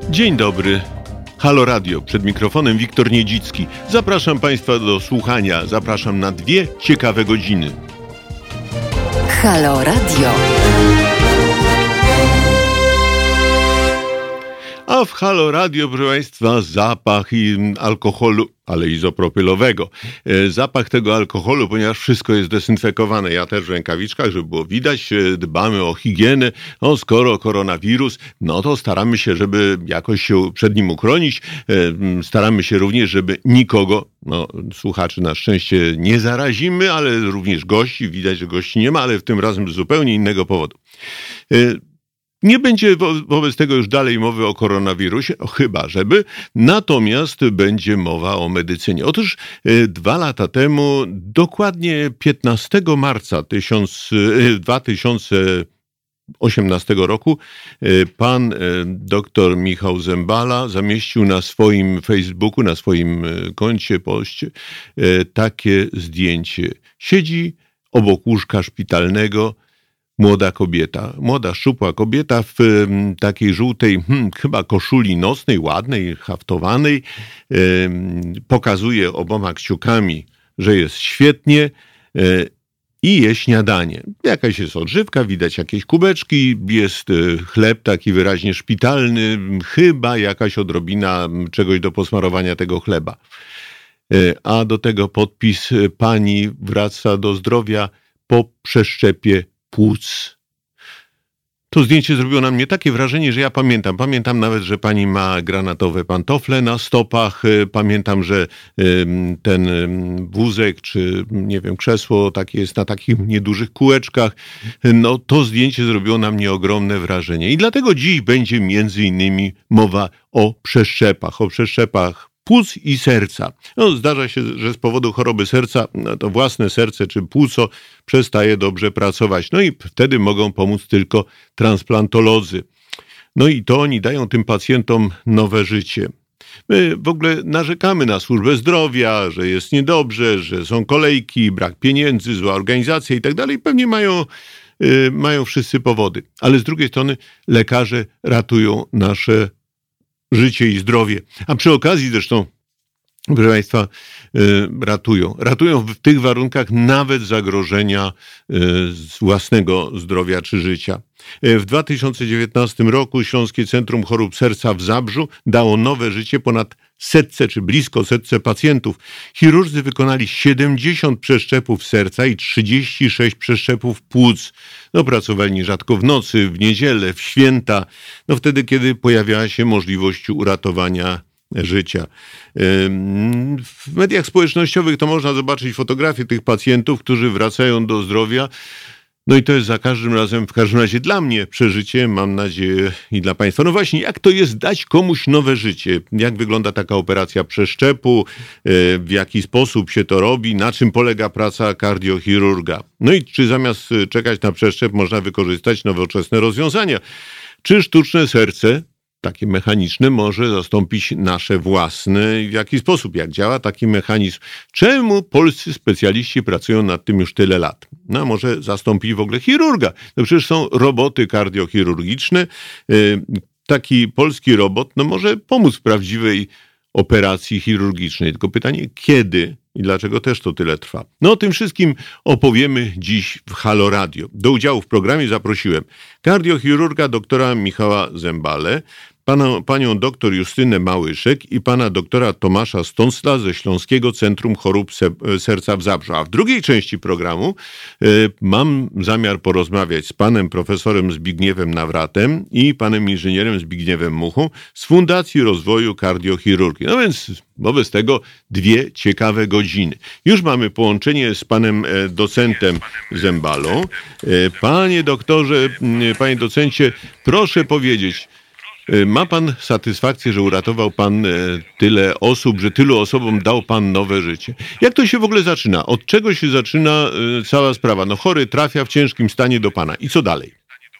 Dzień dobry. Halo Radio, przed mikrofonem Wiktor Niedzicki. Zapraszam Państwa do słuchania. Zapraszam na 2 ciekawe godziny. Halo Radio. A w Halo Radio, proszę Państwa, zapach alkoholu, ale izopropylowego. Zapach tego alkoholu, ponieważ wszystko jest dezynfekowane. Ja też w rękawiczkach, żeby było widać, dbamy o higienę. No, skoro koronawirus, no to staramy się, żeby jakoś się przed nim uchronić. Staramy się również, żeby nikogo, słuchaczy na szczęście nie zarazimy, ale również gości. Widać, że gości nie ma, ale tym razem z zupełnie innego powodu. Nie będzie wobec tego już dalej mowy o koronawirusie, chyba żeby, natomiast będzie mowa o medycynie. Otóż 2 lata temu, dokładnie 15 marca 2018 roku, pan dr Michał Zembala zamieścił na swoim Facebooku, na swoim koncie, poście, takie zdjęcie. Siedzi obok łóżka szpitalnego młoda kobieta, młoda, szczupła kobieta w takiej żółtej, chyba koszuli nocnej, ładnej, haftowanej. Pokazuje oboma kciukami, że jest świetnie i je śniadanie. Jakaś jest odżywka, widać jakieś kubeczki, jest chleb taki wyraźnie szpitalny, chyba jakaś odrobina czegoś do posmarowania tego chleba. A do tego podpis: pani wraca do zdrowia po przeszczepie płuc. To zdjęcie zrobiło na mnie takie wrażenie, że ja pamiętam nawet, że pani ma granatowe pantofle na stopach, pamiętam, że ten wózek, czy nie wiem, krzesło takie jest na takich niedużych kółeczkach. No to zdjęcie zrobiło na mnie ogromne wrażenie i dlatego dziś będzie między innymi mowa o przeszczepach płuc i serca. Zdarza się, że z powodu choroby serca to własne serce czy płuco przestaje dobrze pracować. No i wtedy mogą pomóc tylko transplantolodzy. No i to oni dają tym pacjentom nowe życie. My w ogóle narzekamy na służbę zdrowia, że jest niedobrze, że są kolejki, brak pieniędzy, zła organizacja i tak dalej. Pewnie mają wszyscy powody. Ale z drugiej strony lekarze ratują nasze życie i zdrowie. A przy okazji zresztą, proszę Państwa, ratują w tych warunkach nawet zagrożenia własnego zdrowia czy życia. W 2019 roku Śląskie Centrum Chorób Serca w Zabrzu dało nowe życie ponad 100 czy blisko 100 pacjentów. Chirurdzy wykonali 70 przeszczepów serca i 36 przeszczepów płuc. Pracowali nierzadko w nocy, w niedzielę, w święta, wtedy, kiedy pojawiała się możliwość uratowania życia. W mediach społecznościowych to można zobaczyć fotografie tych pacjentów, którzy wracają do zdrowia. No i to jest za każdym razem, w każdym razie dla mnie przeżycie, mam nadzieję i dla Państwa. No właśnie, jak to jest dać komuś nowe życie? Jak wygląda taka operacja przeszczepu? W jaki sposób się to robi? Na czym polega praca kardiochirurga? No i czy zamiast czekać na przeszczep można wykorzystać nowoczesne rozwiązania? Czy sztuczne serce, takie mechaniczne, może zastąpić nasze własne? W jaki sposób? Jak działa taki mechanizm? Czemu polscy specjaliści pracują nad tym już tyle lat? A może zastąpić w ogóle chirurga? Przecież są roboty kardiochirurgiczne. Taki polski robot może pomóc w prawdziwej operacji chirurgicznej. Tylko pytanie, kiedy i dlaczego też to tyle trwa? O tym wszystkim opowiemy dziś w Halo Radio. Do udziału w programie zaprosiłem kardiochirurga doktora Michała Zembalę, panią doktor Justynę Małyszek i pana doktora Tomasza Stąsla ze Śląskiego Centrum Chorób Serca w Zabrzu. A w drugiej części programu mam zamiar porozmawiać z panem profesorem Zbigniewem Nawratem i panem inżynierem Zbigniewem Muchą z Fundacji Rozwoju Kardiochirurgii. No więc wobec tego 2 ciekawe godziny. Już mamy połączenie z panem docentem Zembalą. Panie doktorze, panie docencie, proszę powiedzieć, ma pan satysfakcję, że uratował pan tyle osób, że tylu osobom dał pan nowe życie. Jak to się w ogóle zaczyna? Od czego się zaczyna cała sprawa? Chory trafia w ciężkim stanie do pana. I co dalej?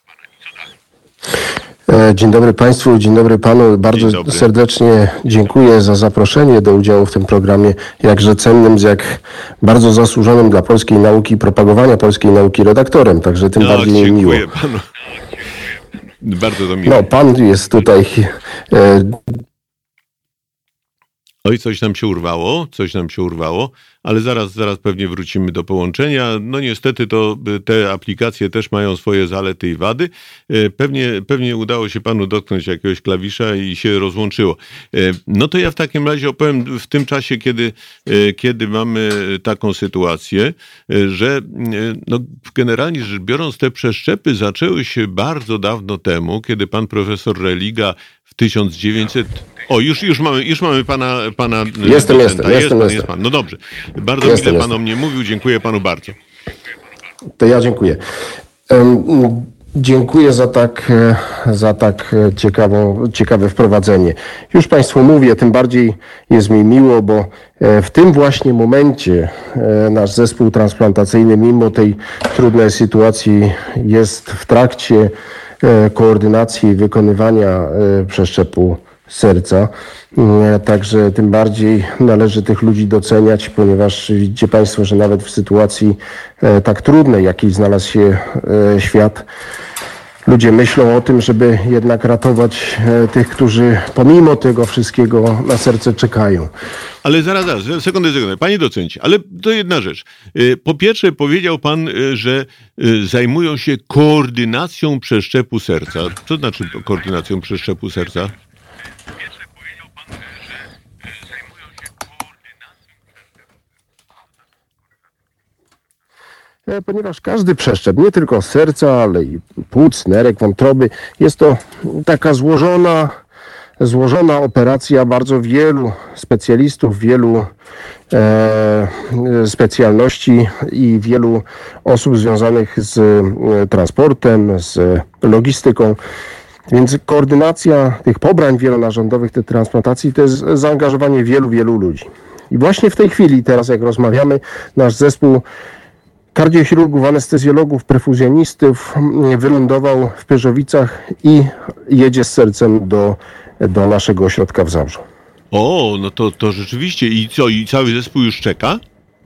Dzień dobry Państwu, dzień dobry Panu. Bardzo serdecznie dziękuję za zaproszenie do udziału w tym programie, jakże cennym, jak bardzo zasłużonym dla polskiej nauki, propagowania polskiej nauki redaktorem. Także tym bardziej mi miło. Dziękuję Panu. Bardzo to miło. No, pan jest tutaj... Oj, coś nam się urwało, ale zaraz pewnie wrócimy do połączenia. No niestety to te aplikacje też mają swoje zalety i wady. Pewnie udało się panu dotknąć jakiegoś klawisza i się rozłączyło. No to ja w takim razie opowiem w tym czasie, kiedy mamy taką sytuację, że no, generalnie rzecz biorąc te przeszczepy zaczęły się bardzo dawno temu, kiedy pan profesor Religa w 1900... O, już mamy pana Jestem. Jest pan. No dobrze. Bardzo mile pan o mnie mówił. Dziękuję panu bardzo. To ja dziękuję. Dziękuję za tak ciekawe wprowadzenie. Już państwu mówię, tym bardziej jest mi miło, bo w tym właśnie momencie nasz zespół transplantacyjny, mimo tej trudnej sytuacji, jest w trakcie koordynacji wykonywania przeszczepu serca. Także tym bardziej należy tych ludzi doceniać, ponieważ widzicie państwo, że nawet w sytuacji tak trudnej, jakiej znalazł się świat, ludzie myślą o tym, żeby jednak ratować tych, którzy pomimo tego wszystkiego na serce czekają. Ale zaraz, sekundę. Panie docencie, ale to jedna rzecz. Po pierwsze powiedział pan, że zajmują się koordynacją przeszczepu serca. Co znaczy koordynacją przeszczepu serca? Ponieważ każdy przeszczep, nie tylko serca, ale i płuc, nerek, wątroby, jest to taka złożona operacja bardzo wielu specjalistów, wielu specjalności i wielu osób związanych z transportem, z logistyką. Więc koordynacja tych pobrań wielonarządowych, tych transplantacji, to jest zaangażowanie wielu ludzi. I właśnie w tej chwili, teraz jak rozmawiamy, nasz zespół kardiochirurgów, anestezjologów, perfuzjonistów wylądował w Pyrzowicach i jedzie z sercem do naszego ośrodka w Zabrzu. O, no to rzeczywiście. I co? I cały zespół już czeka?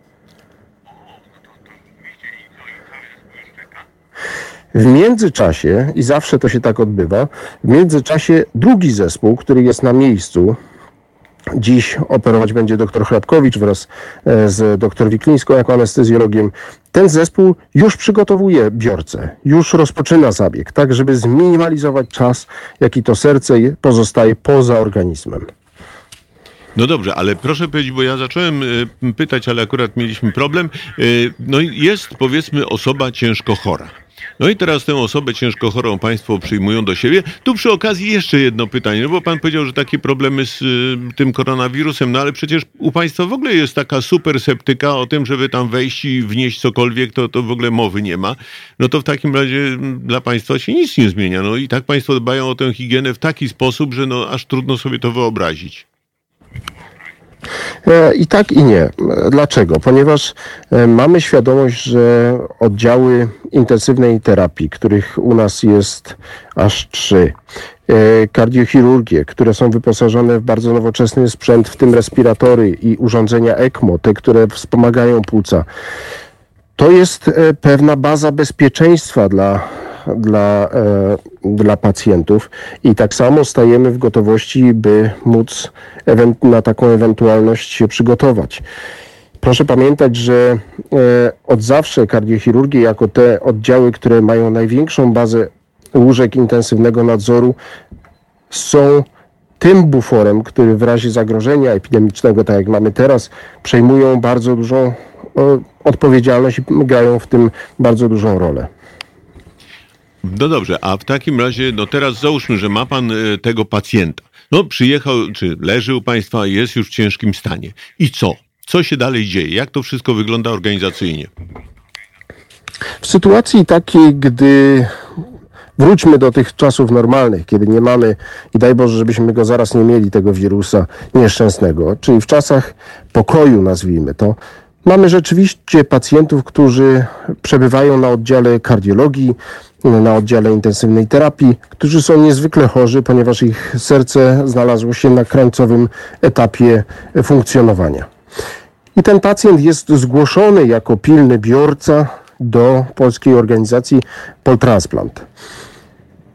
W międzyczasie, i zawsze to się tak odbywa, w międzyczasie drugi zespół, który jest na miejscu, dziś operować będzie dr Chlapkowicz wraz z dr Wiklińską jako anestezjologiem. Ten zespół już przygotowuje biorcę, już rozpoczyna zabieg, tak żeby zminimalizować czas, jaki to serce pozostaje poza organizmem. No dobrze, ale proszę powiedzieć, bo ja zacząłem pytać, ale akurat mieliśmy problem. No jest, powiedzmy, osoba ciężko chora. No i teraz tę osobę ciężko chorą państwo przyjmują do siebie. Tu przy okazji jeszcze jedno pytanie, no bo pan powiedział, że takie problemy z tym koronawirusem, no ale przecież u państwa w ogóle jest taka super septyka o tym, żeby tam wejść i wnieść cokolwiek, to w ogóle mowy nie ma. No to w takim razie dla państwa się nic nie zmienia. No i tak państwo dbają o tę higienę w taki sposób, że no aż trudno sobie to wyobrazić. I tak i nie. Dlaczego? Ponieważ mamy świadomość, że oddziały intensywnej terapii, których u nas jest aż 3, kardiochirurgie, które są wyposażone w bardzo nowoczesny sprzęt, w tym respiratory i urządzenia ECMO, te, które wspomagają płuca, to jest pewna baza bezpieczeństwa dla pacjentów i tak samo stajemy w gotowości, by móc na taką ewentualność się przygotować. Proszę pamiętać, że od zawsze kardiochirurgie jako te oddziały, które mają największą bazę łóżek intensywnego nadzoru, są tym buforem, który w razie zagrożenia epidemicznego, tak jak mamy teraz, przejmują bardzo dużą odpowiedzialność i grają w tym bardzo dużą rolę. No dobrze, a w takim razie, no teraz załóżmy, że ma pan tego pacjenta. No przyjechał, czy leży u państwa, jest już w ciężkim stanie. I co? Co się dalej dzieje? Jak to wszystko wygląda organizacyjnie? W sytuacji takiej, gdy wróćmy do tych czasów normalnych, kiedy nie mamy, i daj Boże, żebyśmy go zaraz nie mieli, tego wirusa nieszczęsnego, czyli w czasach pokoju, nazwijmy to, mamy rzeczywiście pacjentów, którzy przebywają na oddziale kardiologii, na oddziale intensywnej terapii, którzy są niezwykle chorzy, ponieważ ich serce znalazło się na krańcowym etapie funkcjonowania. I ten pacjent jest zgłoszony jako pilny biorca do polskiej organizacji Poltransplant.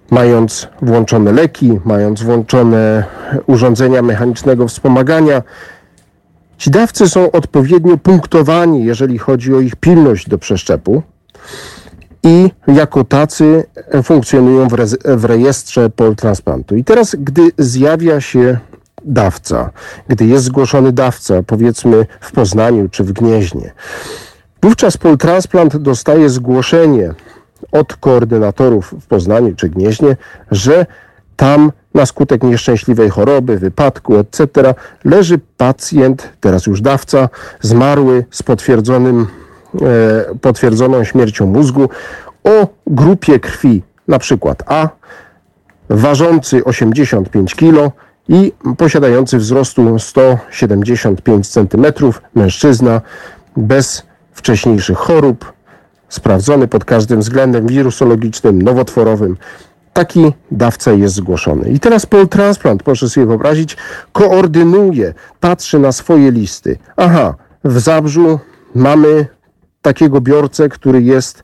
mając włączone leki, mając włączone urządzenia mechanicznego wspomagania. Ci dawcy są odpowiednio punktowani, jeżeli chodzi o ich pilność do przeszczepu i jako tacy funkcjonują w rejestrze Poltransplantu. I teraz, gdy zjawia się dawca, gdy jest zgłoszony dawca, powiedzmy w Poznaniu czy w Gnieźnie, wówczas Poltransplant dostaje zgłoszenie od koordynatorów w Poznaniu czy Gnieźnie, że tam na skutek nieszczęśliwej choroby, wypadku, etc. leży pacjent, teraz już dawca, zmarły z potwierdzoną śmiercią mózgu o grupie krwi, na przykład A, ważący 85 kg i posiadający wzrostu 175 cm, mężczyzna, bez wcześniejszych chorób, sprawdzony pod każdym względem wirusologicznym, nowotworowym. Taki dawca jest zgłoszony. I teraz Poltransplant, proszę sobie wyobrazić, koordynuje, patrzy na swoje listy. Aha, w Zabrzu mamy takiego biorcę, który jest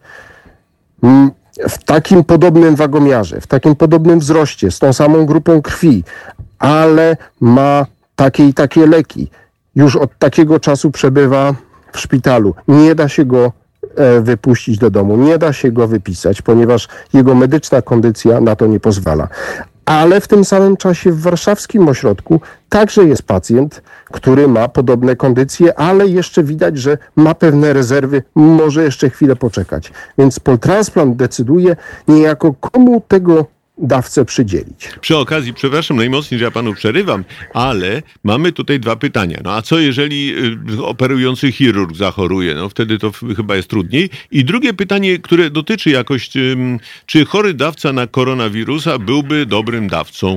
w takim podobnym wagomiarze, w takim podobnym wzroście, z tą samą grupą krwi, ale ma takie i takie leki. Już od takiego czasu przebywa w szpitalu. Nie da się go wypuścić do domu, nie da się go wypisać, ponieważ jego medyczna kondycja na to nie pozwala. Ale w tym samym czasie w warszawskim ośrodku także jest pacjent, który ma podobne kondycje, ale jeszcze widać, że ma pewne rezerwy, może jeszcze chwilę poczekać. Więc Poltransplant decyduje niejako, komu tego dawcę przydzielić. Przy okazji, przepraszam najmocniej, że ja panu przerywam, ale mamy tutaj dwa pytania. No a co jeżeli operujący chirurg zachoruje? No wtedy to chyba jest trudniej. I drugie pytanie, które dotyczy jakoś, czy chory dawca na koronawirusa byłby dobrym dawcą?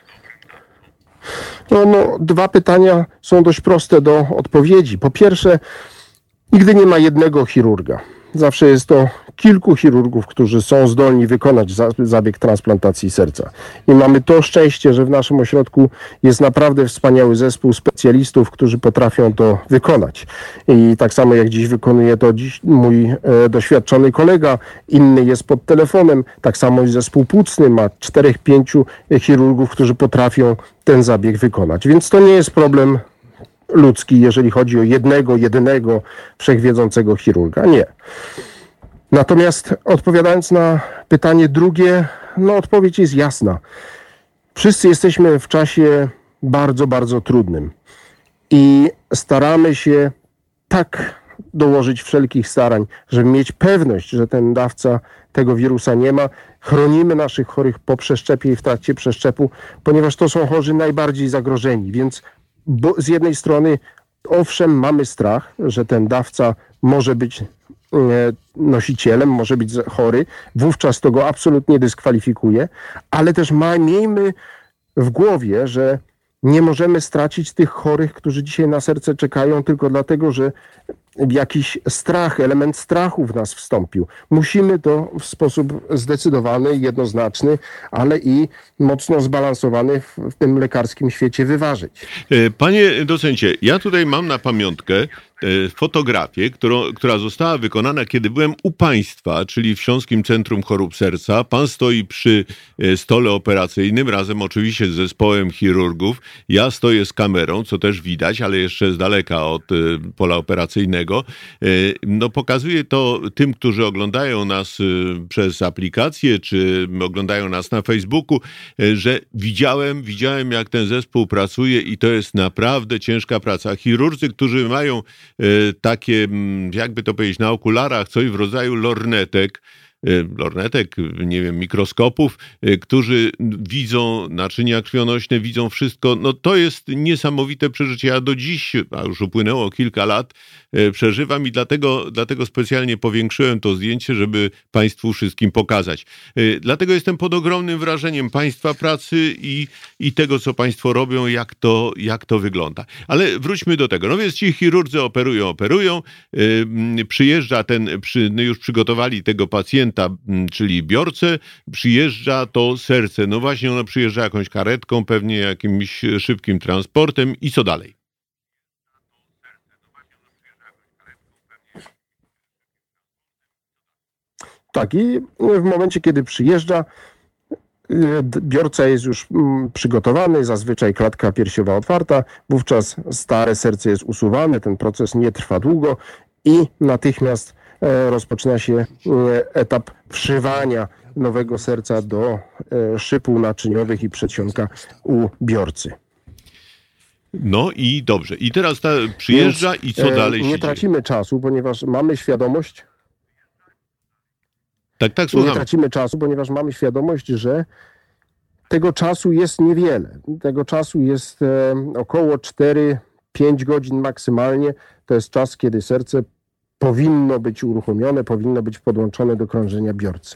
No, dwa pytania są dość proste do odpowiedzi. Po pierwsze, nigdy nie ma jednego chirurga. Zawsze jest to kilku chirurgów, którzy są zdolni wykonać zabieg transplantacji serca. I mamy to szczęście, że w naszym ośrodku jest naprawdę wspaniały zespół specjalistów, którzy potrafią to wykonać. I tak samo jak dziś wykonuje to mój doświadczony kolega, inny jest pod telefonem, tak samo zespół płucny ma 4-5 chirurgów, którzy potrafią ten zabieg wykonać. Więc to nie jest problem ludzki, jeżeli chodzi o jedynego wszechwiedzącego chirurga. Nie. Natomiast odpowiadając na pytanie drugie, odpowiedź jest jasna. Wszyscy jesteśmy w czasie bardzo, bardzo trudnym i staramy się tak dołożyć wszelkich starań, żeby mieć pewność, że ten dawca tego wirusa nie ma. Chronimy naszych chorych po przeszczepie i w trakcie przeszczepu, ponieważ to są chorzy najbardziej zagrożeni, więc z jednej strony owszem, mamy strach, że ten dawca może być nosicielem, może być chory, wówczas to go absolutnie dyskwalifikuje, ale też miejmy w głowie, że nie możemy stracić tych chorych, którzy dzisiaj na serce czekają tylko dlatego, że jakiś strach, element strachu w nas wstąpił. Musimy to w sposób zdecydowany, jednoznaczny, ale i mocno zbalansowany w tym lekarskim świecie wyważyć. Panie docencie, ja tutaj mam na pamiątkę fotografię, która została wykonana, kiedy byłem u państwa, czyli w Śląskim Centrum Chorób Serca. Pan stoi przy stole operacyjnym, razem oczywiście z zespołem chirurgów. Ja stoję z kamerą, co też widać, ale jeszcze z daleka od pola operacyjnego. Pokazuje to tym, którzy oglądają nas przez aplikację, czy oglądają nas na Facebooku, że widziałem, jak ten zespół pracuje i to jest naprawdę ciężka praca. Chirurdzy, którzy mają takie, jakby to powiedzieć, na okularach coś w rodzaju lornetek, nie wiem, mikroskopów, którzy widzą naczynia krwionośne, widzą wszystko. To jest niesamowite przeżycie. Ja do dziś, a już upłynęło kilka lat, przeżywam i dlatego specjalnie powiększyłem to zdjęcie, żeby państwu wszystkim pokazać. Dlatego jestem pod ogromnym wrażeniem państwa pracy i tego, co państwo robią, jak to wygląda. Ale wróćmy do tego. Więc ci chirurdzy operują, przyjeżdża już przygotowali tego pacjenta, czyli biorcę, przyjeżdża to serce. Właśnie ono przyjeżdża jakąś karetką, pewnie jakimś szybkim transportem i co dalej? Tak, i w momencie, kiedy przyjeżdża, biorca jest już przygotowany, zazwyczaj klatka piersiowa otwarta, wówczas stare serce jest usuwane, ten proces nie trwa długo i natychmiast rozpoczyna się etap wszywania nowego serca do szypuł naczyniowych i przedsionka u biorcy. No i dobrze. I teraz przyjeżdża i co dalej się nie tracimy czasu, ponieważ mamy świadomość. Tak, słucham. Nie tracimy czasu, ponieważ mamy świadomość, że tego czasu jest niewiele. Tego czasu jest około 4-5 godzin maksymalnie. To jest czas, kiedy serce powinno być uruchomione, powinno być podłączone do krążenia biorcy.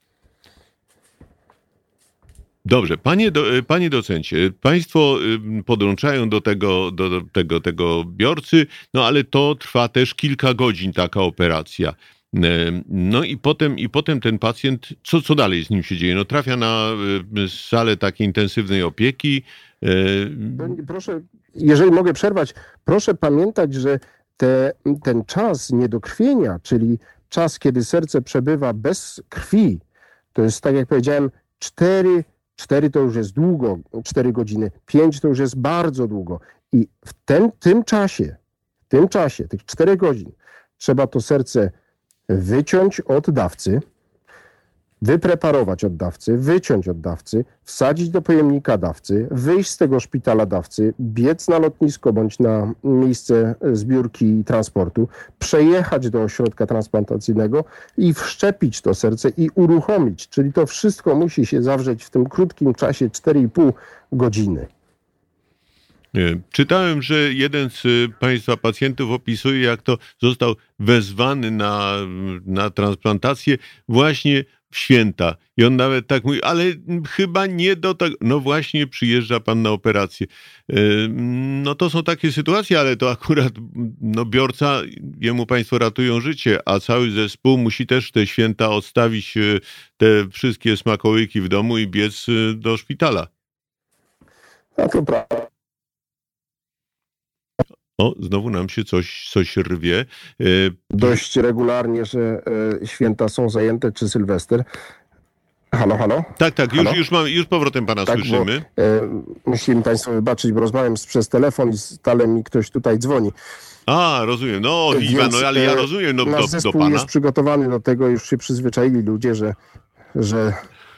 Dobrze, panie docencie, państwo podłączają do tego biorcy, no ale to trwa też kilka godzin, taka operacja. No i potem ten pacjent, co dalej z nim się dzieje? No trafia na salę takiej intensywnej opieki. Proszę, jeżeli mogę przerwać, proszę pamiętać, że ten czas niedokrwienia, czyli czas, kiedy serce przebywa bez krwi, to jest, tak jak powiedziałem, 4 to już jest długo, 4 godziny, 5 to już jest bardzo długo. I w tym czasie, tych 4 godzin, trzeba to serce wyciąć od dawcy, wypreparować od dawcy, wyciąć od dawcy, wsadzić do pojemnika dawcy, wyjść z tego szpitala dawcy, biec na lotnisko bądź na miejsce zbiórki i transportu, przejechać do ośrodka transplantacyjnego i wszczepić to serce i uruchomić. Czyli to wszystko musi się zawrzeć w tym krótkim czasie 4,5 godziny. Czytałem, że jeden z państwa pacjentów opisuje, jak to został wezwany na transplantację właśnie w święta. I on nawet tak mówi, ale chyba nie do tego. No właśnie, przyjeżdża pan na operację. No to są takie sytuacje, ale to akurat biorca, jemu państwo ratują życie, a cały zespół musi też te święta odstawić te wszystkie smakołyki w domu i biec do szpitala. No to prawda. O, znowu nam się coś rwie. Dość regularnie, że święta są zajęte, czy Sylwester. Halo? Tak, już powrotem pana słyszymy. Musimy państwo wybaczyć, bo rozmawiam przez telefon i stale mi ktoś tutaj dzwoni. A, rozumiem. No, Iwan, ale ja rozumiem nasz do zespół pana. Jest przygotowany do tego, już się przyzwyczaili ludzie, że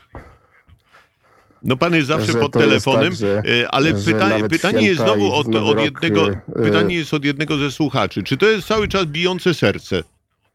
no pan jest zawsze pod telefonem, tak, ale pytanie jest znowu pytanie jest od jednego ze słuchaczy. Czy to jest cały czas bijące serce?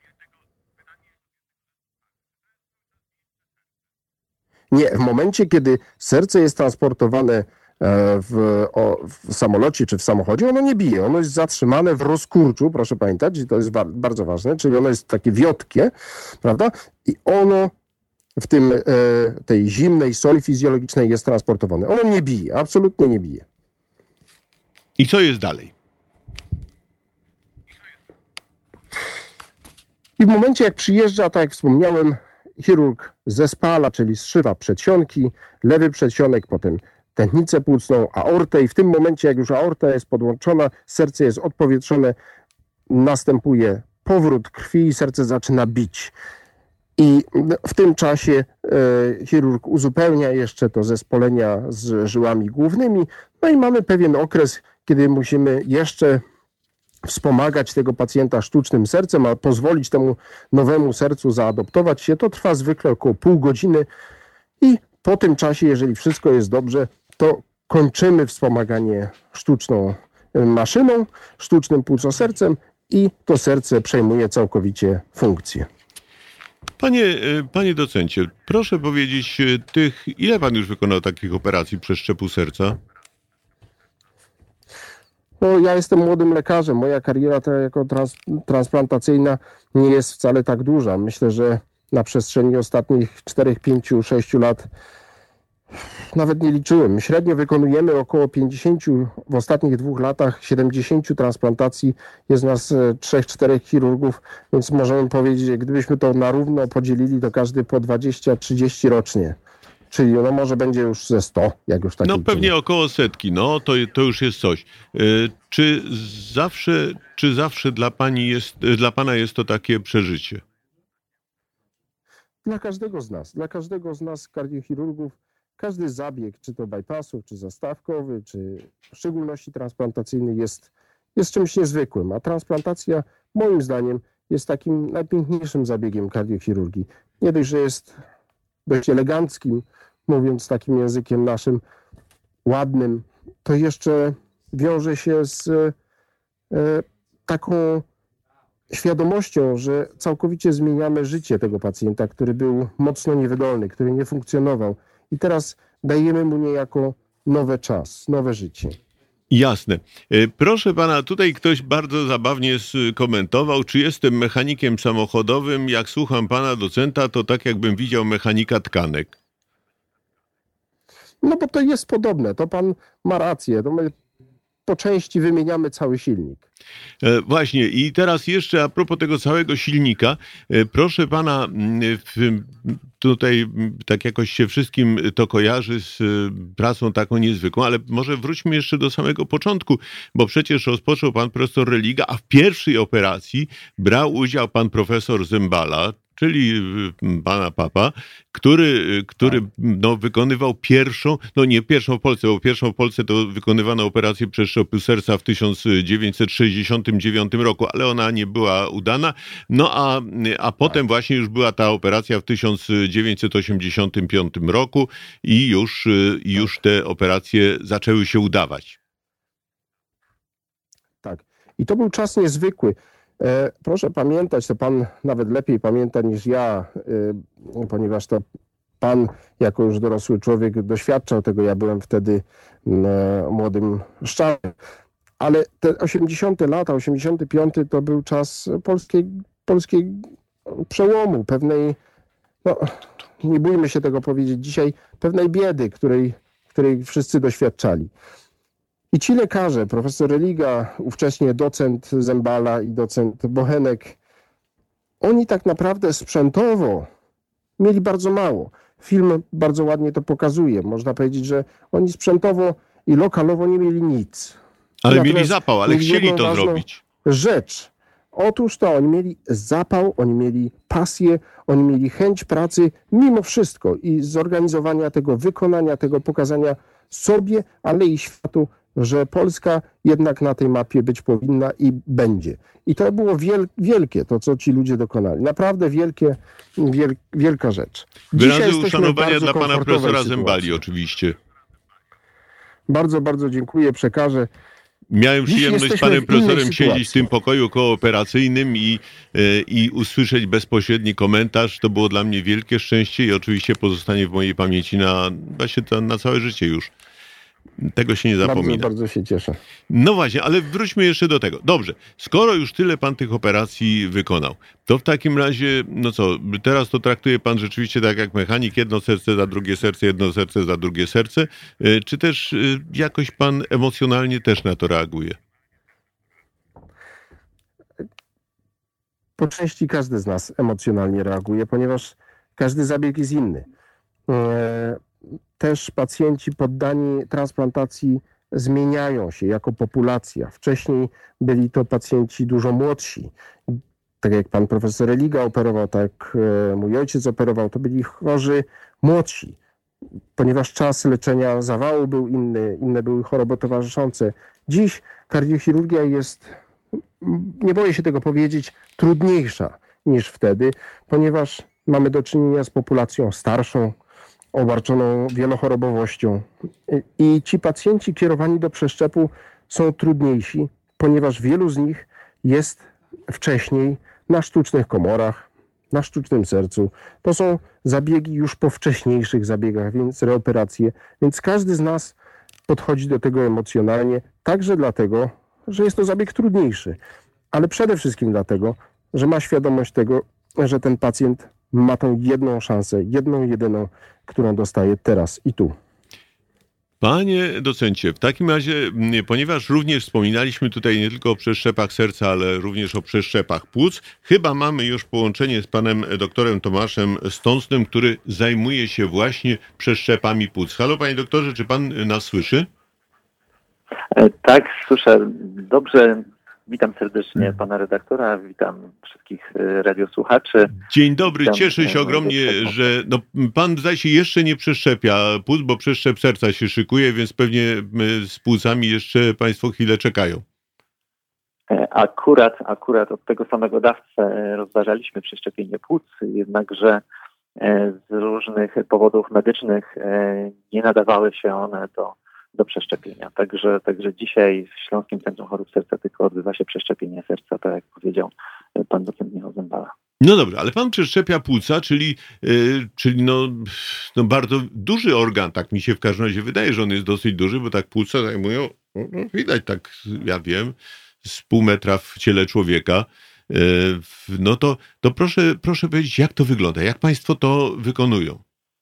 Nie, w momencie, kiedy serce jest transportowane w samolocie czy w samochodzie, ono nie bije. Ono jest zatrzymane w rozkurczu, proszę pamiętać, i to jest bardzo ważne, czyli ono jest takie wiotkie, prawda? I ono w tej zimnej soli fizjologicznej jest transportowane. Ono nie bije, absolutnie nie bije. I co jest dalej? I w momencie, jak przyjeżdża, tak jak wspomniałem, chirurg zespala, czyli zszywa przedsionki, lewy przedsionek, potem tętnicę płucną, aortę i w tym momencie, jak już aorta jest podłączona, serce jest odpowietrzone, następuje powrót krwi i serce zaczyna bić. I w tym czasie chirurg uzupełnia jeszcze to zespolenia z żyłami głównymi, no i mamy pewien okres, kiedy musimy jeszcze wspomagać tego pacjenta sztucznym sercem, a pozwolić temu nowemu sercu zaadoptować się. To trwa zwykle około pół godziny i po tym czasie, jeżeli wszystko jest dobrze, to kończymy wspomaganie sztuczną maszyną, sztucznym płucosercem i to serce przejmuje całkowicie funkcję. Panie docencie, proszę powiedzieć, ile pan już wykonał takich operacji przeszczepu serca? No, ja jestem młodym lekarzem. Moja kariera jako transplantacyjna nie jest wcale tak duża. Myślę, że na przestrzeni ostatnich 4, 5, 6 lat nawet nie liczyłem. Średnio wykonujemy około 50, w ostatnich 2 latach 70 transplantacji. Jest nas 3-4 chirurgów, więc możemy powiedzieć, że gdybyśmy to na równo podzielili, to każdy po 20-30 rocznie. Czyli no może będzie już ze 100, jak już tak. No pewnie około 100, no to już jest coś. Czy zawsze dla pana jest to takie przeżycie? Dla każdego z nas kardiochirurgów każdy zabieg, czy to bypassów, czy zastawkowy, czy w szczególności transplantacyjny jest czymś niezwykłym, a transplantacja moim zdaniem jest takim najpiękniejszym zabiegiem kardiochirurgii. Nie dość, że jest dość eleganckim, mówiąc takim językiem naszym, ładnym, to jeszcze wiąże się z taką świadomością, że całkowicie zmieniamy życie tego pacjenta, który był mocno niewydolny, który nie funkcjonował i teraz dajemy mu niejako nowy czas, nowe życie. Jasne. Proszę pana, tutaj ktoś bardzo zabawnie skomentował, czy jestem mechanikiem samochodowym. Jak słucham pana docenta, to tak jakbym widział mechanika tkanek. No bo to jest podobne, to pan ma rację, to my po części wymieniamy cały silnik. Właśnie i teraz jeszcze a propos tego całego silnika, proszę pana, tutaj tak jakoś się wszystkim to kojarzy z pracą taką niezwykłą, ale może wróćmy jeszcze do samego początku, bo przecież rozpoczął pan profesor Religa, a w pierwszej operacji brał udział pan profesor Zembala, czyli pana papa, który no, wykonywał pierwszą, no nie pierwszą w Polsce, bo pierwszą w Polsce to wykonywano operację przeszczepu serca w 1969 roku, ale ona nie była udana. No a potem właśnie już była ta operacja w 1985 roku i już te operacje zaczęły się udawać. Tak. I to był czas niezwykły. Proszę pamiętać, to pan nawet lepiej pamięta niż ja, ponieważ to pan jako już dorosły człowiek doświadczał tego. Ja byłem wtedy młodym szczałem. Ale te 80. lata, 85. to był czas polskiej przełomu, pewnej, no nie bójmy się tego powiedzieć dzisiaj, pewnej biedy, której wszyscy doświadczali. I ci lekarze, profesor Religa, ówcześnie docent Zembala i docent Bochenek, oni tak naprawdę sprzętowo mieli bardzo mało. Film bardzo ładnie to pokazuje. Można powiedzieć, że oni sprzętowo i lokalowo nie mieli nic. Ale mieli zapał, ale chcieli to zrobić. Rzecz. Otóż to, oni mieli zapał, oni mieli pasję, oni mieli chęć pracy mimo wszystko i zorganizowania tego, wykonania tego, pokazania sobie, ale i światu, że Polska jednak na tej mapie być powinna i będzie. I to było wielkie, to co ci ludzie dokonali. Naprawdę wielka rzecz. Wyrazy uszanowania dla pana profesora Zembali oczywiście. Bardzo, bardzo dziękuję, przekażę. Miałem przyjemność z panem profesorem siedzieć w tym pokoju kooperacyjnym i usłyszeć bezpośredni komentarz. To było dla mnie wielkie szczęście i oczywiście pozostanie w mojej pamięci właśnie na całe życie już. Tego się nie zapomina. Bardzo, bardzo się cieszę. No właśnie, ale wróćmy jeszcze do tego. Dobrze, skoro już tyle pan tych operacji wykonał, to w takim razie, no co, teraz to traktuje pan rzeczywiście tak jak mechanik, jedno serce za drugie serce, jedno serce za drugie serce, czy też jakoś pan emocjonalnie też na to reaguje? Po części każdy z nas emocjonalnie reaguje, ponieważ każdy zabieg jest inny. Też pacjenci poddani transplantacji zmieniają się jako populacja. Wcześniej byli to pacjenci dużo młodsi. Tak jak pan profesor Religa operował, tak mój ojciec operował, to byli chorzy młodsi. Ponieważ czas leczenia zawału był inny, inne były choroby towarzyszące. Dziś kardiochirurgia jest, nie boję się tego powiedzieć, trudniejsza niż wtedy, ponieważ mamy do czynienia z populacją starszą, obarczoną wielochorobowością. I ci pacjenci kierowani do przeszczepu są trudniejsi, ponieważ wielu z nich jest wcześniej na sztucznych komorach, na sztucznym sercu. To są zabiegi już po wcześniejszych zabiegach, więc reoperacje. Więc każdy z nas podchodzi do tego emocjonalnie, także dlatego, że jest to zabieg trudniejszy, ale przede wszystkim dlatego, że ma świadomość tego, że ten pacjent ma tą jedną szansę, jedną, jedyną, którą dostaje teraz i tu. Panie docencie, w takim razie, ponieważ również wspominaliśmy tutaj nie tylko o przeszczepach serca, ale również o przeszczepach płuc, chyba mamy już połączenie z panem doktorem Tomaszem Stąsnym, który zajmuje się właśnie przeszczepami płuc. Halo panie doktorze, czy pan nas słyszy? Tak, słyszę. Dobrze Witam serdecznie pana redaktora, witam wszystkich radiosłuchaczy. Dzień dobry, Witam, cieszę się ogromnie, że pan zdaje się jeszcze nie przeszczepia płuc, bo przeszczep serca się szykuje, więc pewnie z płucami jeszcze państwo chwilę czekają. Akurat od tego samego dawcę rozważaliśmy przeszczepienie płuc, jednakże z różnych powodów medycznych nie nadawały się one do przeszczepienia. Także dzisiaj w Śląskim Centrum Chorób Serca tylko odbywa się przeszczepienie serca, tak jak powiedział pan docent Michał Zembala. No dobra, ale pan przeszczepia płuca, czyli bardzo duży organ, tak mi się w każdym razie wydaje, że on jest dosyć duży, bo tak płuca zajmują, widać tak, ja wiem, z pół metra w ciele człowieka. No to proszę powiedzieć, jak to wygląda, jak państwo to wykonują?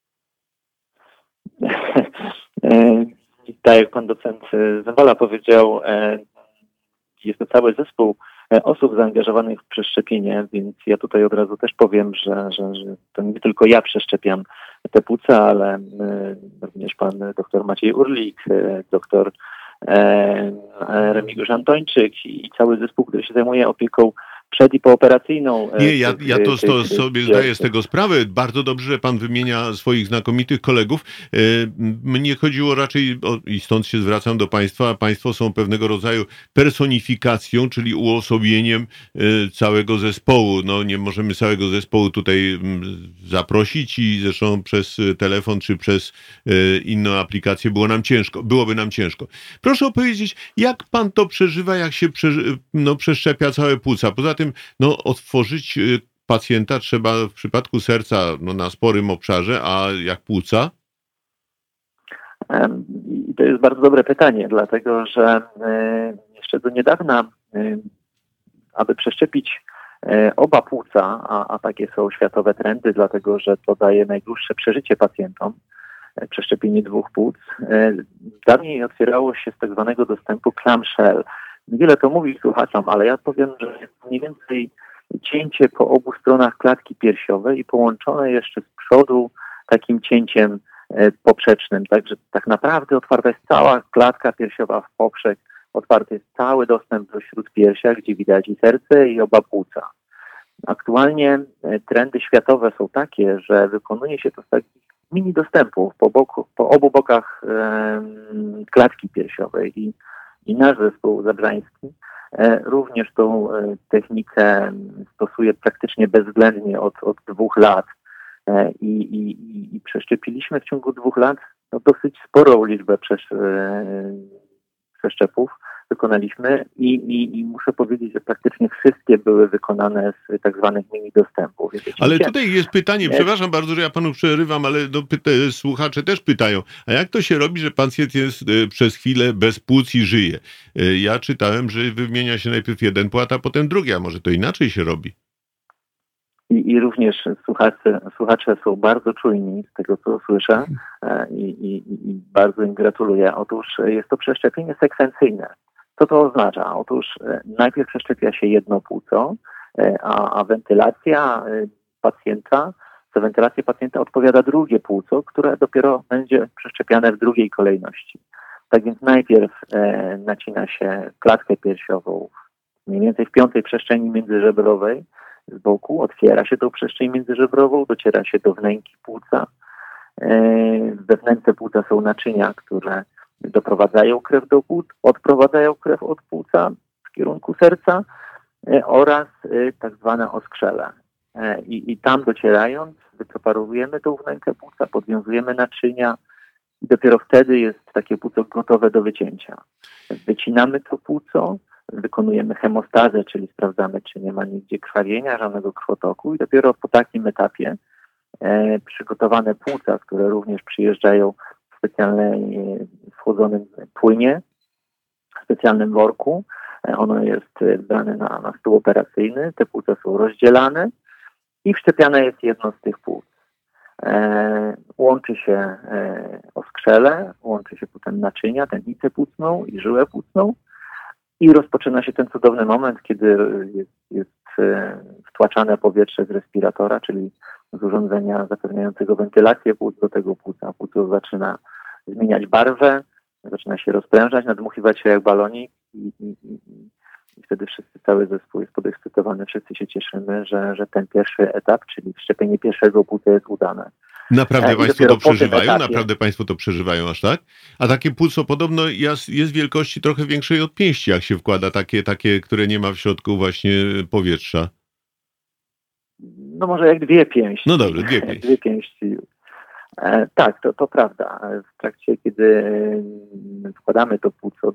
Tak jak pan docent Zembala powiedział, jest to cały zespół osób zaangażowanych w przeszczepienie, więc ja tutaj od razu też powiem, że to nie tylko ja przeszczepiam te płuca, ale również pan dr Maciej Urlik, dr Remigiusz Antończyk i cały zespół, który się zajmuje opieką przed- i pooperacyjną. Nie, ja to sobie zdaję z tego sprawę. Bardzo dobrze, że pan wymienia swoich znakomitych kolegów. Mnie chodziło raczej, i stąd się zwracam do państwa, a państwo są pewnego rodzaju personifikacją, czyli uosobieniem całego zespołu. No nie możemy całego zespołu tutaj zaprosić i zresztą przez telefon czy przez inną aplikację byłoby nam ciężko. Proszę opowiedzieć, jak pan to przeżywa, jak się przeszczepia całe płuca. Poza tym, otworzyć pacjenta trzeba w przypadku serca na sporym obszarze, a jak płuca? I to jest bardzo dobre pytanie, dlatego że jeszcze do niedawna, aby przeszczepić oba płuca, a takie są światowe trendy, dlatego że to daje najdłuższe przeżycie pacjentom, przeszczepienie dwóch płuc, dawniej otwierało się z tak zwanego dostępu clamshell. Wiele to mówi słuchaczom, ale ja powiem, że jest mniej więcej cięcie po obu stronach klatki piersiowej i połączone jeszcze z przodu takim cięciem poprzecznym. Także tak naprawdę otwarta jest cała klatka piersiowa w poprzek, otwarty jest cały dostęp do śródpiersia, gdzie widać i serce, i oba płuca. Aktualnie trendy światowe są takie, że wykonuje się to z takich mini dostępów po obu bokach klatki piersiowej i nasz zespół zabrzański również tą technikę stosuje praktycznie bezwzględnie od 2 lat i przeszczepiliśmy w ciągu 2 lat dosyć sporą liczbę przeszczepów wykonaliśmy i muszę powiedzieć, że praktycznie wszystkie były wykonane z tak zwanych mini dostępów. Ale tutaj jest pytanie, przepraszam bardzo, że ja panu przerywam, ale słuchacze też pytają, a jak to się robi, że pacjent jest przez chwilę bez płuc i żyje? Ja czytałem, że wymienia się najpierw jeden płat, a potem drugi, a może to inaczej się robi? I również słuchacze są bardzo czujni z tego, co słyszę i bardzo im gratuluję. Otóż jest to przeszczepienie sekwencyjne. Co to oznacza? Otóż najpierw przeszczepia się jedno płuco, a za wentylację pacjenta odpowiada drugie płuco, które dopiero będzie przeszczepiane w drugiej kolejności. Tak więc najpierw nacina się klatkę piersiową mniej więcej w 5. przestrzeni międzyżebrowej z boku, otwiera się tą przestrzeń międzyżebrową, dociera się do wnęki płuca. We wnęce płuca są naczynia, które doprowadzają krew do płuc, odprowadzają krew od płuca w kierunku serca oraz tak zwane oskrzele. I tam docierając, wypreparowujemy tą wnękę płuca, podwiązujemy naczynia i dopiero wtedy jest takie płuco gotowe do wycięcia. Wycinamy to płuco, wykonujemy hemostazę, czyli sprawdzamy, czy nie ma nigdzie krwawienia, żadnego krwotoku i dopiero po takim etapie przygotowane płuca, które również przyjeżdżają w specjalnej schłodzonym płynie, w specjalnym worku. Ono jest brane na stół operacyjny, te płuca są rozdzielane i wszczepiane jest jedno z tych płuc. Łączy się oskrzele, łączy się potem naczynia, tętnicę płucną i żyłę płucną i rozpoczyna się ten cudowny moment, kiedy jest wtłaczane powietrze z respiratora, czyli z urządzenia zapewniającego wentylację płuc do tego płuca. Płuco zaczyna zmieniać barwę, zaczyna się rozprężać, nadmuchiwać się jak balonik i wtedy cały zespół jest podekscytowany, wszyscy się cieszymy, że ten pierwszy etap, czyli wszczepienie pierwszego płuca jest udane. Naprawdę Państwo to przeżywają? Etapie, Naprawdę Państwo to przeżywają aż tak? A takie płuco podobno jest wielkości trochę większej od pięści, jak się wkłada, takie, które nie ma w środku właśnie powietrza. No może jak 2 pięści. No dobrze, 2 pięści. 2 pięści. Tak, to prawda. W trakcie, kiedy wkładamy to płuco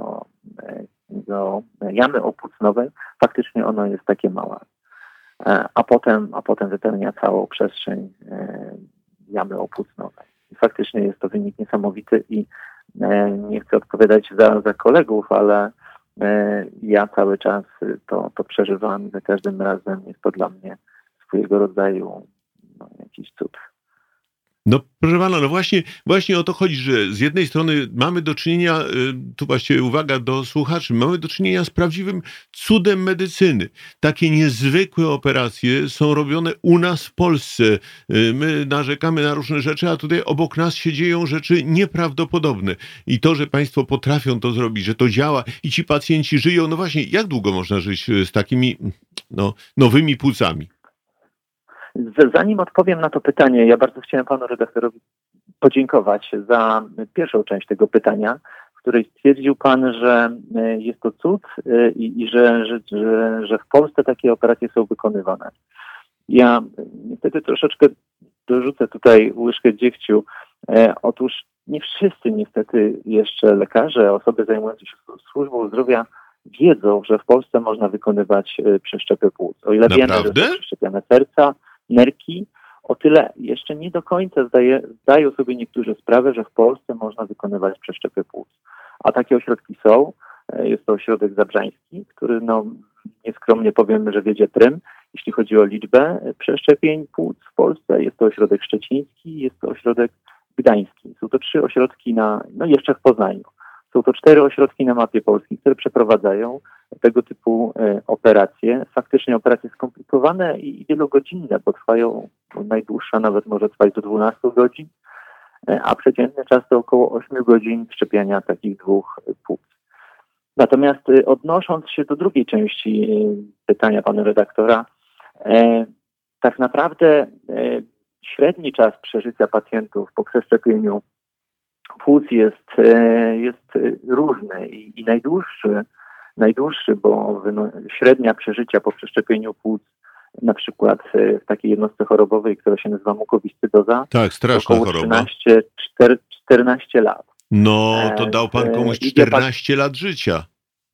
do jamy opłucnowej, faktycznie ono jest takie małe. A potem wypełnia całą przestrzeń jamy opłucnowej. I faktycznie jest to wynik niesamowity i nie chcę odpowiadać za kolegów, ale ja cały czas to przeżywam i za każdym razem jest to dla mnie swojego rodzaju jakiś cud. No proszę pana, no właśnie o to chodzi, że z jednej strony mamy do czynienia, tu właśnie uwaga do słuchaczy, mamy do czynienia z prawdziwym cudem medycyny. Takie niezwykłe operacje są robione u nas w Polsce. My narzekamy na różne rzeczy, a tutaj obok nas się dzieją rzeczy nieprawdopodobne. I to, że państwo potrafią to zrobić, że to działa i ci pacjenci żyją, no właśnie, jak długo można żyć z takimi nowymi płucami? Zanim odpowiem na to pytanie, ja bardzo chciałem panu redaktorowi podziękować za pierwszą część tego pytania, w której stwierdził pan, że jest to cud i że w Polsce takie operacje są wykonywane. Ja niestety troszeczkę dorzucę tutaj łyżkę dziegciu. Otóż nie wszyscy niestety jeszcze lekarze, osoby zajmujące się służbą zdrowia wiedzą, że w Polsce można wykonywać przeszczepy płuc. O ile wiemy, że są przeszczepiane serca, nerki, o tyle jeszcze nie do końca zdają sobie niektórzy sprawę, że w Polsce można wykonywać przeszczepy płuc. A takie ośrodki są. Jest to ośrodek zabrzański, który nieskromnie powiem, że wiedzie prym, jeśli chodzi o liczbę przeszczepień płuc w Polsce. Jest to ośrodek szczeciński, jest to ośrodek gdański. Są to 3 ośrodki jeszcze w Poznaniu. Są to 4 ośrodki na mapie Polski, które przeprowadzają tego typu operacje. Faktycznie operacje skomplikowane i wielogodzinne, bo trwają, najdłuższa nawet może trwać do 12 godzin, a przeciętny czas to około 8 godzin wszczepiania takich 2 płuc. Natomiast odnosząc się do drugiej części pytania pana redaktora, tak naprawdę średni czas przeżycia pacjentów po przeszczepieniu płuc jest różny i najdłuższy, bo średnia przeżycia po przeszczepieniu płuc, na przykład w takiej jednostce chorobowej, która się nazywa mukowiscydoza, tak, straszna około choroba. 14 lat. No, to dał pan komuś 14 lat życia.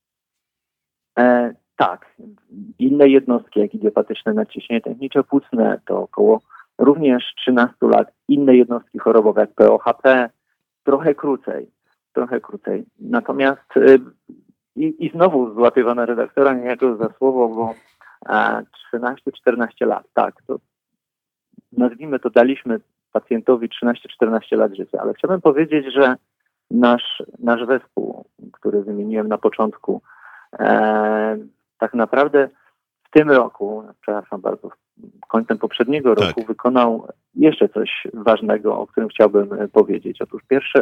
Tak. Inne jednostki, jak idiopatyczne nadciśnienie tętnicze płucne, to około również 13 lat. Inne jednostki chorobowe, jak POHP, trochę krócej. Natomiast i znowu złapię pana redaktora niejako za słowo, bo 13-14 lat, tak, to nazwijmy to, daliśmy pacjentowi 13-14 lat życia, ale chciałbym powiedzieć, że nasz zespół, który wymieniłem na początku, tak naprawdę w tym roku, przepraszam bardzo, końcem poprzedniego roku wykonał jeszcze coś ważnego, o którym chciałbym powiedzieć. Otóż pierwszą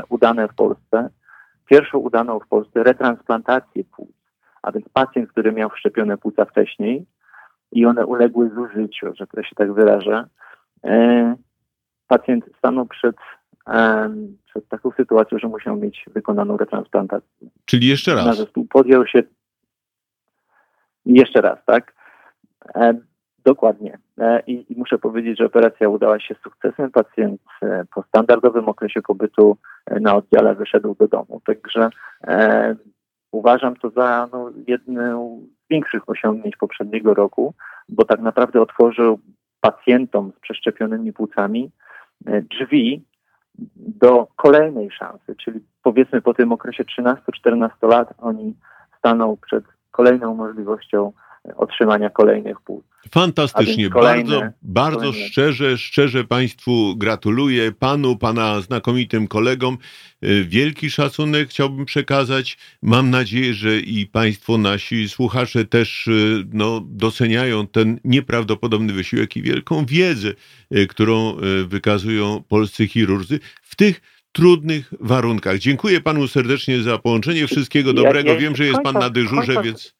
udaną w Polsce retransplantację płuc, a więc pacjent, który miał wszczepione płuca wcześniej i one uległy zużyciu, że to się tak wyrażę, pacjent stanął przed taką sytuacją, że musiał mieć wykonaną retransplantację. Czyli jeszcze raz. Nasz zespół podjął się jeszcze raz, tak? Dokładnie. I muszę powiedzieć, że operacja udała się z sukcesem. Pacjent po standardowym okresie pobytu na oddziale wyszedł do domu. Także uważam to za jedno z większych osiągnięć poprzedniego roku, bo tak naprawdę otworzył pacjentom z przeszczepionymi płucami drzwi do kolejnej szansy, czyli powiedzmy po tym okresie 13-14 lat oni staną przed kolejną możliwością otrzymania kolejnych płuc. Fantastycznie, bardzo szczerze Państwu gratuluję, pana znakomitym kolegom. Wielki szacunek chciałbym przekazać. Mam nadzieję, że i Państwo, nasi słuchacze też doceniają ten nieprawdopodobny wysiłek i wielką wiedzę, którą wykazują polscy chirurdzy w tych trudnych warunkach. Dziękuję Panu serdecznie za połączenie. Wszystkiego dobrego. Wiem, że jest Pan na dyżurze, więc...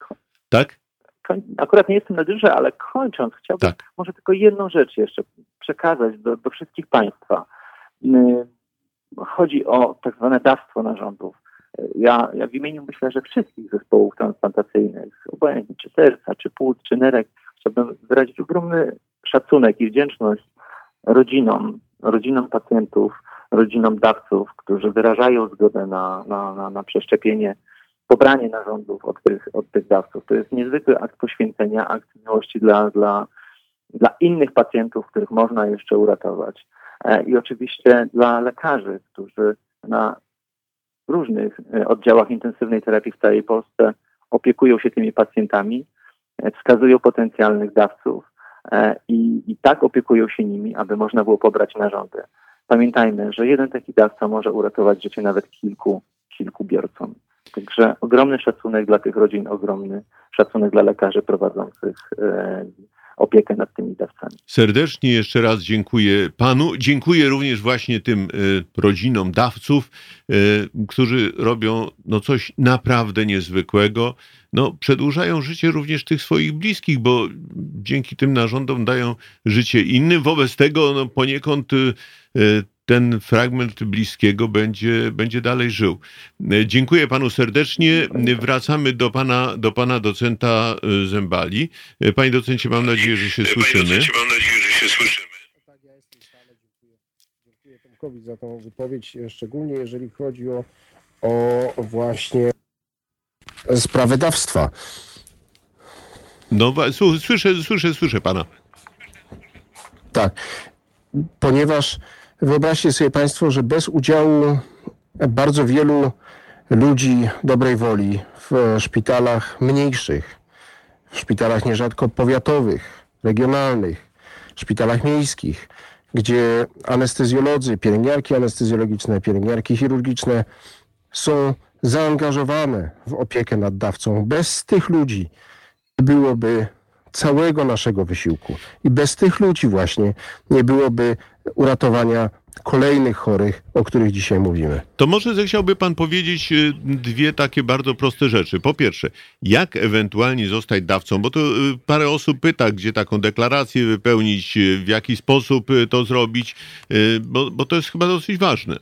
Tak? Akurat nie jestem na dyżurze, ale kończąc, chciałbym może tylko jedną rzecz jeszcze przekazać do wszystkich Państwa. Chodzi o tak zwane dawstwo narządów. Ja w imieniu, myślę, że wszystkich zespołów transplantacyjnych, obojętnie czy serca, czy płuc, czy nerek, chciałbym wyrazić ogromny szacunek i wdzięczność rodzinom pacjentów, rodzinom dawców, którzy wyrażają zgodę na przeszczepienie, pobranie narządów od tych dawców. To jest niezwykły akt poświęcenia, akt miłości dla innych pacjentów, których można jeszcze uratować. I oczywiście dla lekarzy, którzy na różnych oddziałach intensywnej terapii w całej Polsce opiekują się tymi pacjentami, wskazują potencjalnych dawców i tak opiekują się nimi, aby można było pobrać narządy. Pamiętajmy, że jeden taki dawca może uratować życie nawet kilku biorcom. Także ogromny szacunek dla tych rodzin, ogromny szacunek dla lekarzy prowadzących opiekę nad tymi dawcami. Serdecznie jeszcze raz dziękuję panu. Dziękuję również właśnie tym rodzinom dawców, którzy robią coś naprawdę niezwykłego. Przedłużają życie również tych swoich bliskich, bo dzięki tym narządom dają życie innym. Wobec tego poniekąd ten fragment bliskiego będzie dalej żył. Dziękuję panu serdecznie. Wracamy do pana docenta Zembali. Panie docencie, mam nadzieję, że się słyszymy. Tak, ja jestem stale. Dziękuję Tomkowi za tą wypowiedź, szczególnie jeżeli chodzi o właśnie sprawę dawstwa. Słyszę pana. Tak, ponieważ wyobraźcie sobie Państwo, że bez udziału bardzo wielu ludzi dobrej woli w szpitalach mniejszych, w szpitalach nierzadko powiatowych, regionalnych, szpitalach miejskich, gdzie anestezjolodzy, pielęgniarki anestezjologiczne, pielęgniarki chirurgiczne są zaangażowane w opiekę nad dawcą. Bez tych ludzi nie byłoby całego naszego wysiłku i bez tych ludzi właśnie nie byłoby uratowania kolejnych chorych, o których dzisiaj mówimy. To może zechciałby pan powiedzieć dwie takie bardzo proste rzeczy. Po pierwsze, jak ewentualnie zostać dawcą, bo to parę osób pyta, gdzie taką deklarację wypełnić, w jaki sposób to zrobić, bo to jest chyba dosyć ważne.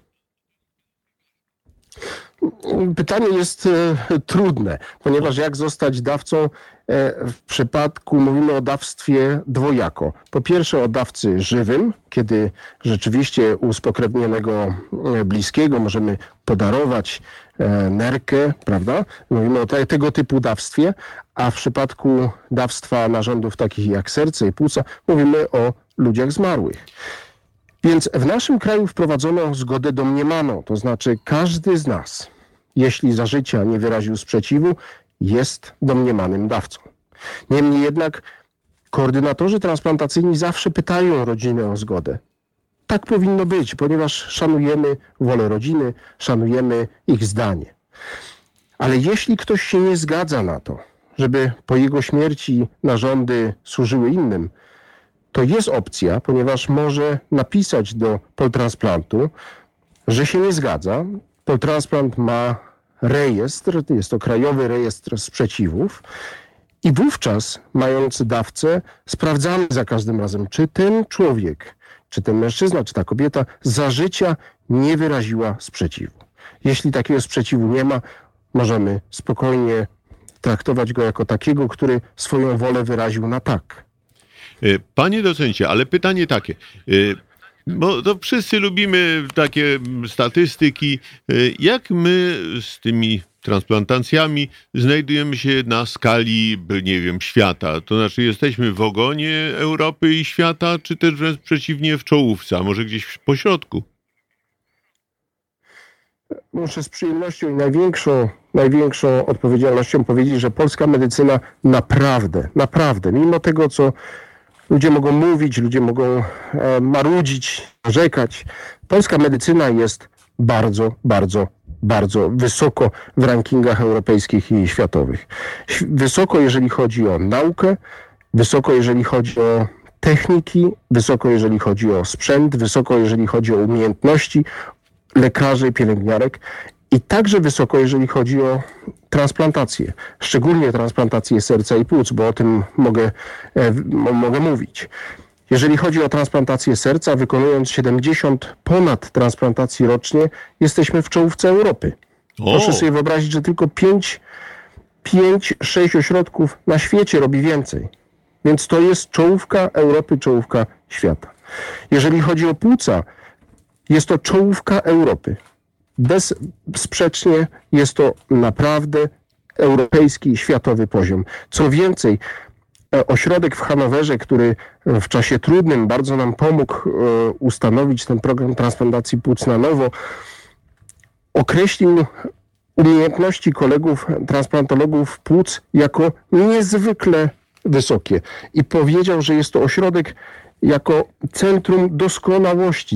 Pytanie jest trudne, ponieważ jak zostać dawcą w przypadku, mówimy o dawstwie dwojako. Po pierwsze o dawcy żywym, kiedy rzeczywiście u spokrewnionego bliskiego możemy podarować nerkę, prawda? Mówimy o tego typu dawstwie, a w przypadku dawstwa narządów takich jak serce i płuca mówimy o ludziach zmarłych. Więc w naszym kraju wprowadzono zgodę domniemaną, to znaczy każdy z nas, jeśli za życia nie wyraził sprzeciwu, jest domniemanym dawcą. Niemniej jednak koordynatorzy transplantacyjni zawsze pytają rodziny o zgodę. Tak powinno być, ponieważ szanujemy wolę rodziny, szanujemy ich zdanie. Ale jeśli ktoś się nie zgadza na to, żeby po jego śmierci narządy służyły innym, to jest opcja, ponieważ może napisać do Poltransplantu, że się nie zgadza. Poltransplant ma rejestr, jest to Krajowy Rejestr Sprzeciwów i wówczas, mając dawcę, sprawdzamy za każdym razem, czy ten człowiek, czy ten mężczyzna, czy ta kobieta za życia nie wyraziła sprzeciwu. Jeśli takiego sprzeciwu nie ma, możemy spokojnie traktować go jako takiego, który swoją wolę wyraził na tak. Panie docencie, ale pytanie takie, bo to wszyscy lubimy takie statystyki, jak my z tymi transplantacjami znajdujemy się na skali, nie wiem, świata? To znaczy jesteśmy w ogonie Europy i świata, czy też wręcz przeciwnie w czołówce, a może gdzieś po środku? Muszę z przyjemnością i największą odpowiedzialnością powiedzieć, że polska medycyna naprawdę, mimo tego, co ludzie mogą mówić, ludzie mogą marudzić, narzekać, polska medycyna jest bardzo wysoko w rankingach europejskich i światowych. Wysoko, jeżeli chodzi o naukę, wysoko, jeżeli chodzi o techniki, wysoko, jeżeli chodzi o sprzęt, wysoko, jeżeli chodzi o umiejętności lekarzy, pielęgniarek i także wysoko, jeżeli chodzi o transplantację, szczególnie transplantację serca i płuc, bo o tym mogę mówić. Jeżeli chodzi o transplantację serca, wykonując 70 ponad transplantacji rocznie, jesteśmy w czołówce Europy. Proszę sobie wyobrazić, że tylko 5-6 ośrodków na świecie robi więcej. Więc to jest czołówka Europy, czołówka świata. Jeżeli chodzi o płuca, jest to czołówka Europy. Bezsprzecznie jest to naprawdę europejski, światowy poziom. Co więcej, ośrodek w Hanowerze, który w czasie trudnym bardzo nam pomógł ustanowić ten program transplantacji płuc na nowo, określił umiejętności kolegów transplantologów płuc jako niezwykle wysokie i powiedział, że jest to ośrodek jako centrum doskonałości,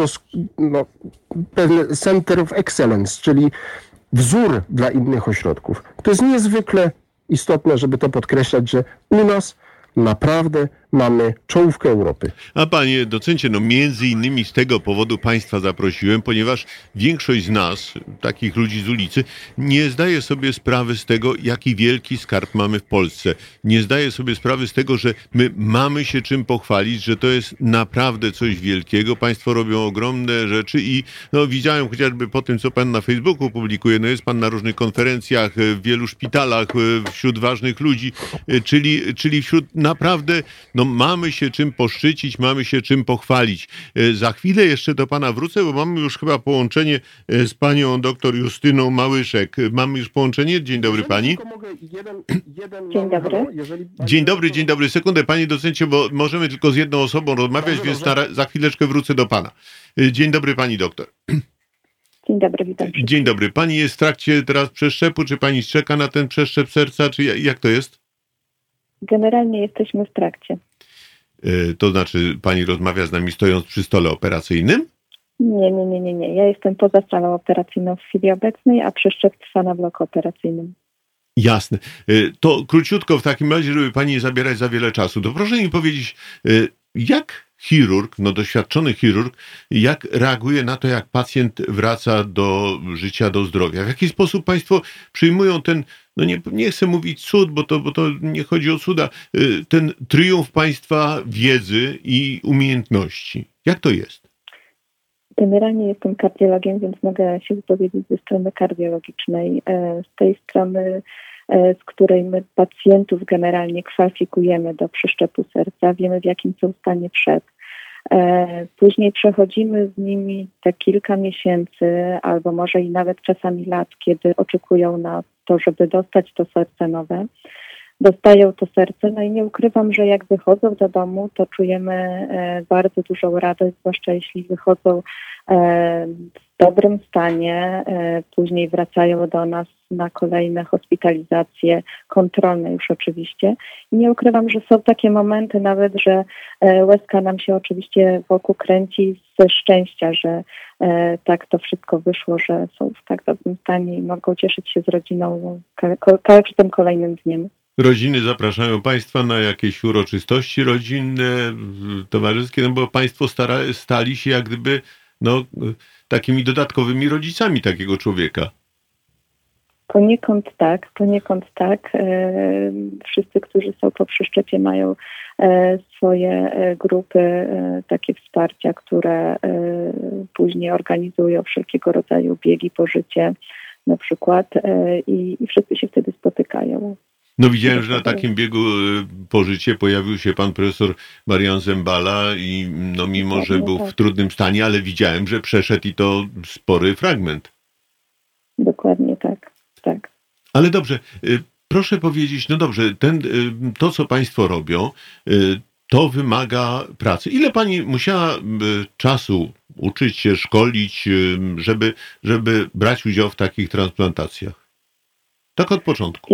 Center of Excellence, czyli wzór dla innych ośrodków. To jest niezwykle istotne, żeby to podkreślać, że u nas naprawdę mamy czołówkę Europy. A panie docencie, między innymi z tego powodu państwa zaprosiłem, ponieważ większość z nas, takich ludzi z ulicy, nie zdaje sobie sprawy z tego, jaki wielki skarb mamy w Polsce. Nie zdaje sobie sprawy z tego, że my mamy się czym pochwalić, że to jest naprawdę coś wielkiego. Państwo robią ogromne rzeczy i widziałem chociażby po tym, co pan na Facebooku publikuje, jest pan na różnych konferencjach, w wielu szpitalach, wśród ważnych ludzi, czyli wśród naprawdę mamy się czym poszczycić, mamy się czym pochwalić. Za chwilę jeszcze do pana wrócę, bo mamy już chyba połączenie z panią doktor Justyną Małyszek. Mamy już połączenie? Dzień dobry pani. Dzień dobry. Dzień dobry. Sekundę, panie docencie, bo możemy tylko z jedną osobą rozmawiać, więc za chwileczkę wrócę do pana. Dzień dobry pani doktor. Dzień dobry, witam. Dzień dobry. Pani jest w trakcie teraz przeszczepu, czy pani czeka na ten przeszczep serca, czy jak to jest? Generalnie jesteśmy w trakcie. To znaczy pani rozmawia z nami stojąc przy stole operacyjnym? Nie. Ja jestem poza salą operacyjną w chwili obecnej, a przeszczep trwa na bloku operacyjnym. Jasne. To króciutko w takim razie, żeby pani nie zabierać za wiele czasu, to proszę mi powiedzieć, jak chirurg, doświadczony chirurg, jak reaguje na to, jak pacjent wraca do życia, do zdrowia? W jaki sposób państwo przyjmują ten, nie chcę mówić cud, bo to nie chodzi o cuda, ten triumf państwa wiedzy i umiejętności? Jak to jest? Generalnie jestem kardiologiem, więc mogę się wypowiedzieć ze strony kardiologicznej. Z tej strony, z której my pacjentów generalnie kwalifikujemy do przeszczepu serca, wiemy w jakim są stanie przed. Później przechodzimy z nimi te kilka miesięcy, albo może i nawet czasami lat, kiedy oczekują na to, żeby dostać to serce nowe. Dostają to serce, i nie ukrywam, że jak wychodzą do domu, to czujemy bardzo dużą radość, zwłaszcza jeśli wychodzą w dobrym stanie, później wracają do nas na kolejne hospitalizacje, kontrolne już oczywiście. I nie ukrywam, że są takie momenty nawet, że łezka nam się oczywiście wokół kręci ze szczęścia, że tak to wszystko wyszło, że są w tak dobrym stanie i mogą cieszyć się z rodziną każdym kolejnym dniem. Rodziny zapraszają państwa na jakieś uroczystości rodzinne, towarzyskie, bo państwo stali się jak gdyby takimi dodatkowymi rodzicami takiego człowieka. Poniekąd tak. Wszyscy, którzy są po przeszczepie, mają swoje grupy takie wsparcia, które później organizują wszelkiego rodzaju biegi po życie na przykład i wszyscy się wtedy spotykają. Widziałem, że na takim biegu po życie pojawił się pan profesor Marian Zembala i mimo, że był w trudnym stanie, ale widziałem, że przeszedł i to spory fragment. Dokładnie tak. Ale dobrze, proszę powiedzieć, to co państwo robią, to wymaga pracy. Ile pani musiała czasu uczyć się, szkolić, żeby brać udział w takich transplantacjach? Tak od początku.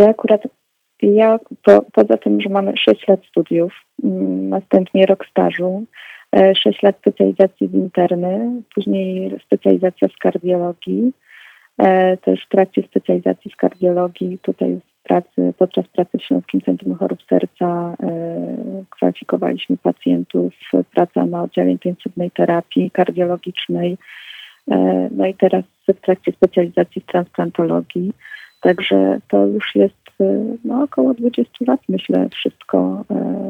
Poza tym, że mamy 6 lat studiów, następnie rok stażu, 6 lat specjalizacji z interny, później specjalizacja z kardiologii. Też w trakcie specjalizacji z kardiologii, tutaj podczas pracy w Śląskim Centrum Chorób Serca kwalifikowaliśmy pacjentów, praca na oddziale intensywnej terapii kardiologicznej. No i teraz w trakcie specjalizacji w transplantologii. Także to już jest około 20 lat, myślę, wszystko.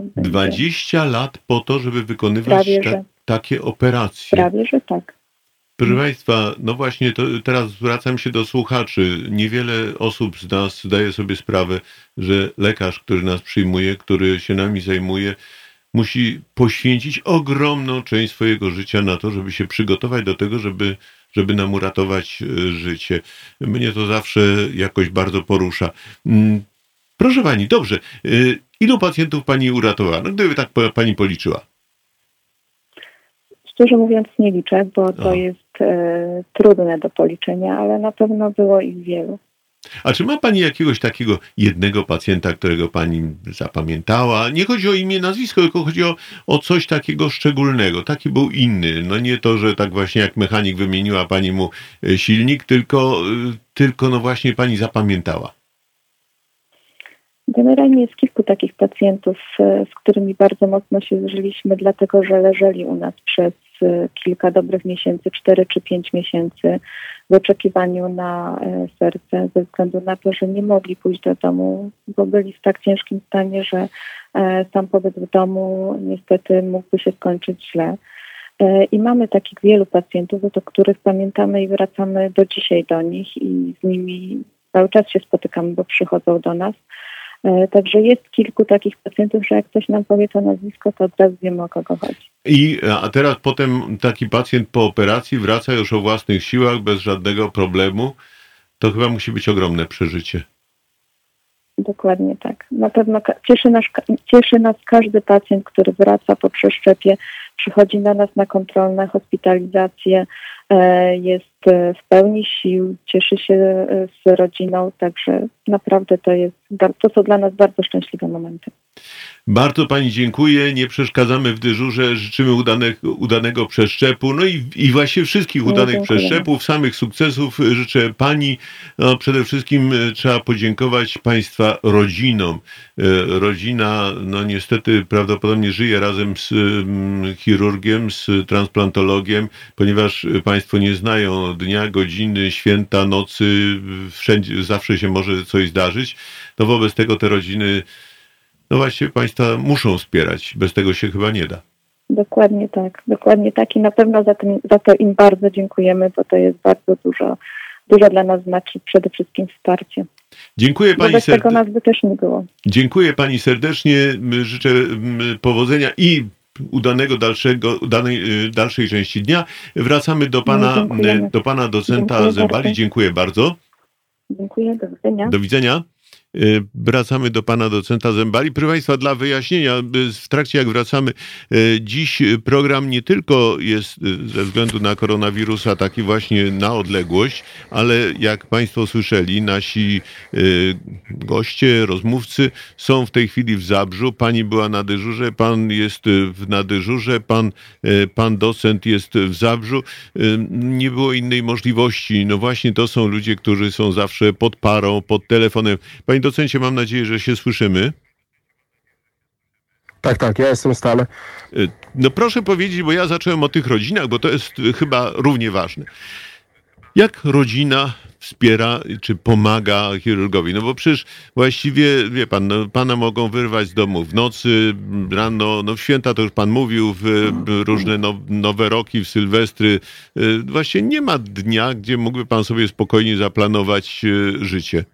20 lat po to, żeby wykonywać takie operacje. Prawie, że tak. Proszę Państwa, no właśnie, to teraz zwracam się do słuchaczy. Niewiele osób z nas zdaje sobie sprawę, że lekarz, który nas przyjmuje, który się nami zajmuje, musi poświęcić ogromną część swojego życia na to, żeby się przygotować do tego, żeby nam uratować życie. Mnie to zawsze jakoś bardzo porusza. Proszę Pani, dobrze. Ilu pacjentów Pani uratowała? No gdyby tak Pani policzyła. Szczerze mówiąc nie liczę, bo to jest trudne do policzenia, ale na pewno było ich wielu. A czy ma Pani jakiegoś takiego jednego pacjenta, którego Pani zapamiętała? Nie chodzi o imię, nazwisko, tylko chodzi o coś takiego szczególnego. Taki był inny. No nie to, że tak właśnie jak mechanik wymieniła Pani mu silnik, tylko no właśnie Pani zapamiętała. Generalnie jest kilku takich pacjentów, z którymi bardzo mocno się zżyliśmy, dlatego że leżeli u nas przez kilka dobrych miesięcy, 4 czy 5 miesięcy w oczekiwaniu na serce, ze względu na to, że nie mogli pójść do domu, bo byli w tak ciężkim stanie, że sam pobyt w domu niestety mógłby się skończyć źle. I mamy takich wielu pacjentów, do których pamiętamy i wracamy do dzisiaj do nich i z nimi cały czas się spotykamy, bo przychodzą do nas. Także jest kilku takich pacjentów, że jak ktoś nam powie to nazwisko, to od razu wiemy, o kogo chodzi. A teraz potem taki pacjent po operacji wraca już o własnych siłach, bez żadnego problemu. To chyba musi być ogromne przeżycie. Dokładnie tak. Na pewno cieszy nas każdy pacjent, który wraca po przeszczepie, przychodzi na nas na kontrolne hospitalizacje, jest w pełni sił, cieszy się z rodziną, także naprawdę to są dla nas bardzo szczęśliwe momenty. Bardzo Pani dziękuję, nie przeszkadzamy w dyżurze, życzymy udanego przeszczepu, no i właśnie wszystkich udanych przeszczepów, samych sukcesów życzę Pani. No, przede wszystkim trzeba podziękować Państwa rodzinom. Rodzina, no niestety prawdopodobnie żyje razem z chirurgiem, z transplantologiem, ponieważ Państwo nie znają dnia, godziny, święta, nocy, wszędzie, zawsze się może coś zdarzyć. No wobec tego te rodziny, no właściwie Państwa muszą wspierać. Bez tego się chyba nie da. Dokładnie tak. I na pewno za to im bardzo dziękujemy, bo to jest bardzo dużo dla nas znaczy przede wszystkim wsparcie. Dziękuję Pani serdecznie. Bez tego nas by też nie było. Dziękuję Pani serdecznie. Życzę powodzenia i udanej dalszej części dnia. Wracamy do Pana docenta Zembali. Dziękuję bardzo. Dziękuję, do widzenia. Do widzenia. Wracamy do Pana docenta Zembali. Proszę Państwa, dla wyjaśnienia, w trakcie jak wracamy, dziś program nie tylko jest ze względu na koronawirusa taki właśnie na odległość, ale jak Państwo słyszeli, nasi goście, rozmówcy są w tej chwili w Zabrzu. Pani była na dyżurze, Pan jest na dyżurze, pan docent jest w Zabrzu. Nie było innej możliwości. No właśnie to są ludzie, którzy są zawsze pod parą, pod telefonem. Panie docencie, mam nadzieję, że się słyszymy. Tak, ja jestem stale. No proszę powiedzieć, bo ja zacząłem o tych rodzinach, bo to jest chyba równie ważne. Jak rodzina wspiera czy pomaga chirurgowi? No bo przecież właściwie, wie pan, pana mogą wyrwać z domu w nocy, rano, no w święta to już pan mówił, w różne nowe roki, w Sylwestry. Właśnie nie ma dnia, gdzie mógłby pan sobie spokojnie zaplanować życie.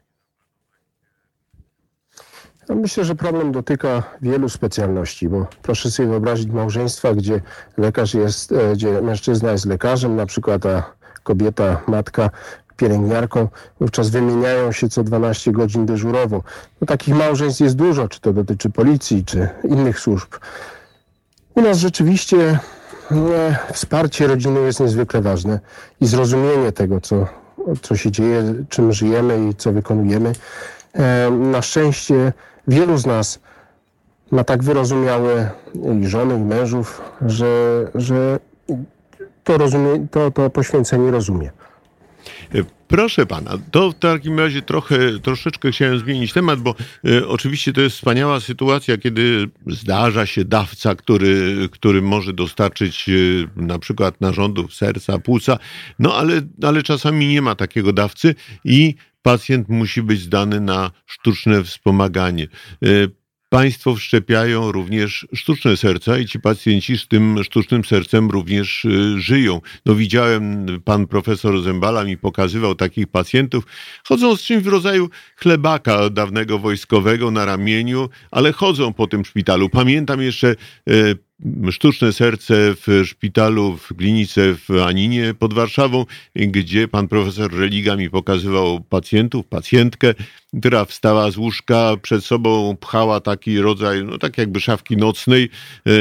Myślę, że problem dotyka wielu specjalności, bo proszę sobie wyobrazić małżeństwa, gdzie gdzie mężczyzna jest lekarzem, na przykład, a kobieta, matka pielęgniarką, wówczas wymieniają się co 12 godzin dyżurowo. No, takich małżeństw jest dużo, czy to dotyczy policji, czy innych służb. U nas rzeczywiście wsparcie rodziny jest niezwykle ważne i zrozumienie tego, co się dzieje, czym żyjemy i co wykonujemy. Na szczęście wielu z ma tak wyrozumiałe i żony, i mężów, że to poświęcenie rozumie. Proszę pana, to w takim razie troszeczkę chciałem zmienić temat, bo oczywiście to jest wspaniała sytuacja, kiedy zdarza się dawca, który może dostarczyć na przykład narządów serca, płuca, no ale czasami nie ma takiego dawcy i pacjent musi być zdany na sztuczne wspomaganie. Państwo wszczepiają również sztuczne serca i ci pacjenci z tym sztucznym sercem również żyją. No widziałem, pan profesor Zembala mi pokazywał takich pacjentów, chodzą z czymś w rodzaju chlebaka dawnego wojskowego na ramieniu, ale chodzą po tym szpitalu. Pamiętam jeszcze sztuczne serce w szpitalu w klinice w Aninie pod Warszawą, gdzie pan profesor Religa mi pokazywał pacjentkę, która wstała z łóżka, przed sobą pchała taki rodzaj, no tak jakby szafki nocnej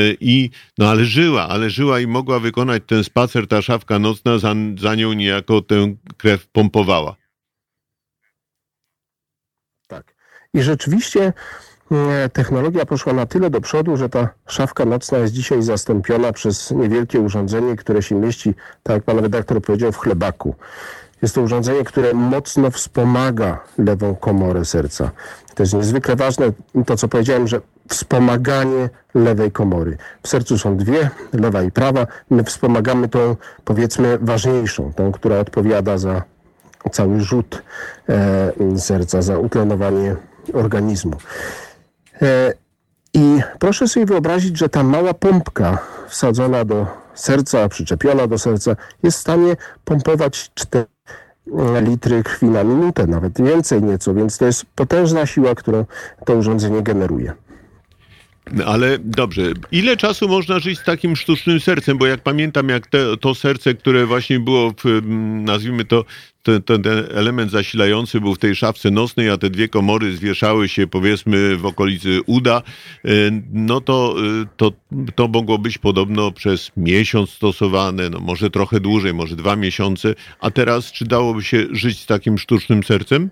ale żyła i mogła wykonać ten spacer, ta szafka nocna za nią niejako tę krew pompowała. Tak. I rzeczywiście technologia poszła na tyle do przodu, że ta szafka nocna jest dzisiaj zastąpiona przez niewielkie urządzenie, które się mieści, tak jak pan redaktor powiedział, w chlebaku. Jest to urządzenie, które mocno wspomaga lewą komorę serca. To jest niezwykle ważne, to co powiedziałem, że wspomaganie lewej komory. W sercu są dwie, lewa i prawa. My wspomagamy tą, powiedzmy, ważniejszą, tą, która odpowiada za cały rzut serca, za utlenowanie organizmu. I proszę sobie wyobrazić, że ta mała pompka wsadzona do serca, przyczepiona do serca jest w stanie pompować 4 litry krwi na minutę, nawet więcej nieco, więc to jest potężna siła, którą to urządzenie generuje. Ale dobrze, ile czasu można żyć z takim sztucznym sercem? Bo jak pamiętam, jak to serce, które właśnie było, nazwijmy to, ten element zasilający był w tej szafce nocnej, a te dwie komory zwieszały się, powiedzmy, w okolicy uda, no to mogło być podobno przez miesiąc stosowane, no może trochę dłużej, może 2 miesiące. A teraz, czy dałoby się żyć z takim sztucznym sercem?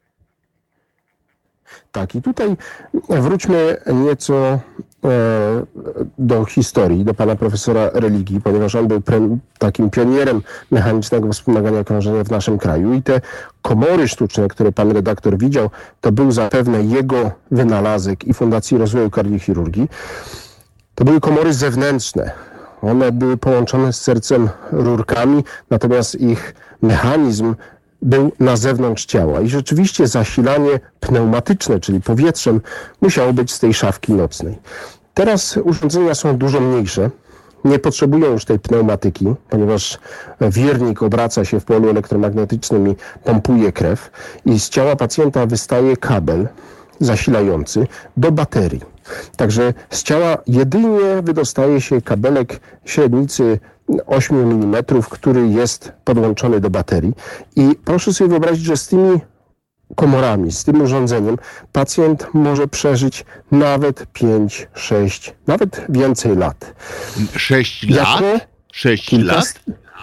Tak, i tutaj wróćmy nieco do historii, do pana profesora Religi, ponieważ on był takim pionierem mechanicznego wspomagania krążenia w naszym kraju i te komory sztuczne, które pan redaktor widział, to był zapewne jego wynalazek i Fundacji Rozwoju Kardiochirurgii. To były komory zewnętrzne. One były połączone z sercem rurkami, natomiast ich mechanizm był na zewnątrz ciała i rzeczywiście zasilanie pneumatyczne, czyli powietrzem, musiało być z tej szafki nocnej. Teraz urządzenia są dużo mniejsze, nie potrzebują już tej pneumatyki, ponieważ wirnik obraca się w polu elektromagnetycznym i pompuje krew i z ciała pacjenta wystaje kabel zasilający do baterii. Także z ciała jedynie wydostaje się kabelek średnicy 8 mm, który jest podłączony do baterii. I proszę sobie wyobrazić, że z tymi komorami, z tym urządzeniem pacjent może przeżyć nawet 5, 6, nawet więcej lat. 6 lat? 6 lat?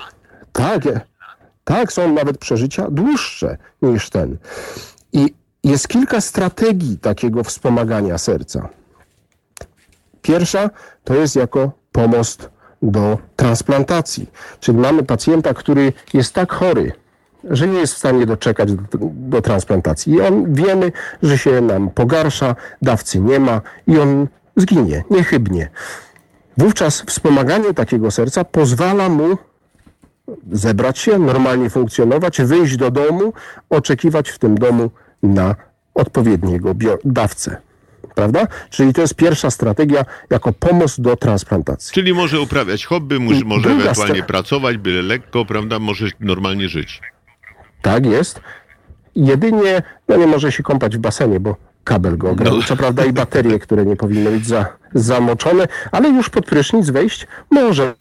Tak, są nawet przeżycia dłuższe niż ten. I jest kilka strategii takiego wspomagania serca. Pierwsza to jest jako pomost do transplantacji. Czyli mamy pacjenta, który jest tak chory, że nie jest w stanie doczekać do transplantacji. I wiemy, że się nam pogarsza, dawcy nie ma i on zginie, niechybnie. Wówczas wspomaganie takiego serca pozwala mu zebrać się, normalnie funkcjonować, wyjść do domu, oczekiwać w tym domu na odpowiedniego dawcę. Prawda? Czyli to jest pierwsza strategia jako pomost do transplantacji. Czyli może uprawiać hobby, może ewentualnie pracować, byle lekko, prawda? Może normalnie żyć. Tak jest. Jedynie nie może się kąpać w basenie, bo kabel go ogranicza, prawda? I baterie, które nie powinny być zamoczone, ale już pod prysznic wejść może.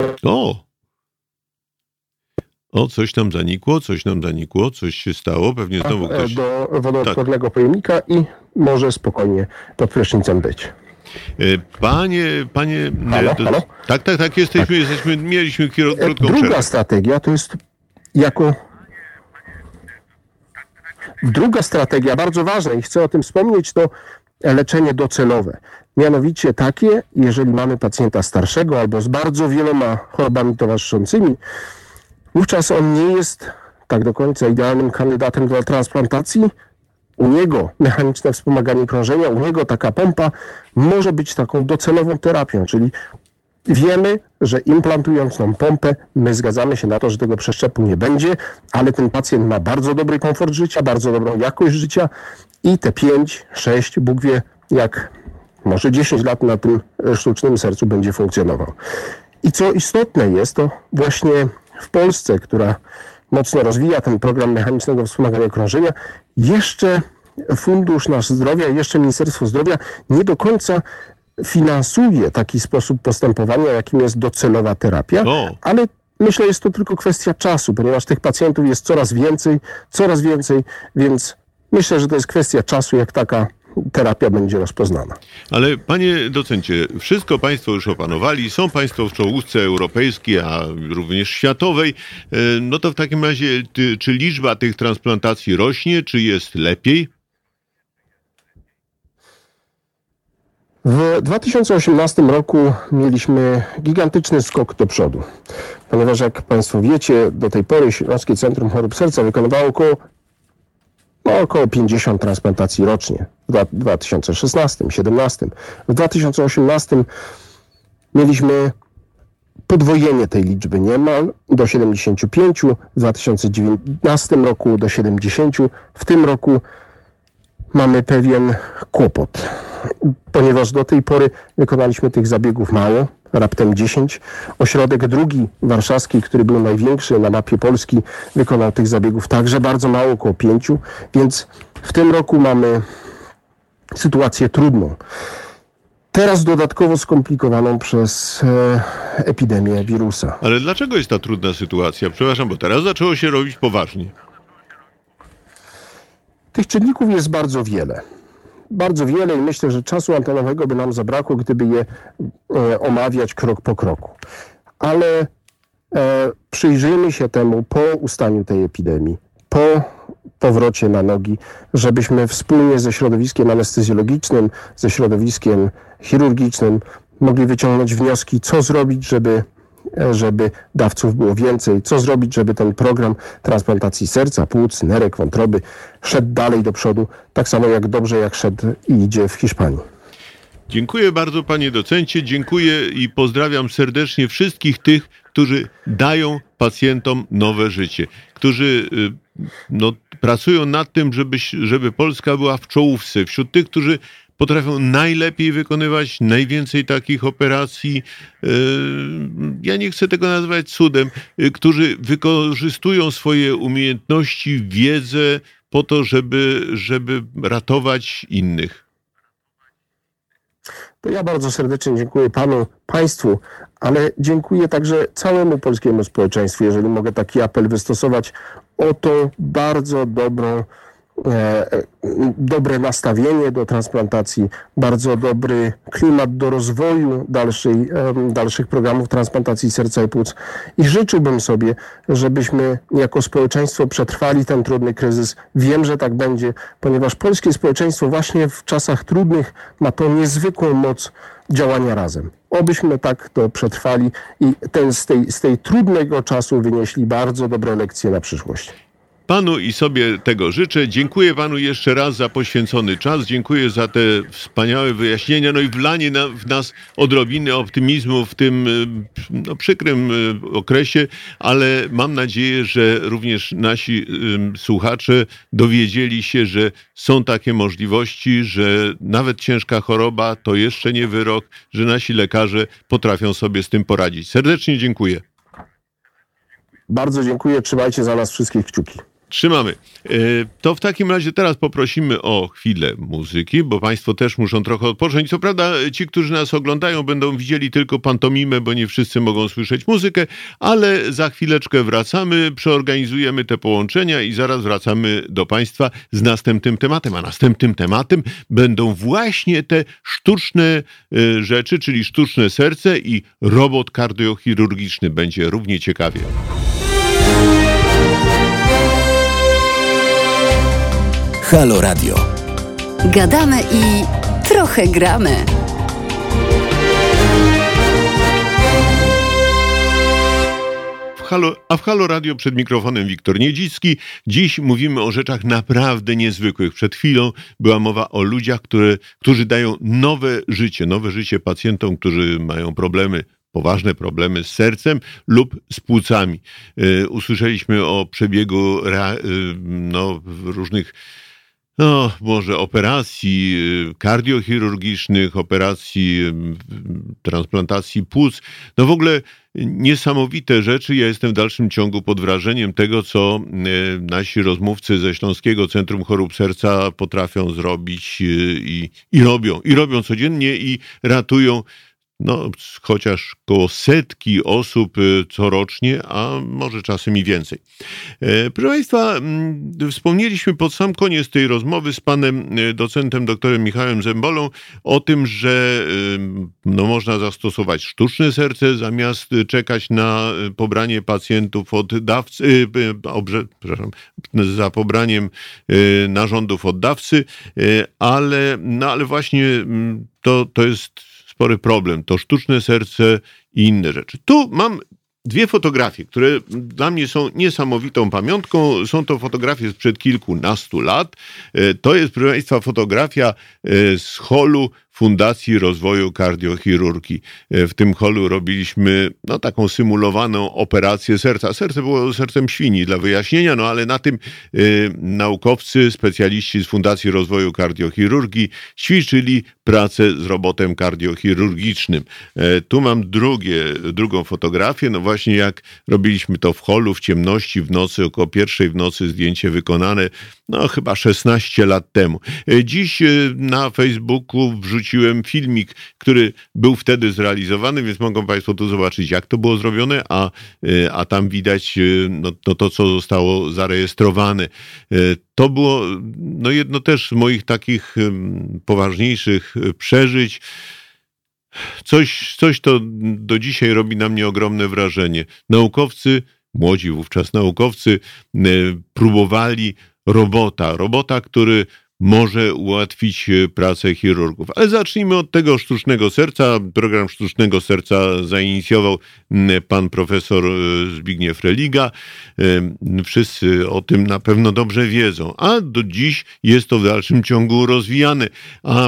Coś nam zanikło, coś się stało, pewnie znowu ktoś... Do wodoodpornego pojemnika i może spokojnie pod prysznicem być. Panie... Halo? Tak, jesteśmy, mieliśmy krótką przerwę. Druga strategia to jest Druga strategia, bardzo ważna i chcę o tym wspomnieć, to leczenie docelowe. Mianowicie takie, jeżeli mamy pacjenta starszego albo z bardzo wieloma chorobami towarzyszącymi, wówczas on nie jest tak do końca idealnym kandydatem do transplantacji. U niego mechaniczne wspomaganie krążenia, u niego taka pompa może być taką docelową terapią, czyli wiemy, że implantując tą pompę, my zgadzamy się na to, że tego przeszczepu nie będzie, ale ten pacjent ma bardzo dobry komfort życia, bardzo dobrą jakość życia i te 5, 6, Bóg wie jak może 10 lat na tym sztucznym sercu będzie funkcjonował. I co istotne jest, to właśnie w Polsce, która mocno rozwija ten program mechanicznego wspomagania krążenia, jeszcze Fundusz Nasz Zdrowia, jeszcze Ministerstwo Zdrowia nie do końca finansuje taki sposób postępowania, jakim jest docelowa terapia, ale myślę, jest to tylko kwestia czasu, ponieważ tych pacjentów jest coraz więcej, więc myślę, że to jest kwestia czasu, jak taka terapia będzie rozpoznana. Ale panie docencie, wszystko państwo już opanowali, są państwo w czołówce europejskiej, a również światowej. No to w takim razie, czy liczba tych transplantacji rośnie, czy jest lepiej? W 2018 roku mieliśmy gigantyczny skok do przodu, ponieważ jak państwo wiecie, do tej pory Śląskie Centrum Chorób Serca wykonywało około 50 transplantacji rocznie w 2016, 2017. W 2018 mieliśmy podwojenie tej liczby niemal do 75, w 2019 roku do 70, w tym roku mamy pewien kłopot, ponieważ do tej pory wykonaliśmy tych zabiegów mało, raptem 10. Ośrodek drugi warszawski, który był największy na mapie Polski, wykonał tych zabiegów także bardzo mało, około 5, więc w tym roku mamy sytuację trudną. Teraz dodatkowo skomplikowaną przez epidemię wirusa. Ale dlaczego jest ta trudna sytuacja? Przepraszam, bo teraz zaczęło się robić poważnie. Tych czynników jest bardzo wiele. Bardzo wiele i myślę, że czasu antenowego by nam zabrakło, gdyby je omawiać krok po kroku. Ale przyjrzyjmy się temu po ustaniu tej epidemii, po powrocie na nogi, żebyśmy wspólnie ze środowiskiem anestezjologicznym, ze środowiskiem chirurgicznym mogli wyciągnąć wnioski, co zrobić, żeby dawców było więcej, co zrobić, żeby ten program transplantacji serca, płuc, nerek, wątroby szedł dalej do przodu, tak samo jak szedł i idzie w Hiszpanii. Dziękuję bardzo panie docencie, dziękuję i pozdrawiam serdecznie wszystkich tych, którzy dają pacjentom nowe życie, którzy pracują nad tym, żeby Polska była w czołówce, wśród tych, którzy potrafią najlepiej wykonywać najwięcej takich operacji, ja nie chcę tego nazywać cudem, którzy wykorzystują swoje umiejętności, wiedzę po to, żeby ratować innych. To ja bardzo serdecznie dziękuję państwu, ale dziękuję także całemu polskiemu społeczeństwu, jeżeli mogę taki apel wystosować, o tą bardzo dobre nastawienie do transplantacji, bardzo dobry klimat do rozwoju dalszych programów transplantacji serca i płuc. I życzyłbym sobie, żebyśmy jako społeczeństwo przetrwali ten trudny kryzys. Wiem, że tak będzie, ponieważ polskie społeczeństwo właśnie w czasach trudnych ma tą niezwykłą moc działania razem. Obyśmy tak to przetrwali i z tej trudnego czasu wynieśli bardzo dobre lekcje na przyszłość. Panu i sobie tego życzę. Dziękuję panu jeszcze raz za poświęcony czas. Dziękuję za te wspaniałe wyjaśnienia, no i wlanie w nas odrobiny optymizmu w tym przykrym okresie, ale mam nadzieję, że również nasi słuchacze dowiedzieli się, że są takie możliwości, że nawet ciężka choroba to jeszcze nie wyrok, że nasi lekarze potrafią sobie z tym poradzić. Serdecznie dziękuję. Bardzo dziękuję. Trzymajcie za nas wszystkich kciuki. Trzymamy. To w takim razie teraz poprosimy o chwilę muzyki, bo państwo też muszą trochę odpocząć. Co prawda ci, którzy nas oglądają, będą widzieli tylko pantomimę, bo nie wszyscy mogą słyszeć muzykę, ale za chwileczkę wracamy, przeorganizujemy te połączenia i zaraz wracamy do państwa z następnym tematem. A następnym tematem będą właśnie te sztuczne rzeczy, czyli sztuczne serce i robot kardiochirurgiczny. Będzie równie ciekawie. Halo Radio. Gadamy i trochę gramy. W w Halo Radio przed mikrofonem Wiktor Niedzicki. Dziś mówimy o rzeczach naprawdę niezwykłych. Przed chwilą była mowa o ludziach, którzy dają nowe życie pacjentom, którzy mają poważne problemy z sercem lub z płucami. Usłyszeliśmy o przebiegu różnych może operacji kardiochirurgicznych, operacji transplantacji płuc. W ogóle niesamowite rzeczy. Ja jestem w dalszym ciągu pod wrażeniem tego, co nasi rozmówcy ze Śląskiego Centrum Chorób Serca potrafią zrobić i robią codziennie i ratują chociaż koło 100 osób corocznie, a może czasem i więcej. Proszę Państwa, wspomnieliśmy pod sam koniec tej rozmowy z panem docentem doktorem Michałem Zembolą o tym, że można zastosować sztuczne serce zamiast czekać na pobranie pacjentów od dawcy, za pobraniem narządów od dawcy, ale właśnie to jest spory problem. To sztuczne serce i inne rzeczy. Tu mam 2 fotografie, które dla mnie są niesamowitą pamiątką. Są to fotografie sprzed kilkunastu lat. To jest, proszę Państwa, fotografia z holu Fundacji Rozwoju Kardiochirurgii. W tym holu robiliśmy taką symulowaną operację serca. Serce było sercem świni, dla wyjaśnienia, ale na tym naukowcy, specjaliści z Fundacji Rozwoju Kardiochirurgii ćwiczyli pracę z robotem kardiochirurgicznym. Tu mam drugą fotografię, właśnie jak robiliśmy to w holu, w ciemności, w nocy, około 1:00 w nocy, zdjęcie wykonane chyba 16 lat temu. Dziś na Facebooku wrzuciłem filmik, który był wtedy zrealizowany, więc mogą Państwo tu zobaczyć, jak to było zrobione, a tam widać to, co zostało zarejestrowane. To było jedno też z moich takich poważniejszych przeżyć. Coś to do dzisiaj robi na mnie ogromne wrażenie. Młodzi wówczas naukowcy próbowali robota, który może ułatwić pracę chirurgów. Ale zacznijmy od tego sztucznego serca. Program sztucznego serca zainicjował pan profesor Zbigniew Religa. Wszyscy o tym na pewno dobrze wiedzą. A do dziś jest to w dalszym ciągu rozwijane. A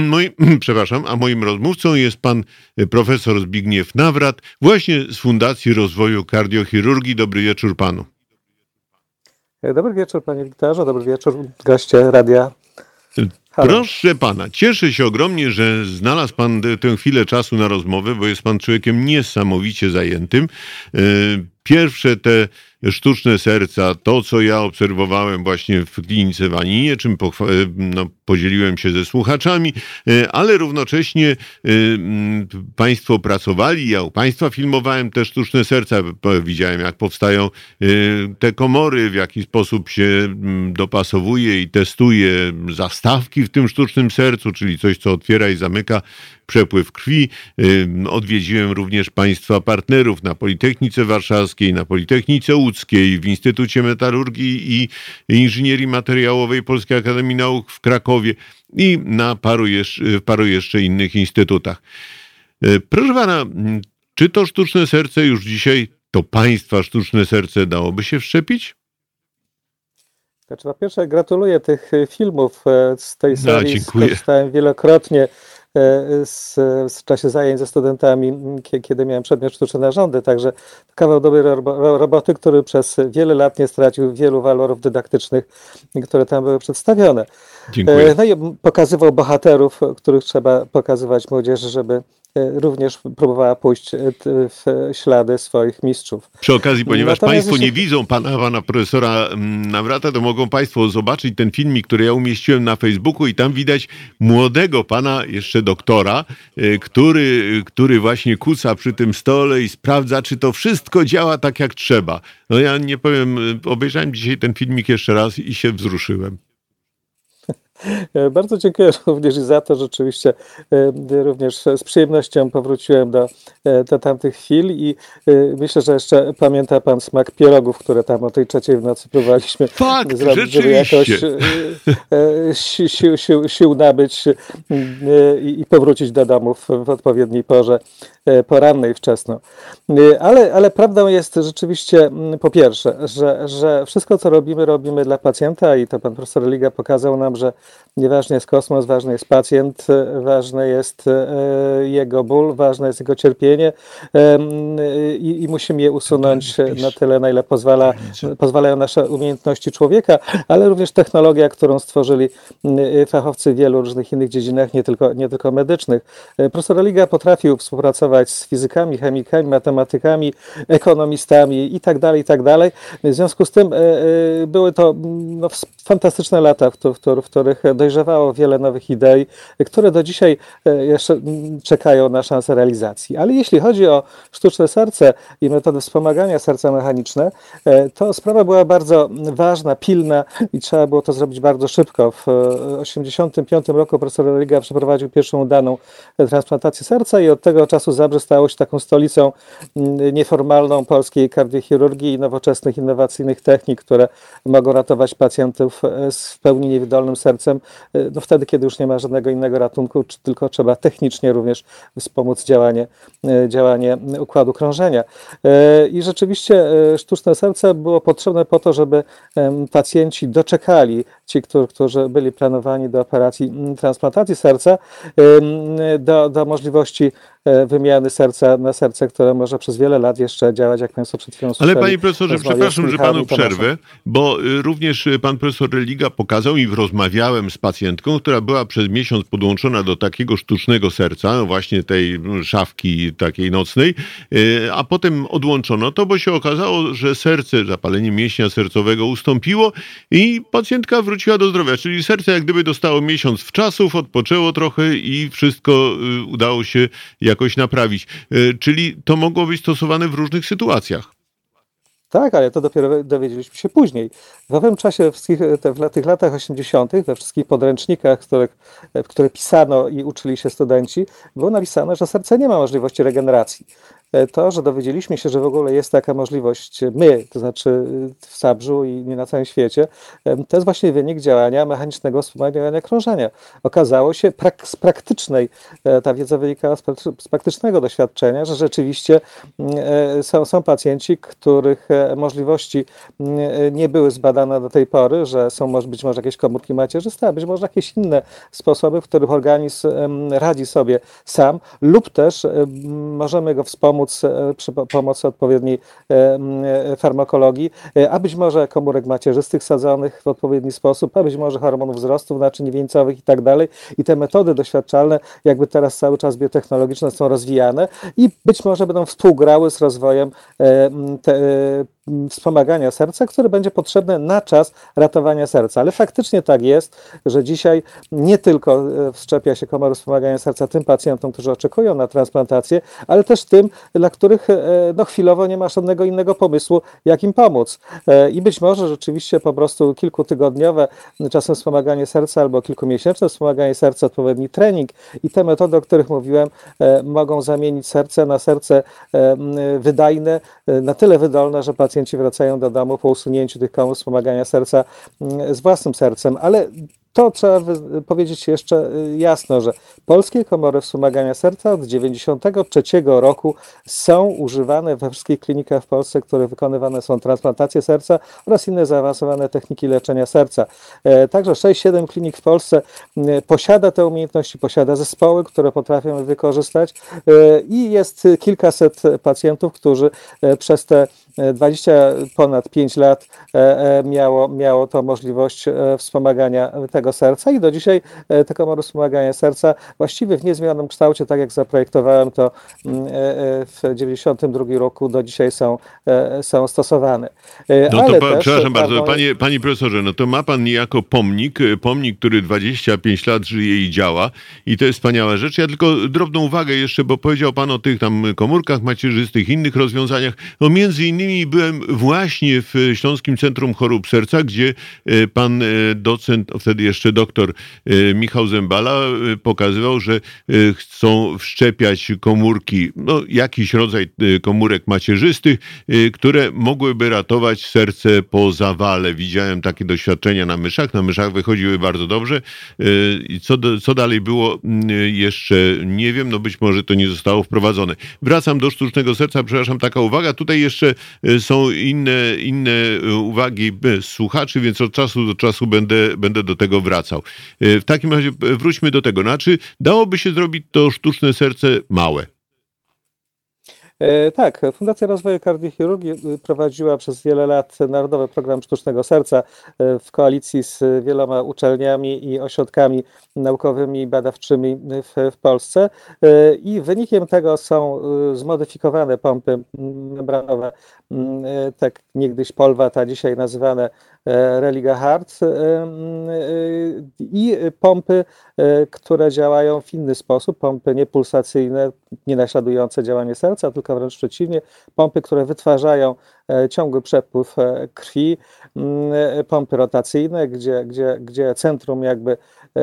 moim rozmówcą jest pan profesor Zbigniew Nawrat, właśnie z Fundacji Rozwoju Kardiochirurgii. Dobry wieczór panu. Dobry wieczór panie Wiktorze, dobry wieczór goście radia. Halo. Proszę pana, cieszę się ogromnie, że znalazł pan tę chwilę czasu na rozmowę, bo jest pan człowiekiem niesamowicie zajętym. Pierwsze te sztuczne serca, to co ja obserwowałem właśnie w klinice w Aninie, czym podzieliłem się ze słuchaczami, ale równocześnie państwo pracowali, ja u państwa filmowałem te sztuczne serca, widziałem jak powstają te komory, w jaki sposób się dopasowuje i testuje zastawki w tym sztucznym sercu, czyli coś co otwiera i zamyka przepływ krwi. Odwiedziłem również państwa partnerów na Politechnice Warszawskiej, na Politechnice Łódzkiej, w Instytucie Metalurgii i Inżynierii Materiałowej Polskiej Akademii Nauk w Krakowie i na paru jeszcze innych instytutach. Proszę pana, czy to sztuczne serce już dzisiaj, to państwa sztuczne serce dałoby się wszczepić? Znaczy, po pierwsze gratuluję tych filmów z tej serii. Dziękuję. Skorzystałem wielokrotnie w czasie zajęć ze studentami, kiedy miałem przedmiot sztuczne narządy, także kawał dobrej roboty, który przez wiele lat nie stracił wielu walorów dydaktycznych, które tam były przedstawione. Dziękuję. No i pokazywał bohaterów, których trzeba pokazywać młodzieży, żeby również próbowała pójść w ślady swoich mistrzów. Przy okazji, ponieważ Natomiast państwo nie widzą pana profesora Nawrata, to mogą państwo zobaczyć ten filmik, który ja umieściłem na Facebooku i tam widać młodego pana, jeszcze doktora, który właśnie kuca przy tym stole i sprawdza, czy to wszystko działa tak jak trzeba. Ja nie powiem, obejrzałem dzisiaj ten filmik jeszcze raz i się wzruszyłem. Bardzo dziękuję również za to. Rzeczywiście również z przyjemnością powróciłem do tamtych chwil i myślę, że jeszcze pamięta pan smak pierogów, które tam o tej 3:00 w nocy próbowaliśmy zrobić, żeby jakoś sił nabyć i powrócić do domu w odpowiedniej porze porannej wczesno. Ale prawdą jest rzeczywiście po pierwsze, że wszystko co robimy dla pacjenta i to pan profesor Religa pokazał nam, że nieważny jest kosmos, ważny jest pacjent, ważny jest jego ból, ważne jest jego cierpienie i musimy je usunąć na tyle, na ile pozwalają nasze umiejętności człowieka, ale również technologia, którą stworzyli fachowcy w wielu różnych innych dziedzinach, nie tylko medycznych. Profesor Religa potrafił współpracować z fizykami, chemikami, matematykami, ekonomistami i tak dalej. W związku z tym były to fantastyczne lata, w których dojrzewało wiele nowych idei, które do dzisiaj jeszcze czekają na szansę realizacji. Ale jeśli chodzi o sztuczne serce i metody wspomagania serca mechaniczne, to sprawa była bardzo ważna, pilna i trzeba było to zrobić bardzo szybko. W 1985 roku profesor Religa przeprowadził pierwszą udaną transplantację serca i od tego czasu Zabrze stało się taką stolicą nieformalną polskiej kardiochirurgii i nowoczesnych, innowacyjnych technik, które mogą ratować pacjentów z w pełni niewydolnym sercem, wtedy, kiedy już nie ma żadnego innego ratunku, tylko trzeba technicznie również wspomóc działanie układu krążenia. I rzeczywiście sztuczne serce było potrzebne po to, żeby pacjenci doczekali, ci, którzy byli planowani do operacji transplantacji serca, do możliwości wymiany serca na serce, które może przez wiele lat jeszcze działać, jak Państwo przed chwilą słyszeli. Ale panie profesorze, przepraszam, że panu przerwę, bo również pan profesor Religa pokazał i rozmawiałem z pacjentką, która była przez miesiąc podłączona do takiego sztucznego serca, właśnie tej szafki takiej nocnej, a potem odłączono to, bo się okazało, że serce, zapalenie mięśnia sercowego ustąpiło i pacjentka wróciła do zdrowia, czyli serce jak gdyby dostało miesiąc wczasów, odpoczęło trochę i wszystko udało się jakoś naprawić. Czyli to mogło być stosowane w różnych sytuacjach. Tak, ale to dopiero dowiedzieliśmy się później. W owym czasie, w tych latach 80., we wszystkich podręcznikach, które pisano i uczyli się studenci, było napisane, że serce nie ma możliwości regeneracji. To, że dowiedzieliśmy się, że w ogóle jest taka możliwość, to znaczy w Zabrzu i nie na całym świecie, to jest właśnie wynik działania mechanicznego wspomagania krążenia. Okazało się ta wiedza wynikała z praktycznego doświadczenia, że rzeczywiście są pacjenci, których możliwości nie były zbadane do tej pory, że są być może jakieś komórki macierzyste, a być może jakieś inne sposoby, w których organizm radzi sobie sam, lub też możemy go wspomóc przy pomocy odpowiedniej farmakologii, a być może komórek macierzystych sadzonych w odpowiedni sposób, a być może hormonów wzrostu naczyń wieńcowych i tak dalej. I te metody doświadczalne, jakby teraz cały czas biotechnologiczne, są rozwijane i być może będą współgrały z rozwojem wspomagania serca, które będzie potrzebne na czas ratowania serca. Ale faktycznie tak jest, że dzisiaj nie tylko wszczepia się komory wspomagania serca tym pacjentom, którzy oczekują na transplantację, ale też tym, dla których chwilowo nie ma żadnego innego pomysłu, jak im pomóc. I być może rzeczywiście po prostu kilkutygodniowe czasem wspomaganie serca albo kilkumiesięczne wspomaganie serca, odpowiedni trening i te metody, o których mówiłem, mogą zamienić serce na serce wydajne, na tyle wydolne, że pacjenci wracają do domu po usunięciu tych komór wspomagania serca z własnym sercem. Ale to trzeba powiedzieć jeszcze jasno, że polskie komory wspomagania serca od 1993 roku są używane we wszystkich klinikach w Polsce, w których wykonywane są transplantacje serca oraz inne zaawansowane techniki leczenia serca. Także 6-7 klinik w Polsce posiada te umiejętności, posiada zespoły, które potrafią je wykorzystać i jest kilkaset pacjentów, którzy przez te ponad 5 lat miało to możliwość wspomagania tego serca i do dzisiaj te komory wspomagania serca właściwie w niezmienionym kształcie, tak jak zaprojektowałem to w 1992 roku, do dzisiaj są stosowane. Ale to przepraszam bardzo, panie profesorze, to ma pan niejako pomnik, który 25 lat żyje i działa i to jest wspaniała rzecz. Ja tylko drobną uwagę jeszcze, bo powiedział pan o tych tam komórkach macierzystych, innych rozwiązaniach. Między innymi linii byłem właśnie w Śląskim Centrum Chorób Serca, gdzie pan docent, wtedy jeszcze doktor Michał Zembala pokazywał, że chcą wszczepiać komórki, no jakiś rodzaj komórek macierzystych, które mogłyby ratować serce po zawale. Widziałem takie doświadczenia na myszach wychodziły bardzo dobrze. Co dalej było, jeszcze nie wiem, no być może to nie zostało wprowadzone. Wracam do sztucznego serca, przepraszam, taka uwaga. Tutaj jeszcze są inne uwagi słuchaczy, więc od czasu do czasu będę do tego wracał. W takim razie wróćmy do tego. Znaczy, dałoby się zrobić to sztuczne serce małe. Tak, Fundacja Rozwoju Kardiochirurgii prowadziła przez wiele lat Narodowy Program Sztucznego Serca w koalicji z wieloma uczelniami i ośrodkami naukowymi i badawczymi w Polsce i wynikiem tego są zmodyfikowane pompy membranowe, tak niegdyś Polvat, a dzisiaj nazywane Religa Heart, i pompy, które działają w inny sposób, pompy niepulsacyjne, nie naśladujące działanie serca, tylko wręcz przeciwnie, pompy, które wytwarzają ciągły przepływ krwi, pompy rotacyjne, gdzie centrum jakby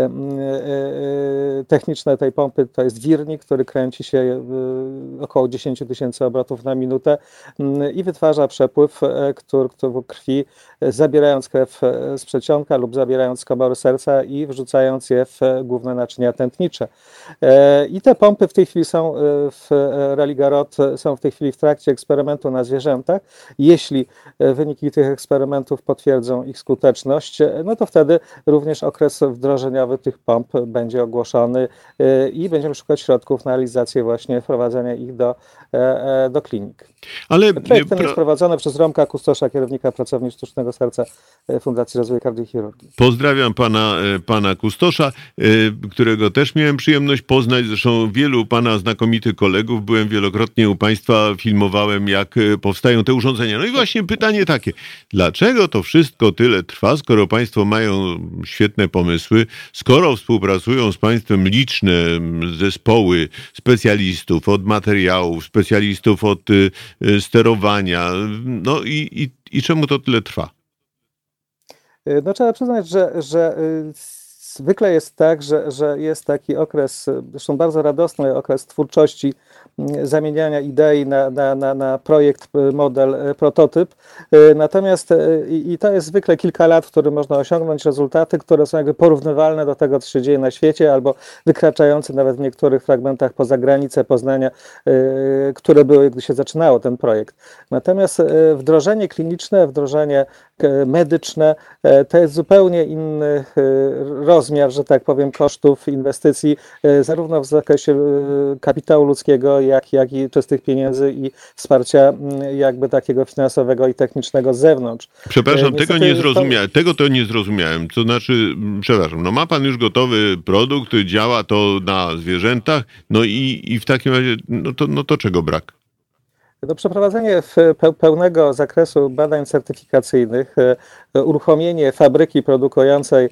techniczne tej pompy to jest wirnik, który kręci się około 10 000 obrotów na minutę i wytwarza przepływ krwi, zabierając krew z przedsionka lub zabierając z komory serca i wrzucając je w główne naczynia tętnicze. I te pompy w tej chwili są w Religarot, są w tej chwili w trakcie eksperymentu na zwierzętach. Jeśli wyniki tych eksperymentów potwierdzą ich skuteczność, no to wtedy również okres wdrożeniowy tych pomp będzie ogłoszony i będziemy szukać środków na realizację właśnie wprowadzenia ich do klinik. Ale projekt ten jest prowadzony przez Romka Kustosza, kierownika pracowni Sztucznego Serca Fundacji Rozwoju Kardiochirurgii. Pozdrawiam pana Kustosza, którego też miałem przyjemność poznać. Zresztą wielu pana znakomitych kolegów. Byłem wielokrotnie u państwa, filmowałem, jak powstają te urządzenia. No i właśnie pytanie takie, dlaczego to wszystko tyle trwa, skoro państwo mają świetne pomysły, skoro współpracują z państwem liczne zespoły specjalistów od materiałów, specjalistów od sterowania, no i czemu to tyle trwa? No trzeba przyznać, że zwykle jest tak, że jest taki okres, zresztą bardzo radosny okres twórczości, zamieniania idei na projekt, model, prototyp. Natomiast i to jest zwykle kilka lat, w którym można osiągnąć rezultaty, które są jakby porównywalne do tego, co się dzieje na świecie, albo wykraczające nawet w niektórych fragmentach poza granice poznania, które były, gdy się zaczynało ten projekt. Natomiast wdrożenie kliniczne, wdrożenie medyczne to jest zupełnie inny rozmiar, że tak powiem, kosztów inwestycji, zarówno w zakresie kapitału ludzkiego, jak i czystych pieniędzy i wsparcia jakby takiego finansowego i technicznego z zewnątrz. Przepraszam, tego to nie zrozumiałem. To znaczy, przepraszam, no ma pan już gotowy produkt, działa to na zwierzętach, no i w takim razie, no to czego brak? No, przeprowadzenie pełnego zakresu badań certyfikacyjnych, uruchomienie fabryki produkującej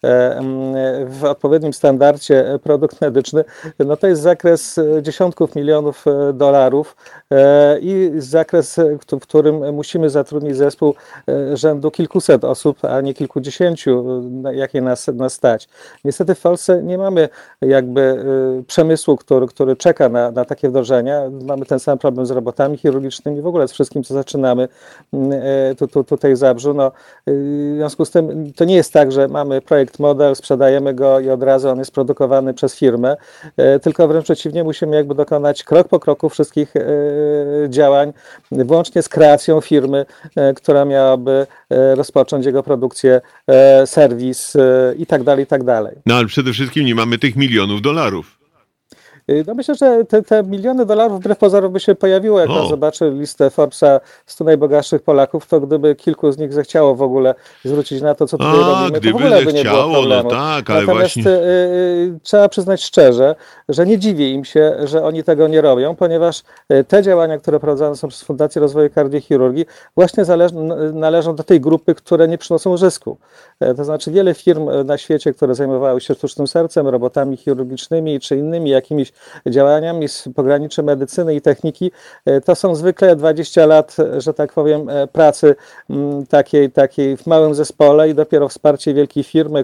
w odpowiednim standardzie produkt medyczny, no to jest zakres dziesiątków milionów dolarów i zakres, w którym musimy zatrudnić zespół rzędu kilkuset osób, a nie kilkudziesięciu, jakie nas stać. Niestety w Polsce nie mamy jakby przemysłu, który czeka na takie wdrożenia. Mamy ten sam problem z robotami chirurgicznymi, w ogóle z wszystkim, co zaczynamy tutaj w Zabrzu. No, w związku z tym to nie jest tak, że mamy projekt model, sprzedajemy go i od razu on jest produkowany przez firmę, tylko wręcz przeciwnie, musimy jakby dokonać krok po kroku wszystkich działań, włącznie z kreacją firmy, która miałaby rozpocząć jego produkcję, serwis i tak dalej, i tak dalej. No ale przede wszystkim nie mamy tych milionów dolarów. No myślę, że te miliony dolarów wbrew pozorom by się pojawiło, jak pan zobaczy listę Forbesa 100 najbogatszych Polaków, to gdyby kilku z nich zechciało w ogóle zwrócić na to, co tutaj robimy, to w ogóle by nie było problemu. No tak, ale natomiast właśnie trzeba przyznać szczerze, że nie dziwię im się, że oni tego nie robią, ponieważ te działania, które prowadzone są przez Fundację Rozwoju Kardiochirurgii, właśnie należą do tej grupy, które nie przynoszą zysku. To znaczy wiele firm na świecie, które zajmowały się sztucznym sercem, robotami chirurgicznymi czy innymi jakimiś działaniami z pograniczy medycyny i techniki, to są zwykle 20 lat, że tak powiem, pracy takiej w małym zespole i dopiero wsparcie wielkiej firmy,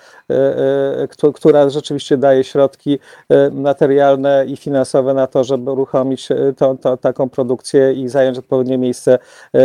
która rzeczywiście daje środki materialne i finansowe na to, żeby uruchomić taką produkcję i zająć odpowiednie miejsce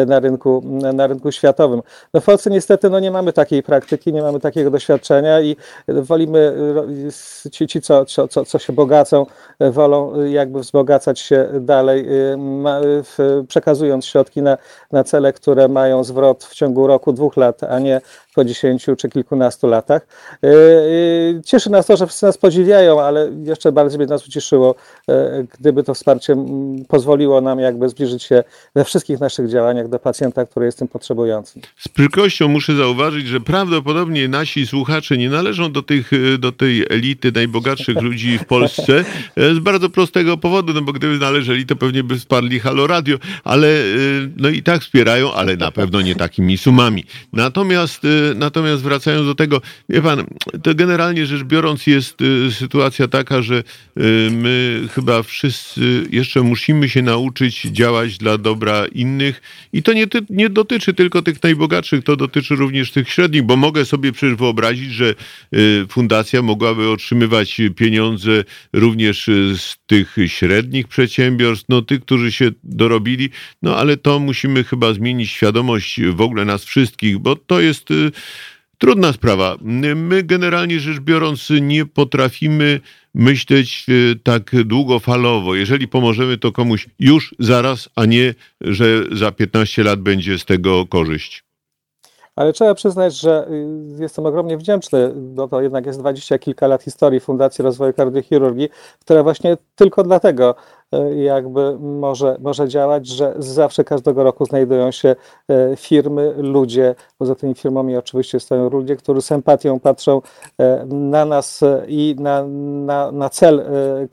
na rynku światowym. No w Polsce niestety nie mamy takiej praktyki, nie mamy takiego doświadczenia i wolimy, ci co się bogacą, wolą jakby wzbogacać się dalej, przekazując środki na cele, które mają zwrot w ciągu roku, 2 lat, a nie po 10 czy kilkunastu latach. Cieszy nas to, że wszyscy nas podziwiają, ale jeszcze bardziej by nas ucieszyło, gdyby to wsparcie pozwoliło nam jakby zbliżyć się we wszystkich naszych działaniach do pacjenta, który jest tym potrzebujący. Z przykrością muszę zauważyć, że prawdopodobnie nasi słuchacze nie należą do tej elity najbogatszych ludzi w Polsce z bardzo prostego powodu, no bo gdyby należeli, to pewnie by wsparli Halo Radio, ale no i tak wspierają, ale na pewno nie takimi sumami. Natomiast wracając do tego, wie pan, to generalnie rzecz biorąc jest sytuacja taka, że my chyba wszyscy jeszcze musimy się nauczyć działać dla dobra innych i to nie dotyczy tylko tych najbogatszych, to dotyczy również tych średnich, bo mogę sobie przecież wyobrazić, że fundacja mogłaby otrzymywać pieniądze również z tych średnich przedsiębiorstw, no tych, którzy się dorobili, no ale to musimy chyba zmienić świadomość w ogóle nas wszystkich, bo to jest trudna sprawa. My generalnie rzecz biorąc nie potrafimy myśleć tak długofalowo. Jeżeli pomożemy to komuś już, zaraz, a nie, że za 15 lat będzie z tego korzyść. Ale trzeba przyznać, że jestem ogromnie wdzięczny, bo to jednak jest 20 kilka lat historii Fundacji Rozwoju Kardiochirurgii, która właśnie tylko dlatego jakby może działać, że zawsze każdego roku znajdują się firmy, ludzie, poza tymi firmami oczywiście stoją ludzie, którzy z empatią patrzą na nas i na cel,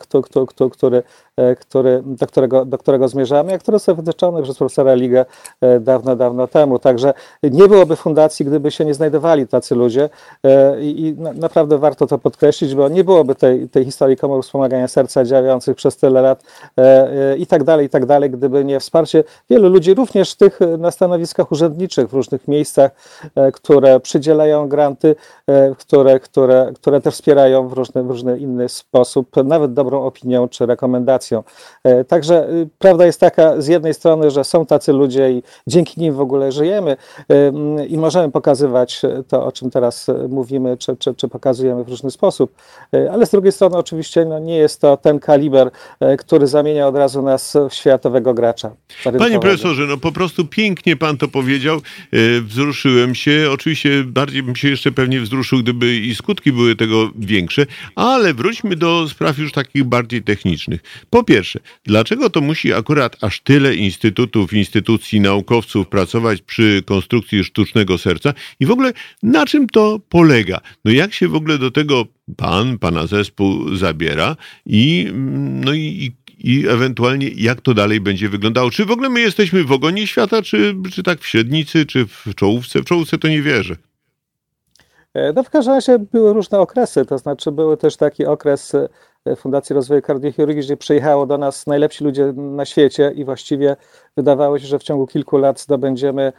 do którego zmierzamy, a który został wytyczony przez profesora Ligę dawno temu. Także nie byłoby fundacji, gdyby się nie znajdowali tacy ludzie i naprawdę warto to podkreślić, bo nie byłoby tej historii komór wspomagania serca działających przez tyle lat i tak dalej, gdyby nie wsparcie wielu ludzi, również tych na stanowiskach urzędniczych w różnych miejscach, które przydzielają granty, które też wspierają w różny inny sposób, nawet dobrą opinią czy rekomendacją. Także prawda jest taka z jednej strony, że są tacy ludzie i dzięki nim w ogóle żyjemy i możemy pokazywać to, o czym teraz mówimy, czy pokazujemy w różny sposób, ale z drugiej strony oczywiście nie jest to ten kaliber, który zamienia od razu nas w światowego gracza. Panie profesorze, no po prostu pięknie pan to powiedział, wzruszyłem się, oczywiście bardziej bym się jeszcze pewnie wzruszył, gdyby i skutki były tego większe, ale wróćmy do spraw już takich bardziej technicznych. Po pierwsze, dlaczego to musi akurat aż tyle instytutów, instytucji, naukowców pracować przy konstrukcji sztucznego serca i w ogóle na czym to polega? No jak się w ogóle do tego pana zespół zabiera i ewentualnie jak to dalej będzie wyglądało? Czy w ogóle my jesteśmy w ogonie świata, czy tak w średnicy, czy w czołówce? W czołówce to nie wierzę. No w każdym razie były różne okresy, to znaczy były też taki okres Fundacji Rozwoju Kardiochirurgii, gdzie przyjechało do nas najlepsi ludzie na świecie i właściwie wydawało się, że w ciągu kilku lat zdobędziemy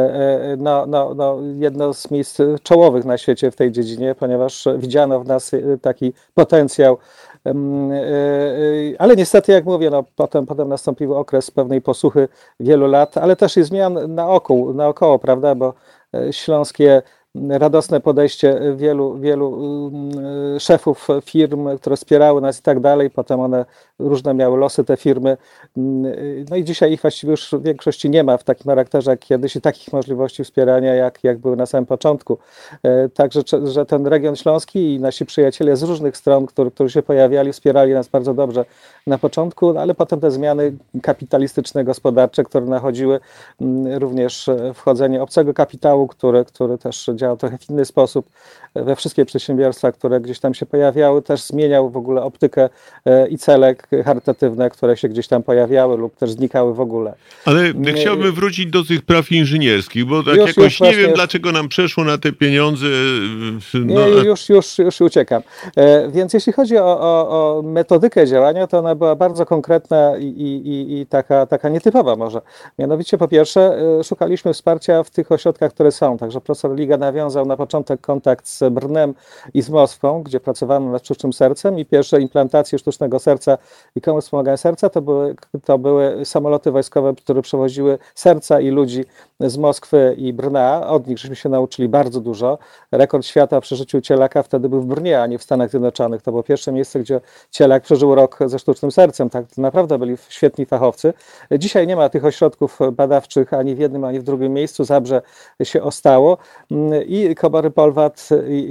jedno z miejsc czołowych na świecie w tej dziedzinie, ponieważ widziano w nas taki potencjał. Ale niestety, jak mówię, potem nastąpił okres pewnej posłuchy wielu lat, ale też i zmian naokoło, prawda, bo śląskie radosne podejście wielu szefów firm, które wspierały nas i tak dalej. Potem one różne miały losy, te firmy. No i dzisiaj ich właściwie już w większości nie ma w takim charakterze jak kiedyś i takich możliwości wspierania, jak były na samym początku. Także, że ten region śląski i nasi przyjaciele z różnych stron, którzy się pojawiali, wspierali nas bardzo dobrze na początku, ale potem te zmiany kapitalistyczne, gospodarcze, które nachodziły, również wchodzenie obcego kapitału, który też działał trochę w inny sposób. We wszystkie przedsiębiorstwa, które gdzieś tam się pojawiały, też zmieniał w ogóle optykę i cele charytatywne, które się gdzieś tam pojawiały lub też znikały w ogóle. Ale chciałbym wrócić do tych praw inżynierskich, bo tak nie wiem, dlaczego nam przeszło na te pieniądze. No. Już uciekam. Więc jeśli chodzi o metodykę działania, to ona była bardzo konkretna i taka nietypowa może. Mianowicie po pierwsze szukaliśmy wsparcia w tych ośrodkach, które są. Także profesor Liga nawiązał na początek kontakt z Brnem i z Moskwą, gdzie pracowano nad sztucznym sercem i pierwsze implantacje sztucznego serca i komu wspomagania serca to były samoloty wojskowe, które przewoziły serca i ludzi z Moskwy i Brna. Od nich żeśmy się nauczyli bardzo dużo. Rekord świata w przeżyciu cielaka wtedy był w Brnie, a nie w Stanach Zjednoczonych. To było pierwsze miejsce, gdzie cielak przeżył rok ze sztucznym sercem. Tak, to naprawdę byli świetni fachowcy. Dzisiaj nie ma tych ośrodków badawczych ani w jednym, ani w drugim miejscu. Zabrze się ostało i komory Polwat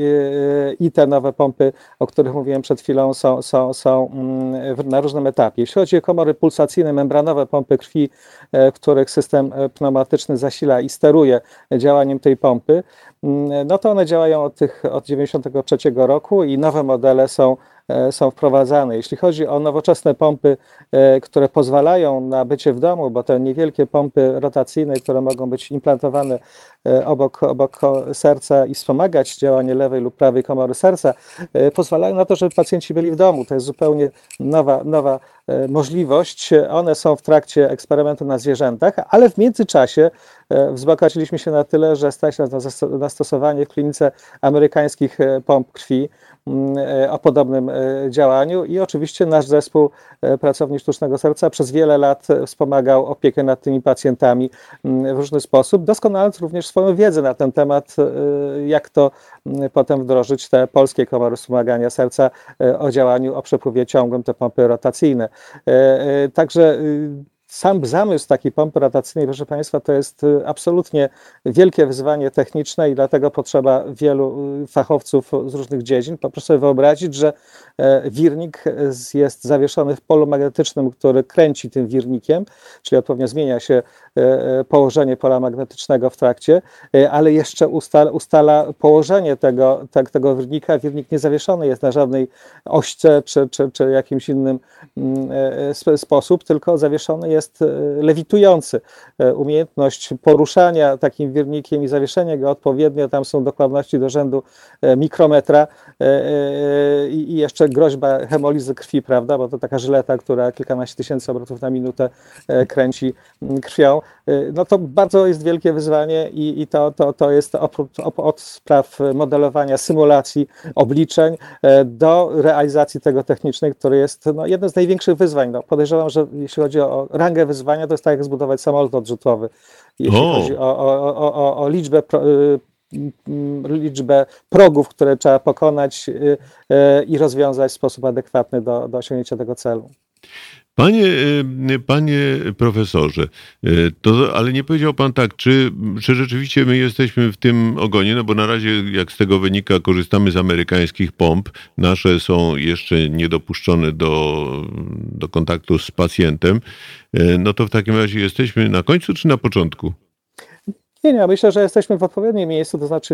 i te nowe pompy, o których mówiłem przed chwilą, są na różnym etapie. Jeśli chodzi o komory pulsacyjne, membranowe pompy krwi, w których system pneumatyczny zasila i steruje działaniem tej pompy, no to one działają od 1993 roku i nowe modele są wprowadzane. Jeśli chodzi o nowoczesne pompy, które pozwalają na bycie w domu, bo te niewielkie pompy rotacyjne, które mogą być implantowane obok serca i wspomagać działanie lewej lub prawej komory serca, pozwalają na to, żeby pacjenci byli w domu. To jest zupełnie nowa możliwość. One są w trakcie eksperymentu na zwierzętach, ale w międzyczasie wzbogaciliśmy się na tyle, że stać nas na stosowanie w klinice amerykańskich pomp krwi o podobnym działaniu i oczywiście nasz zespół pracowni sztucznego serca przez wiele lat wspomagał opiekę nad tymi pacjentami w różny sposób, doskonaląc również swoją wiedzę na ten temat, jak to potem wdrożyć te polskie komory wspomagania serca o działaniu o przepływie ciągłym, te pompy rotacyjne. Także sam zamysł takiej pompy rotacyjnej, proszę Państwa, to jest absolutnie wielkie wyzwanie techniczne i dlatego potrzeba wielu fachowców z różnych dziedzin. Proszę sobie wyobrazić, że wirnik jest zawieszony w polu magnetycznym, który kręci tym wirnikiem, czyli odpowiednio zmienia się położenie pola magnetycznego w trakcie, ale jeszcze ustala położenie tego wirnika. Wirnik nie zawieszony jest na żadnej ośce czy jakimś innym sposób, tylko zawieszony jest lewitujący. Umiejętność poruszania takim wirnikiem i zawieszenia go odpowiednio, tam są dokładności do rzędu mikrometra i jeszcze groźba hemolizy krwi, prawda, bo to taka żyleta, która kilkanaście tysięcy obrotów na minutę kręci krwią. No to bardzo jest wielkie wyzwanie i to jest od spraw modelowania, symulacji, obliczeń do realizacji tego technicznej, który jest jednym z największych wyzwań. Podejrzewam, że jeśli chodzi o rangę wyzwania, to jest tak jak zbudować samolot odrzutowy. Jeśli chodzi o liczbę progów, które trzeba pokonać i rozwiązać w sposób adekwatny do osiągnięcia tego celu. Panie profesorze, ale nie powiedział pan tak, czy rzeczywiście my jesteśmy w tym ogonie, no bo na razie, jak z tego wynika, korzystamy z amerykańskich pomp, nasze są jeszcze niedopuszczone do kontaktu z pacjentem, no to w takim razie jesteśmy na końcu czy na początku? Nie, myślę, że jesteśmy w odpowiednim miejscu, to znaczy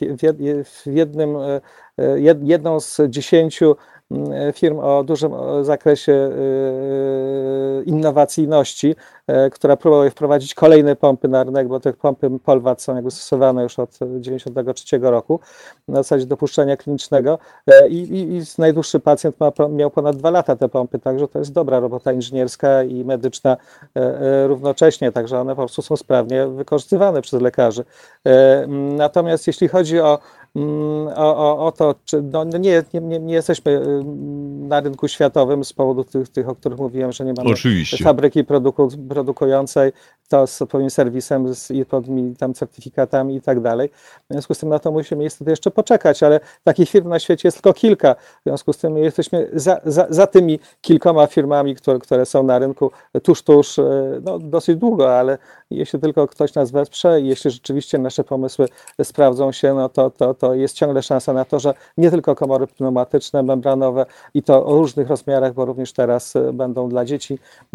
jedną z 10 firm o dużym zakresie innowacyjności, która próbuje wprowadzić kolejne pompy na rynek, bo te pompy Polwat są jakby stosowane już od 1993 roku na zasadzie dopuszczenia klinicznego i najdłuższy pacjent miał ponad 2 lata te pompy, także to jest dobra robota inżynierska i medyczna równocześnie, także one po prostu są sprawnie wykorzystywane przez lekarzy. Natomiast jeśli chodzi o to, czy nie jesteśmy na rynku światowym z powodu tych, o których mówiłem, że nie mamy fabryki produkującej, to z odpowiednim serwisem i odpowiednimi tam certyfikatami i tak dalej. W związku z tym na to musimy niestety jeszcze poczekać, ale takich firm na świecie jest tylko kilka. W związku z tym jesteśmy za tymi kilkoma firmami, które są na rynku tuż, dosyć długo, ale jeśli tylko ktoś nas wesprze i jeśli rzeczywiście nasze pomysły sprawdzą się, no to jest ciągle szansa na to, że nie tylko komory pneumatyczne, membranowe i to o różnych rozmiarach, bo również teraz będą dla dzieci,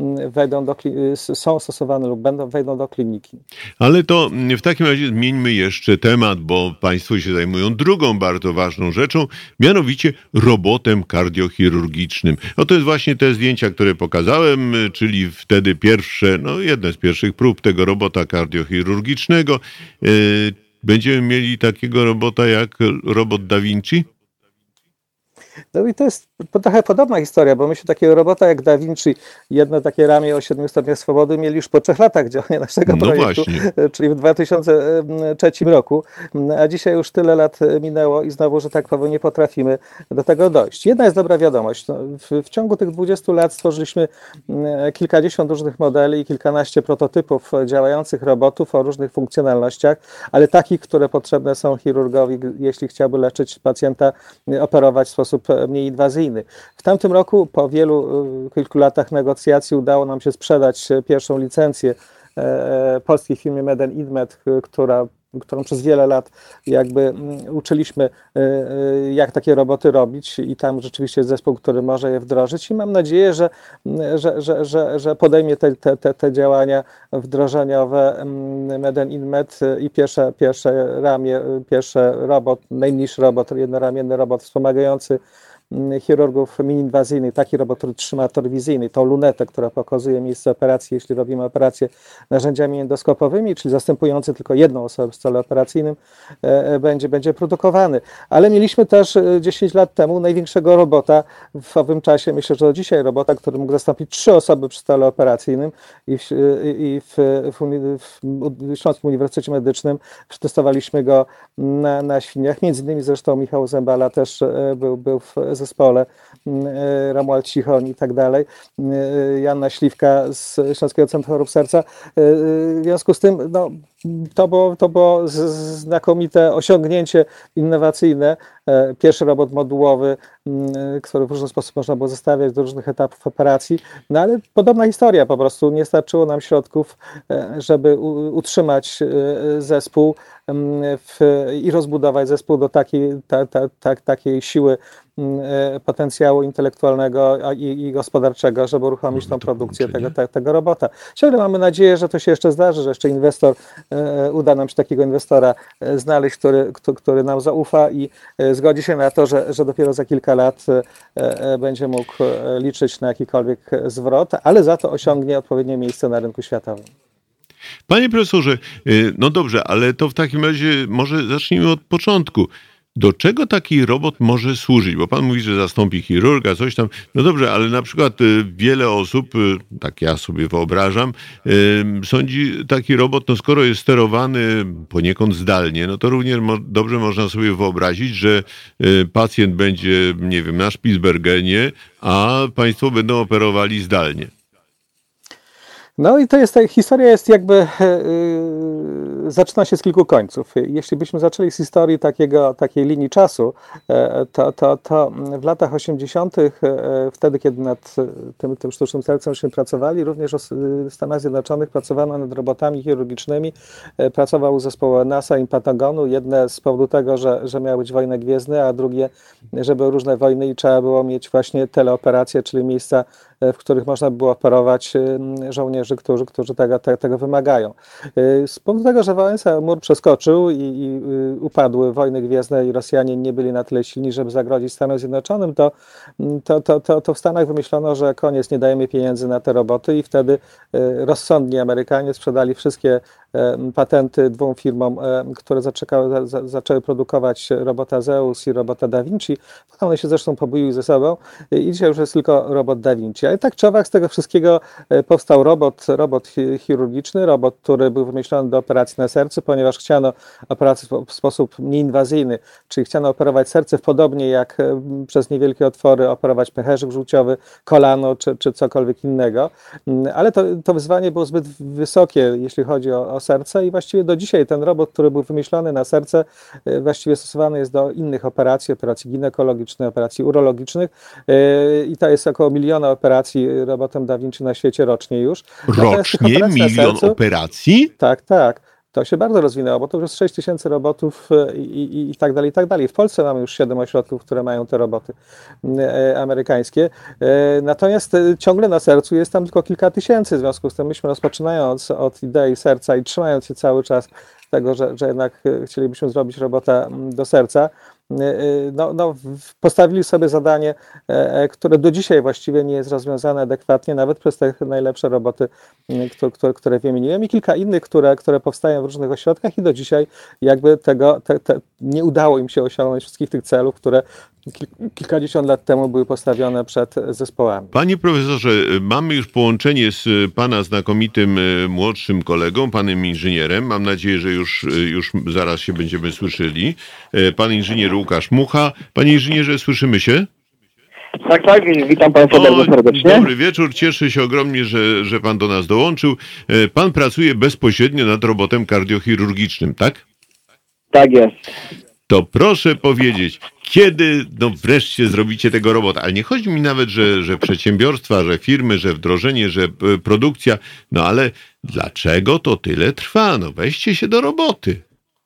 są stosowane lub wejdą do kliniki. Ale to w takim razie zmieńmy jeszcze temat, bo państwo się zajmują drugą bardzo ważną rzeczą, mianowicie robotem kardiochirurgicznym. No to jest właśnie te zdjęcia, które pokazałem, czyli wtedy jedne z pierwszych prób tego robota kardiochirurgicznego. Będziemy mieli takiego robota jak robot Da Vinci? No i to jest trochę podobna historia, bo myśmy takiego robota jak Da Vinci, jedno takie ramię o 7 stopniach swobody mieli już po 3 latach działania naszego projektu, czyli w 2003 roku, a dzisiaj już tyle lat minęło i znowu, że tak powiem, nie potrafimy do tego dojść. Jedna jest dobra wiadomość. No, w ciągu tych 20 lat stworzyliśmy kilkadziesiąt różnych modeli i kilkanaście prototypów działających robotów o różnych funkcjonalnościach, ale takich, które potrzebne są chirurgowi, jeśli chciałby leczyć pacjenta, operować w sposób mniej inwazyjny. W tamtym roku, po kilku latach negocjacji, udało nam się sprzedać pierwszą licencję polskiej firmie Meden-Inmed, którą przez wiele lat jakby uczyliśmy, jak takie roboty robić, i tam rzeczywiście jest zespół, który może je wdrożyć, i mam nadzieję, że podejmie te działania wdrożeniowe Meden-Inmed i pierwsze ramię, najmniejszy robot, jednoramienny robot wspomagający chirurgów mini-inwazyjnych, taki robot, który trzyma tor wizyjny, tą lunetę, która pokazuje miejsce operacji, jeśli robimy operację narzędziami endoskopowymi, czyli zastępujący tylko jedną osobę w stole operacyjnym, będzie produkowany. Ale mieliśmy też 10 lat temu największego robota w owym czasie, myślę, że do dzisiaj robota, który mógł zastąpić 3 osoby przy stole operacyjnym, i w Śląskim Uniwersytecie Medycznym przetestowaliśmy go na świniach, między innymi zresztą Michał Zembala też był w zespole, Romuald Cichoń i tak dalej, Joanna Śliwka z Śląskiego Centrum Chorób Serca. W związku z tym to było znakomite osiągnięcie innowacyjne. Pierwszy robot modułowy, który w różny sposób można było zestawiać do różnych etapów operacji. No ale podobna historia, po prostu nie starczyło nam środków, żeby utrzymać zespół i rozbudować zespół do takiej siły potencjału intelektualnego i gospodarczego, żeby uruchomić tą produkcję tego robota. Ciągle mamy nadzieję, że to się jeszcze zdarzy, że jeszcze uda nam się takiego inwestora znaleźć, który nam zaufa i zgodzi się na to, że dopiero za kilka lat będzie mógł liczyć na jakikolwiek zwrot, ale za to osiągnie odpowiednie miejsce na rynku światowym. Panie profesorze, no dobrze, ale to w takim razie może zacznijmy od początku. Do czego taki robot może służyć? Bo pan mówi, że zastąpi chirurga, coś tam. No dobrze, ale na przykład wiele osób, tak ja sobie wyobrażam, sądzi taki robot, skoro jest sterowany poniekąd zdalnie, no to również dobrze można sobie wyobrazić, że pacjent będzie, nie wiem, na Spitsbergenie, a państwo będą operowali zdalnie. No i historia jest jakby, zaczyna się z kilku końców. Jeśli byśmy zaczęli z historii takiej linii czasu, to w latach 80., wtedy kiedy nad tym sztucznym sercem pracowali, również w Stanach Zjednoczonych pracowano nad robotami chirurgicznymi. Pracował zespoł NASA i Pentagonu. Jedne z powodu tego, że miały być wojny gwiezdne, a drugie, że były różne wojny i trzeba było mieć właśnie teleoperacje, czyli miejsca, w których można było operować żołnierzy, którzy tego wymagają. Z powodu tego, że Wałęsa mur przeskoczył i upadły wojny gwiezdne i Rosjanie nie byli na tyle silni, żeby zagrozić Stanom Zjednoczonym, to w Stanach wymyślono, że koniec, nie dajemy pieniędzy na te roboty, i wtedy rozsądni Amerykanie sprzedali wszystkie patenty 2 firmom, które zaczęły produkować robota Zeus i robota Da Vinci. Potem one się zresztą pobuiły ze sobą i dzisiaj już jest tylko robot Da Vinci. Ale tak czy owak z tego wszystkiego powstał robot chirurgiczny, robot, który był wymyślony do operacji na sercu, ponieważ chciano operację w sposób nieinwazyjny, czyli chciano operować serce podobnie jak przez niewielkie otwory operować pęcherzyk żółciowy, kolano czy cokolwiek innego. Ale to wyzwanie było zbyt wysokie, jeśli chodzi o serce i właściwie do dzisiaj ten robot, który był wymyślony na serce, właściwie stosowany jest do innych operacji ginekologicznych, operacji urologicznych i to jest około 1 miliona operacji robotem Da Vinci na świecie rocznie już. Rocznie? 1 milion operacji? Tak, tak. To się bardzo rozwinęło, bo to już jest 6 tysięcy robotów i tak dalej, i tak dalej. W Polsce mamy już 7 ośrodków, które mają te roboty amerykańskie. Natomiast ciągle na sercu jest tam tylko kilka tysięcy. W związku z tym myśmy rozpoczynając od idei serca i trzymając się cały czas tego, że jednak chcielibyśmy zrobić robota do serca, postawili sobie zadanie, które do dzisiaj właściwie nie jest rozwiązane adekwatnie, nawet przez te najlepsze roboty, które wymieniłem i kilka innych, które powstają w różnych ośrodkach i do dzisiaj jakby nie udało im się osiągnąć wszystkich tych celów, które kilkadziesiąt lat temu były postawione przed zespołami. Panie profesorze, mamy już połączenie z pana znakomitym młodszym kolegą, panem inżynierem. Mam nadzieję, że już zaraz się będziemy słyszeli. Pan inżynier Łukasz Mucha. Panie inżynierze, słyszymy się? Tak, witam Państwa bardzo serdecznie. Dobry wieczór, cieszę się ogromnie, że Pan do nas dołączył. Pan pracuje bezpośrednio nad robotem kardiochirurgicznym, tak? Tak jest. To proszę powiedzieć, kiedy wreszcie zrobicie tego robota? Ale nie chodzi mi nawet, że przedsiębiorstwa, że firmy, że wdrożenie, że produkcja, ale dlaczego to tyle trwa? Weźcie się do roboty.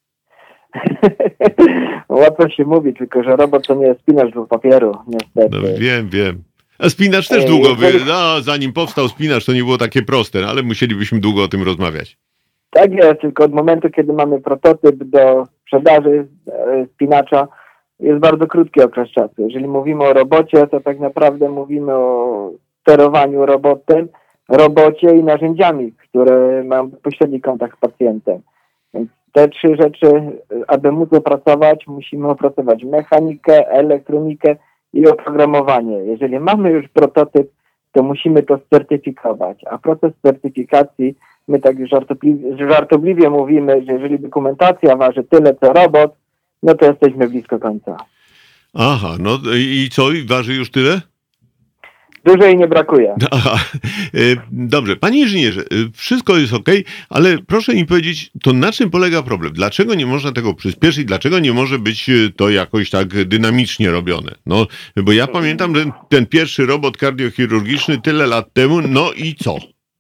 Łatwo się mówi, tylko że robot to nie jest spinacz do papieru, niestety. Wiem. A spinacz też długo, zanim powstał spinacz, to nie było takie proste, ale musielibyśmy długo o tym rozmawiać. Tak jest, tylko od momentu, kiedy mamy prototyp do sprzedaży spinacza, jest bardzo krótki okres czasu. Jeżeli mówimy o robocie, to tak naprawdę mówimy o sterowaniu robotem, robocie i narzędziami, które mają bezpośredni kontakt z pacjentem. Więc te 3 rzeczy, aby móc opracować, musimy opracować mechanikę, elektronikę i oprogramowanie. Jeżeli mamy już prototyp, to musimy to certyfikować, a proces certyfikacji, my tak żartobliwie mówimy, że jeżeli dokumentacja waży tyle co robot, to jesteśmy blisko końca. Aha, i co? Waży już tyle? Dużo jej nie brakuje. Aha, dobrze. Panie inżynierze, wszystko jest okej, ale proszę mi powiedzieć, to na czym polega problem? Dlaczego nie można tego przyspieszyć? Dlaczego nie może być to jakoś tak dynamicznie robione? Bo ja pamiętam, że ten pierwszy robot kardiochirurgiczny tyle lat temu, i co?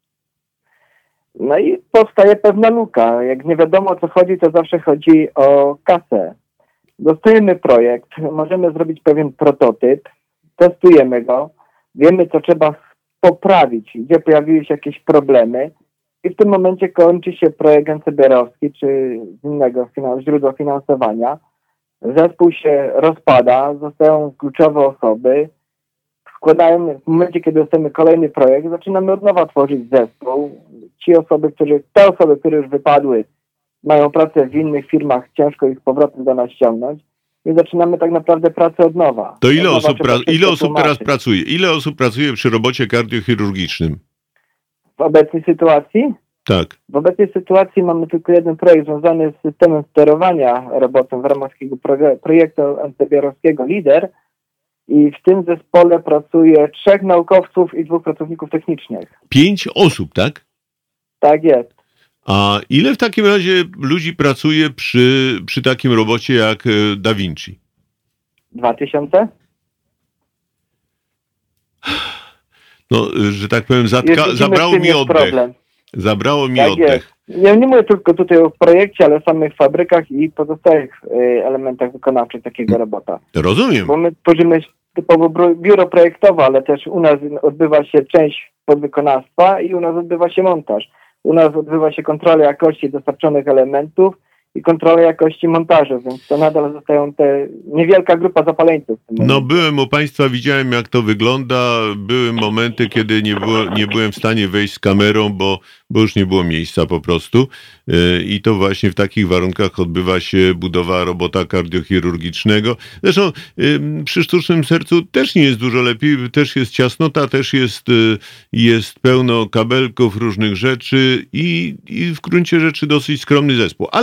I powstaje pewna luka. Jak nie wiadomo o co chodzi, to zawsze chodzi o kasę. Dostajemy projekt, możemy zrobić pewien prototyp, testujemy go, wiemy co trzeba poprawić, gdzie pojawiły się jakieś problemy i w tym momencie kończy się projekt NCBR-owski czy z innego źródła finansowania. Zespół się rozpada, zostają kluczowe osoby, w momencie, kiedy dostajemy kolejny projekt, zaczynamy od nowa tworzyć zespół. Te osoby, które już wypadły, mają pracę w innych firmach, ciężko ich powrotem do nas ściągnąć i zaczynamy tak naprawdę pracę od nowa. To ile osób teraz pracuje? Ile osób pracuje przy robocie kardiochirurgicznym? W obecnej sytuacji? Tak. W obecnej sytuacji mamy tylko jeden projekt związany z systemem sterowania robotem w ramach takiego projektu NCBR-owskiego LIDER i w tym zespole pracuje 3 naukowców i 2 pracowników technicznych. 5 osób, tak? Tak jest. A ile w takim razie ludzi pracuje przy takim robocie jak Da Vinci? 2000? Że tak powiem, zabrało mi oddech. Problem. Zabrało mi oddech. Jest. Nie mówię tylko tutaj o projekcie, ale o samych fabrykach i pozostałych elementach wykonawczych takiego robota. Rozumiem. Bo my tworzymy typowo biuro projektowe, ale też u nas odbywa się część podwykonawstwa i u nas odbywa się montaż. U nas odbywa się kontrola jakości dostarczonych elementów i kontrola jakości montażu, więc to nadal zostają niewielka grupa zapaleńców. Byłem u Państwa, widziałem jak to wygląda. Były momenty, kiedy nie byłem w stanie wejść z kamerą, bo już nie było miejsca po prostu. I to właśnie w takich warunkach odbywa się budowa robota kardiochirurgicznego. Zresztą przy sztucznym sercu też nie jest dużo lepiej, też jest ciasnota, też jest pełno kabelków, różnych rzeczy i w gruncie rzeczy dosyć skromny zespół. Ale może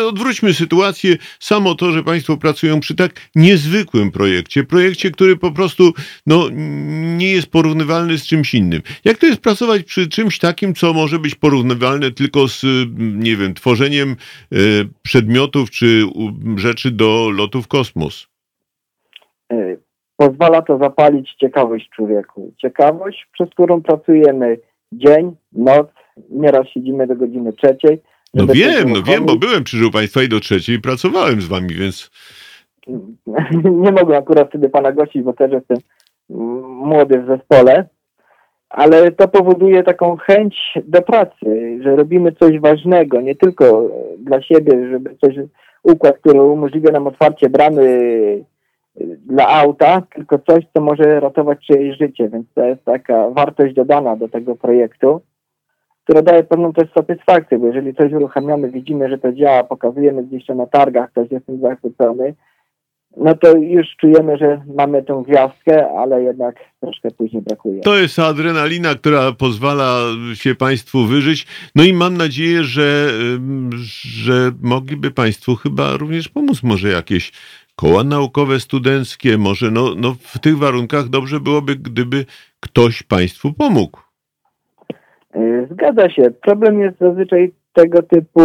odwróćmy sytuację. Samo to, że państwo pracują przy tak niezwykłym projekcie, który po prostu nie jest porównywalny z czymś innym. Jak to jest pracować przy czymś takim, co może być porównywalne tylko z, nie wiem, tworzeniem przedmiotów czy rzeczy do lotu w kosmos? Pozwala to zapalić ciekawość człowieku. Ciekawość, przez którą pracujemy dzień, noc, nieraz siedzimy do godziny 3. Wiem, bo byłem przy Żył Państwa i do 3 pracowałem z wami, więc... Nie mogłem akurat wtedy pana gościć, bo też jestem młody w zespole, ale to powoduje taką chęć do pracy, że robimy coś ważnego, nie tylko dla siebie, żeby układ, który umożliwia nam otwarcie bramy dla auta, tylko coś, co może ratować czyjeś życie, więc to jest taka wartość dodana do tego projektu, która daje pewną też satysfakcję, bo jeżeli coś uruchamiamy, widzimy, że to działa, pokazujemy gdzieś to na targach, ktoś jest tym zachwycony, no to już czujemy, że mamy tą gwiazdkę, ale jednak troszkę później brakuje. To jest adrenalina, która pozwala się państwu wyżyć. No i mam nadzieję, że mogliby państwu chyba również pomóc. Może jakieś koła naukowe, studenckie, może w tych warunkach dobrze byłoby, gdyby ktoś państwu pomógł. Zgadza się. Problem jest zazwyczaj tego typu...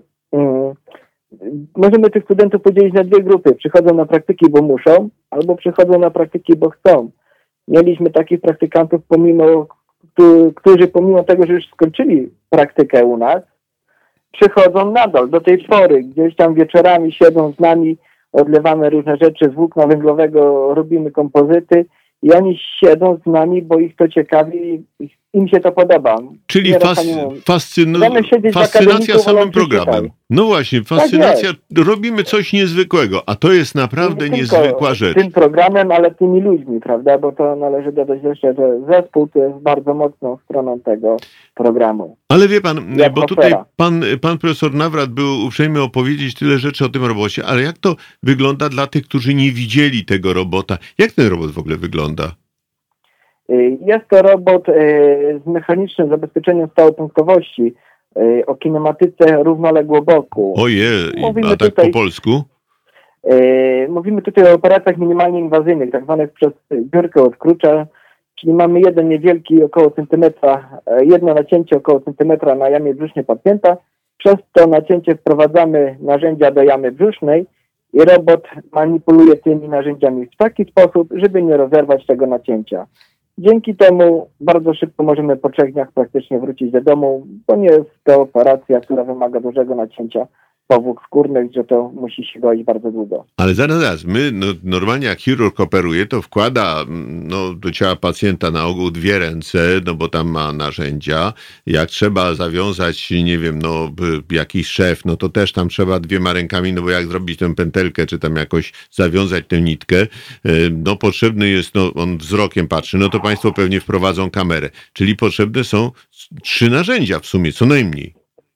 Możemy tych studentów podzielić na 2 grupy. Przychodzą na praktyki, bo muszą, albo przychodzą na praktyki, bo chcą. Mieliśmy takich praktykantów, którzy pomimo tego, że już skończyli praktykę u nas, przychodzą nadal do tej pory. Gdzieś tam wieczorami siedzą z nami, odlewamy różne rzeczy z włókna węglowego, robimy kompozyty i oni siedzą z nami, bo ich to ciekawi, im się to podoba. Czyli fascynacja samym programem. No właśnie, fascynacja, tak, robimy coś niezwykłego, a to jest naprawdę niezwykła rzecz. Tym programem, ale tymi ludźmi, prawda, bo to należy dodać jeszcze, że zespół to jest bardzo mocną stroną tego programu. Ale wie pan, bo tutaj pan profesor Nawrat był uprzejmy opowiedzieć tyle rzeczy o tym robocie, ale jak to wygląda dla tych, którzy nie widzieli tego robota? Jak ten robot w ogóle wygląda? Jest to robot z mechanicznym zabezpieczeniem stałopunktowości o kinematyce równoległoboku. Ojej, a tak po polsku? Mówimy tutaj o operacjach minimalnie inwazyjnych, tak zwanych przez biurkę od klucza, czyli mamy jeden niewielki około centymetra, jedno nacięcie około centymetra na jamie brzusznej pacjenta. Przez to nacięcie wprowadzamy narzędzia do jamy brzusznej i robot manipuluje tymi narzędziami w taki sposób, żeby nie rozerwać tego nacięcia. Dzięki temu bardzo szybko możemy po 3 dniach praktycznie wrócić do domu, bo nie jest to operacja, która wymaga dużego nacięcia powłók skórnych, że to musi się goić bardzo długo. Ale zaraz, my normalnie jak chirurg operuje, to wkłada do ciała pacjenta na ogół 2 ręce, bo tam ma narzędzia. Jak trzeba zawiązać, nie wiem, jakiś szef, to też tam trzeba 2 rękami, bo jak zrobić tę pętelkę, czy tam jakoś zawiązać tę nitkę, potrzebny jest, on wzrokiem patrzy, to państwo pewnie wprowadzą kamerę. Czyli potrzebne są 3 narzędzia w sumie, co najmniej.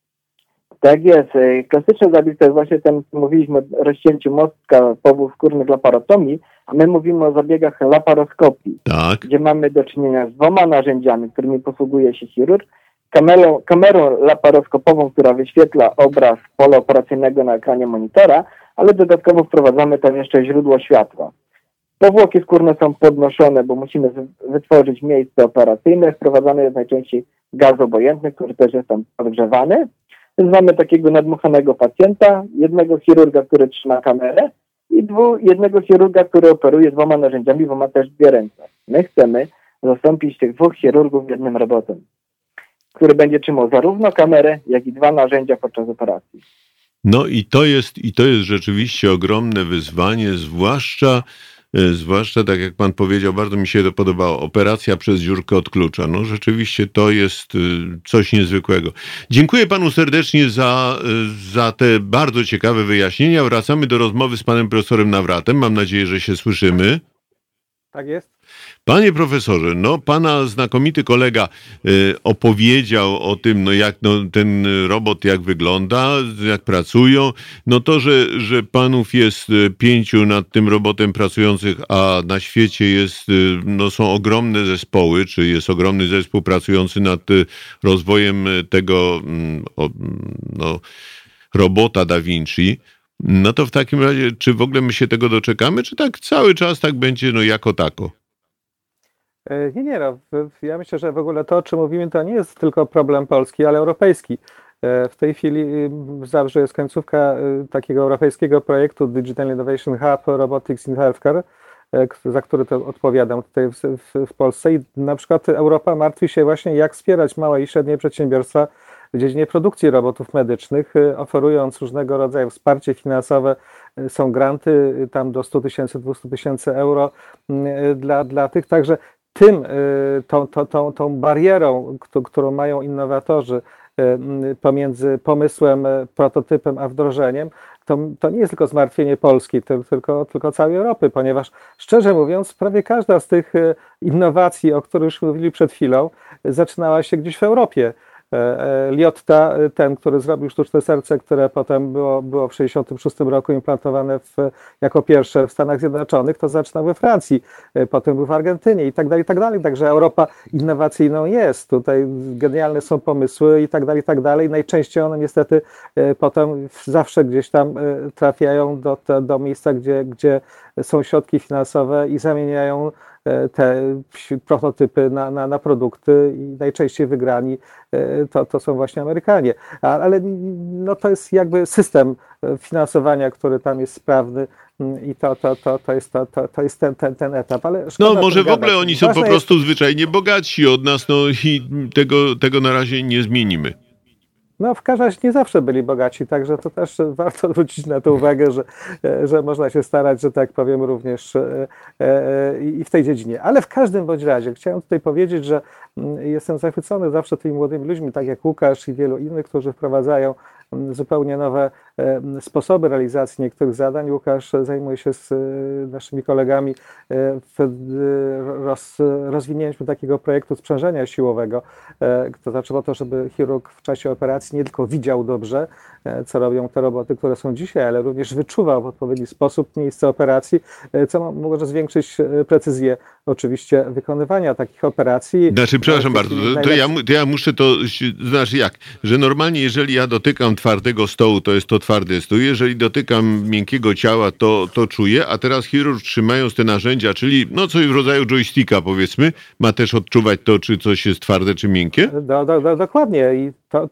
Tak jest. Klasyczny zabieg to jest właśnie ten, mówiliśmy o rozcięciu mostka powłók skórnych laparotomii, a my mówimy o zabiegach laparoskopii, tak, gdzie mamy do czynienia z 2 narzędziami, którymi posługuje się chirurg, kamerą laparoskopową, która wyświetla obraz pola operacyjnego na ekranie monitora, ale dodatkowo wprowadzamy tam jeszcze źródło światła. Powłoki skórne są podnoszone, bo musimy wytworzyć miejsce operacyjne. Wprowadzany jest najczęściej gaz obojętny, który też jest tam podgrzewany. Więc mamy takiego nadmuchanego pacjenta, jednego chirurga, który trzyma kamerę i jednego chirurga, który operuje 2 narzędziami, bo ma też 2 ręce. My chcemy zastąpić tych 2 chirurgów jednym robotem, który będzie trzymał zarówno kamerę, jak i 2 narzędzia podczas operacji. No i to jest rzeczywiście ogromne wyzwanie, zwłaszcza tak jak pan powiedział, bardzo mi się to podobało, operacja przez dziurkę od klucza. Rzeczywiście to jest coś niezwykłego. Dziękuję panu serdecznie za te bardzo ciekawe wyjaśnienia. Wracamy do rozmowy z panem profesorem Nawratem. Mam nadzieję, że się słyszymy. Tak jest. Panie profesorze, pana znakomity kolega opowiedział o tym, jak ten robot jak wygląda, jak pracują. To, że panów jest 5 nad tym robotem pracujących, a na świecie są ogromne zespoły, czy jest ogromny zespół pracujący nad rozwojem tego robota Da Vinci, no to w takim razie, czy w ogóle my się tego doczekamy, czy tak cały czas tak będzie, no jako tako? Nie, no, ja myślę, że w ogóle to, o czym mówimy, to nie jest tylko problem polski, ale europejski. W tej chwili w Zabrzu jest końcówka takiego europejskiego projektu Digital Innovation Hub Robotics in Healthcare, za który to odpowiadam tutaj w Polsce. I na przykład Europa martwi się właśnie, jak wspierać małe i średnie przedsiębiorstwa w dziedzinie produkcji robotów medycznych, oferując różnego rodzaju wsparcie finansowe. Są granty tam do 100 000, 200 000 euro dla tych. Także tą barierą, którą mają innowatorzy pomiędzy pomysłem, prototypem a wdrożeniem, to nie jest tylko zmartwienie Polski, tylko całej Europy, ponieważ szczerze mówiąc, prawie każda z tych innowacji, o których już mówili przed chwilą, zaczynała się gdzieś w Europie. Liotta, ten, który zrobił sztuczne serce, które potem było w 1966 roku implantowane jako pierwsze w Stanach Zjednoczonych, to zaczynał we Francji, potem był w Argentynie i tak dalej, i tak dalej. Także Europa innowacyjną jest. Tutaj genialne są pomysły i tak dalej. Najczęściej one niestety potem zawsze gdzieś tam trafiają do miejsca, gdzie są środki finansowe i zamieniają te prototypy na produkty i najczęściej wygrani to są właśnie Amerykanie. Ale no to jest jakby system finansowania, który tam jest sprawny i to jest ten etap. Ale no może w ogóle oni są po prostu zwyczajnie bogatsi od nas, no i tego na razie nie zmienimy. No w każdym razie nie zawsze byli bogaci, także to też warto zwrócić na to uwagę, że można się starać, że tak powiem, również i w tej dziedzinie. Ale w każdym bądź razie chciałem tutaj powiedzieć, że jestem zachwycony zawsze tymi młodymi ludźmi, tak jak Łukasz i wielu innych, którzy wprowadzają zupełnie nowe sposoby realizacji niektórych zadań. Łukasz zajmuje się z naszymi kolegami rozwinięciem takiego projektu sprzężenia siłowego, to znaczy o to, żeby chirurg w czasie operacji nie tylko widział dobrze, co robią te roboty, które są dzisiaj, ale również wyczuwał w odpowiedni sposób miejsce operacji, co może zwiększyć precyzję oczywiście wykonywania takich operacji. Znaczy, przepraszam bardzo, to ja muszę znaczy jak, że normalnie jeżeli ja dotykam twardego stołu, to jest to twardy stół, jeżeli dotykam miękkiego ciała, to czuję, a teraz chirurg trzymając te narzędzia, czyli no coś w rodzaju joysticka powiedzmy, ma też odczuwać to, czy coś jest twarde, czy miękkie? Dokładnie i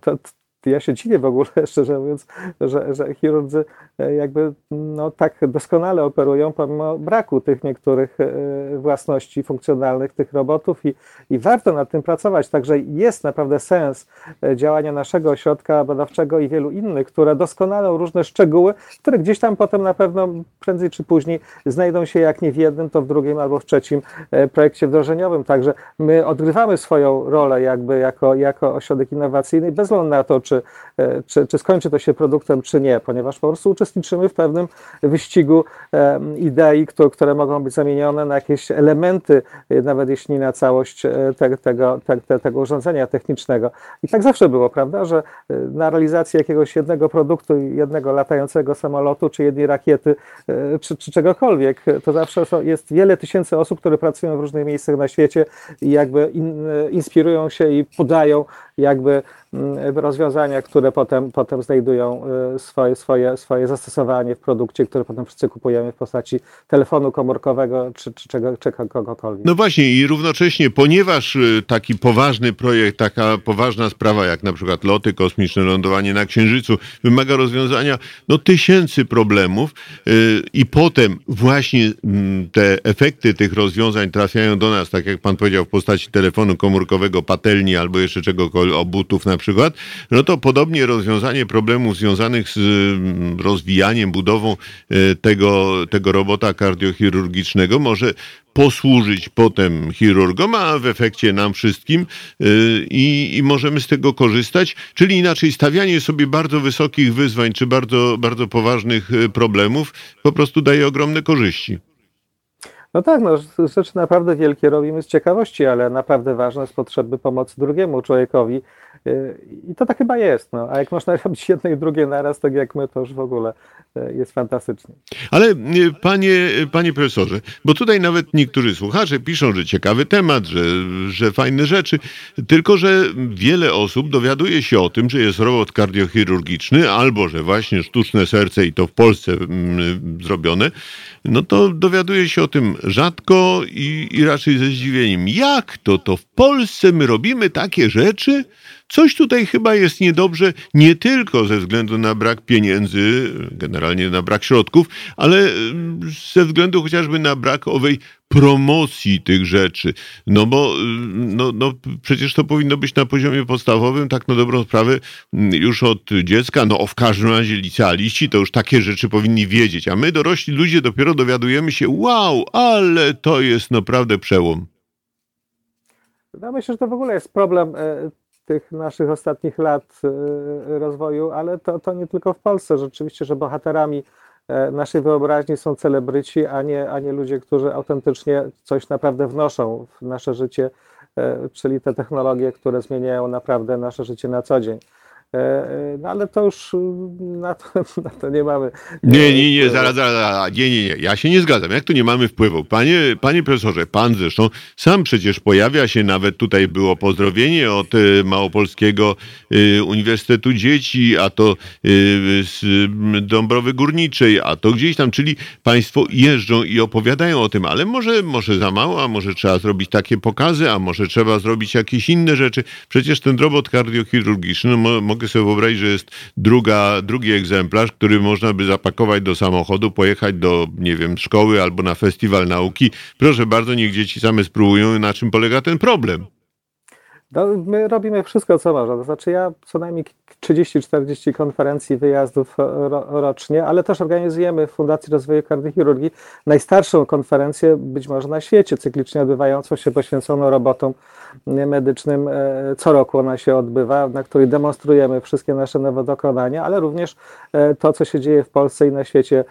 ja się dziwię w ogóle, szczerze mówiąc, że chirurdzy jakby no, tak doskonale operują pomimo braku tych niektórych własności funkcjonalnych tych robotów i warto nad tym pracować. Także jest naprawdę sens działania naszego ośrodka badawczego i wielu innych, które doskonalą różne szczegóły, które gdzieś tam potem na pewno prędzej czy później znajdą się jak nie w jednym, to w drugim albo w trzecim projekcie wdrożeniowym. Także my odgrywamy swoją rolę jakby jako ośrodek innowacyjny bez względu na to, czy skończy to się produktem, czy nie, ponieważ po prostu uczestniczymy w pewnym wyścigu idei, które mogą być zamienione na jakieś elementy, nawet jeśli nie na całość tego urządzenia technicznego. I tak zawsze było, prawda, że na realizację jakiegoś jednego produktu, jednego latającego samolotu, czy jednej rakiety, czy czegokolwiek, to zawsze jest wiele tysięcy osób, które pracują w różnych miejscach na świecie i jakby inspirują się i podają jakby rozwiązania, które potem znajdują swoje zastosowanie w produkcie, który potem wszyscy kupujemy w postaci telefonu komórkowego czy kogokolwiek. No właśnie i równocześnie, ponieważ taki poważny projekt, taka poważna sprawa jak na przykład loty kosmiczne, lądowanie na Księżycu wymaga rozwiązania tysięcy problemów i potem właśnie te efekty tych rozwiązań trafiają do nas, tak jak pan powiedział, w postaci telefonu komórkowego, patelni albo jeszcze czegokolwiek, butów na przykład, no to podobnie rozwiązanie problemów związanych z rozwijaniem, budową tego robota kardiochirurgicznego może posłużyć potem chirurgom, a w efekcie nam wszystkim i możemy z tego korzystać, czyli inaczej stawianie sobie bardzo wysokich wyzwań czy bardzo, bardzo poważnych problemów po prostu daje ogromne korzyści. No tak, rzeczy naprawdę wielkie robimy z ciekawości, ale naprawdę ważne z potrzeby pomocy drugiemu człowiekowi I to tak chyba jest. No. A jak można robić jedno i drugie naraz, tak jak my, to już w ogóle jest fantastycznie. Ale panie profesorze, bo tutaj nawet niektórzy słuchacze piszą, że ciekawy temat, że fajne rzeczy, tylko że wiele osób dowiaduje się o tym, że jest robot kardiochirurgiczny albo że właśnie sztuczne serce i to w Polsce zrobione, no to dowiaduje się o tym rzadko i raczej ze zdziwieniem. Jak to w Polsce my robimy takie rzeczy? Coś tutaj chyba jest niedobrze, nie tylko ze względu na brak pieniędzy, generalnie na brak środków, ale ze względu chociażby na brak owej promocji tych rzeczy. No bo przecież to powinno być na poziomie podstawowym, tak na dobrą sprawę, już od dziecka, w każdym razie licealiści to już takie rzeczy powinni wiedzieć, a my dorośli ludzie dopiero dowiadujemy się, wow, ale to jest naprawdę przełom. No myślę, że to w ogóle jest problem tych naszych ostatnich lat rozwoju, ale to nie tylko w Polsce. Rzeczywiście, że bohaterami naszej wyobraźni są celebryci, a nie ludzie, którzy autentycznie coś naprawdę wnoszą w nasze życie, czyli te technologie, które zmieniają naprawdę nasze życie na co dzień. No ale to już na to nie mamy. Nie, zaraz. Nie. Ja się nie zgadzam. Jak tu nie mamy wpływu? Panie profesorze, pan zresztą sam przecież pojawia się, nawet tutaj było pozdrowienie od Małopolskiego Uniwersytetu Dzieci, a to z Dąbrowy Górniczej, a to gdzieś tam, czyli państwo jeżdżą i opowiadają o tym, ale może za mało, a może trzeba zrobić takie pokazy, a może trzeba zrobić jakieś inne rzeczy. Przecież ten robot kardiochirurgiczny, mogę sobie wyobrazić, że jest drugi egzemplarz, który można by zapakować do samochodu, pojechać do, nie wiem, szkoły albo na festiwal nauki. Proszę bardzo, niech dzieci same spróbują, na czym polega ten problem. No, my robimy wszystko, co można. To znaczy ja co najmniej 30-40 konferencji, wyjazdów rocznie, ale też organizujemy w Fundacji Rozwoju Kardiochirurgii najstarszą konferencję być może na świecie, cyklicznie odbywającą się, poświęconą robotom medycznym. Co roku ona się odbywa, na której demonstrujemy wszystkie nasze nowe dokonania, ale również to, co się dzieje w Polsce i na świecie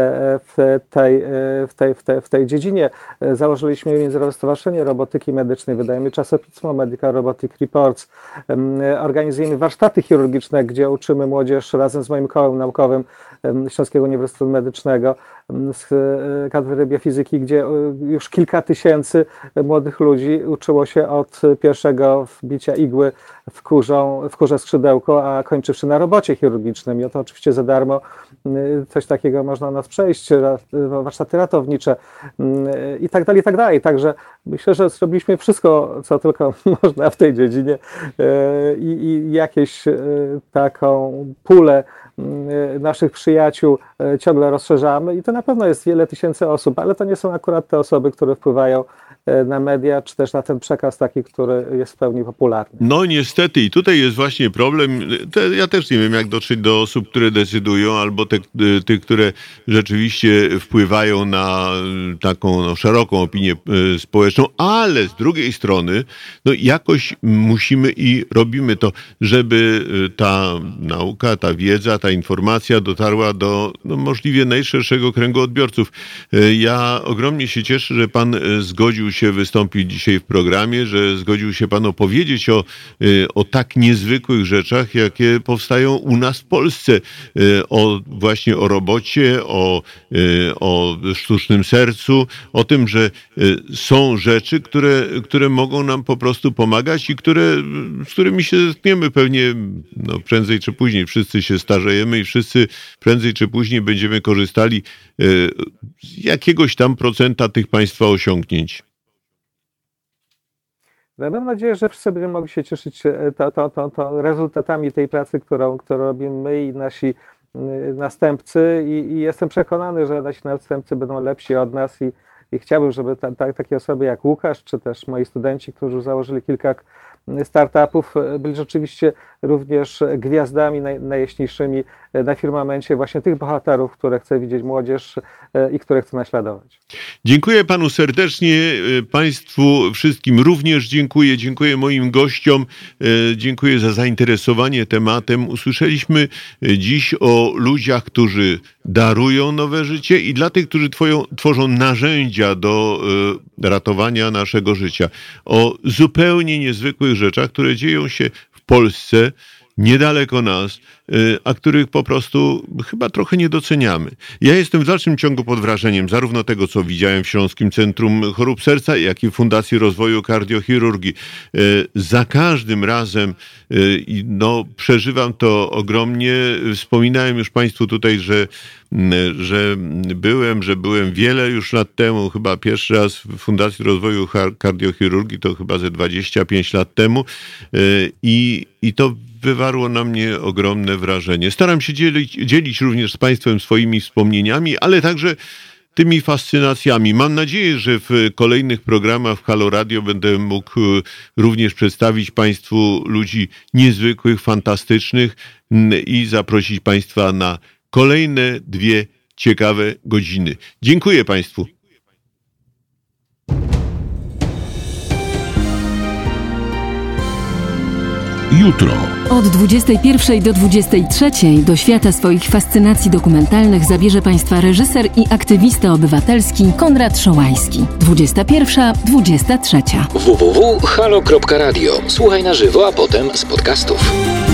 w tej dziedzinie. Założyliśmy Międzynarodowe Stowarzyszenie Robotyki Medycznej, wydajemy czasopismo Medical Robotic Reports, organizujemy warsztaty chirurgiczne, gdzie uczymy młodzież razem z moim kołem naukowym Śląskiego Uniwersytetu Medycznego z katedry biofizyki, gdzie już kilka tysięcy młodych ludzi uczyło się od pierwszego wbicia igły w kurze skrzydełko, a kończywszy na robocie chirurgicznym. I to oczywiście za darmo. Coś takiego można u nas przejść, warsztaty ratownicze i tak dalej, i tak dalej. Także myślę, że zrobiliśmy wszystko, co tylko można w tej dziedzinie i jakieś taką pulę naszych przyjaciół ciągle rozszerzamy i to na pewno jest wiele tysięcy osób, ale to nie są akurat te osoby, które wpływają na media, czy też na ten przekaz taki, który jest w pełni popularny. No niestety i tutaj jest właśnie problem. Ja też nie wiem, jak dotrzeć do osób, które decydują, albo tych, które rzeczywiście wpływają na taką szeroką opinię społeczną, ale z drugiej strony jakoś musimy i robimy to, żeby ta nauka, ta wiedza, ta informacja dotarła do możliwie najszerszego kręgu odbiorców. Ja ogromnie się cieszę, że pan zgodził się wystąpić dzisiaj w programie, że zgodził się pan opowiedzieć o tak niezwykłych rzeczach, jakie powstają u nas w Polsce. Właśnie o robocie, o sztucznym sercu, o tym, że są rzeczy, które mogą nam po prostu pomagać i z którymi się zetkniemy pewnie prędzej czy później. Wszyscy się starzejemy i wszyscy prędzej czy później będziemy korzystali z jakiegoś tam procenta tych państwa osiągnięć. Mam nadzieję, że wszyscy będziemy mogli się cieszyć to rezultatami tej pracy, którą robimy my i nasi następcy i jestem przekonany, że nasi następcy będą lepsi od nas i chciałbym, żeby takie osoby jak Łukasz, czy też moi studenci, którzy założyli kilka startupów, byli rzeczywiście również gwiazdami najjaśniejszymi na firmamencie właśnie tych bohaterów, które chce widzieć młodzież i które chce naśladować. Dziękuję panu serdecznie, państwu wszystkim również dziękuję. Dziękuję moim gościom, dziękuję za zainteresowanie tematem. Usłyszeliśmy dziś o ludziach, którzy darują nowe życie i dla tych, którzy tworzą narzędzia do ratowania naszego życia. O zupełnie niezwykłych rzeczach, które dzieją się w Polsce, niedaleko nas, a których po prostu chyba trochę nie doceniamy. Ja jestem w dalszym ciągu pod wrażeniem zarówno tego, co widziałem w Śląskim Centrum Chorób Serca, jak i w Fundacji Rozwoju Kardiochirurgii. Za każdym razem przeżywam to ogromnie. Wspominałem już Państwu tutaj, że byłem wiele już lat temu, chyba pierwszy raz w Fundacji Rozwoju Kardiochirurgii, to chyba ze 25 lat temu i to wywarło na mnie ogromne wrażenie. Staram się dzielić również z Państwem swoimi wspomnieniami, ale także tymi fascynacjami. Mam nadzieję, że w kolejnych programach w Halo Radio będę mógł również przedstawić Państwu ludzi niezwykłych, fantastycznych i zaprosić Państwa na kolejne 2 ciekawe godziny. Dziękuję Państwu. Jutro. Od 21 do 23 do świata swoich fascynacji dokumentalnych zabierze Państwa reżyser i aktywista obywatelski Konrad Szołajski. 21-23. www.halo.radio. Słuchaj na żywo, a potem z podcastów.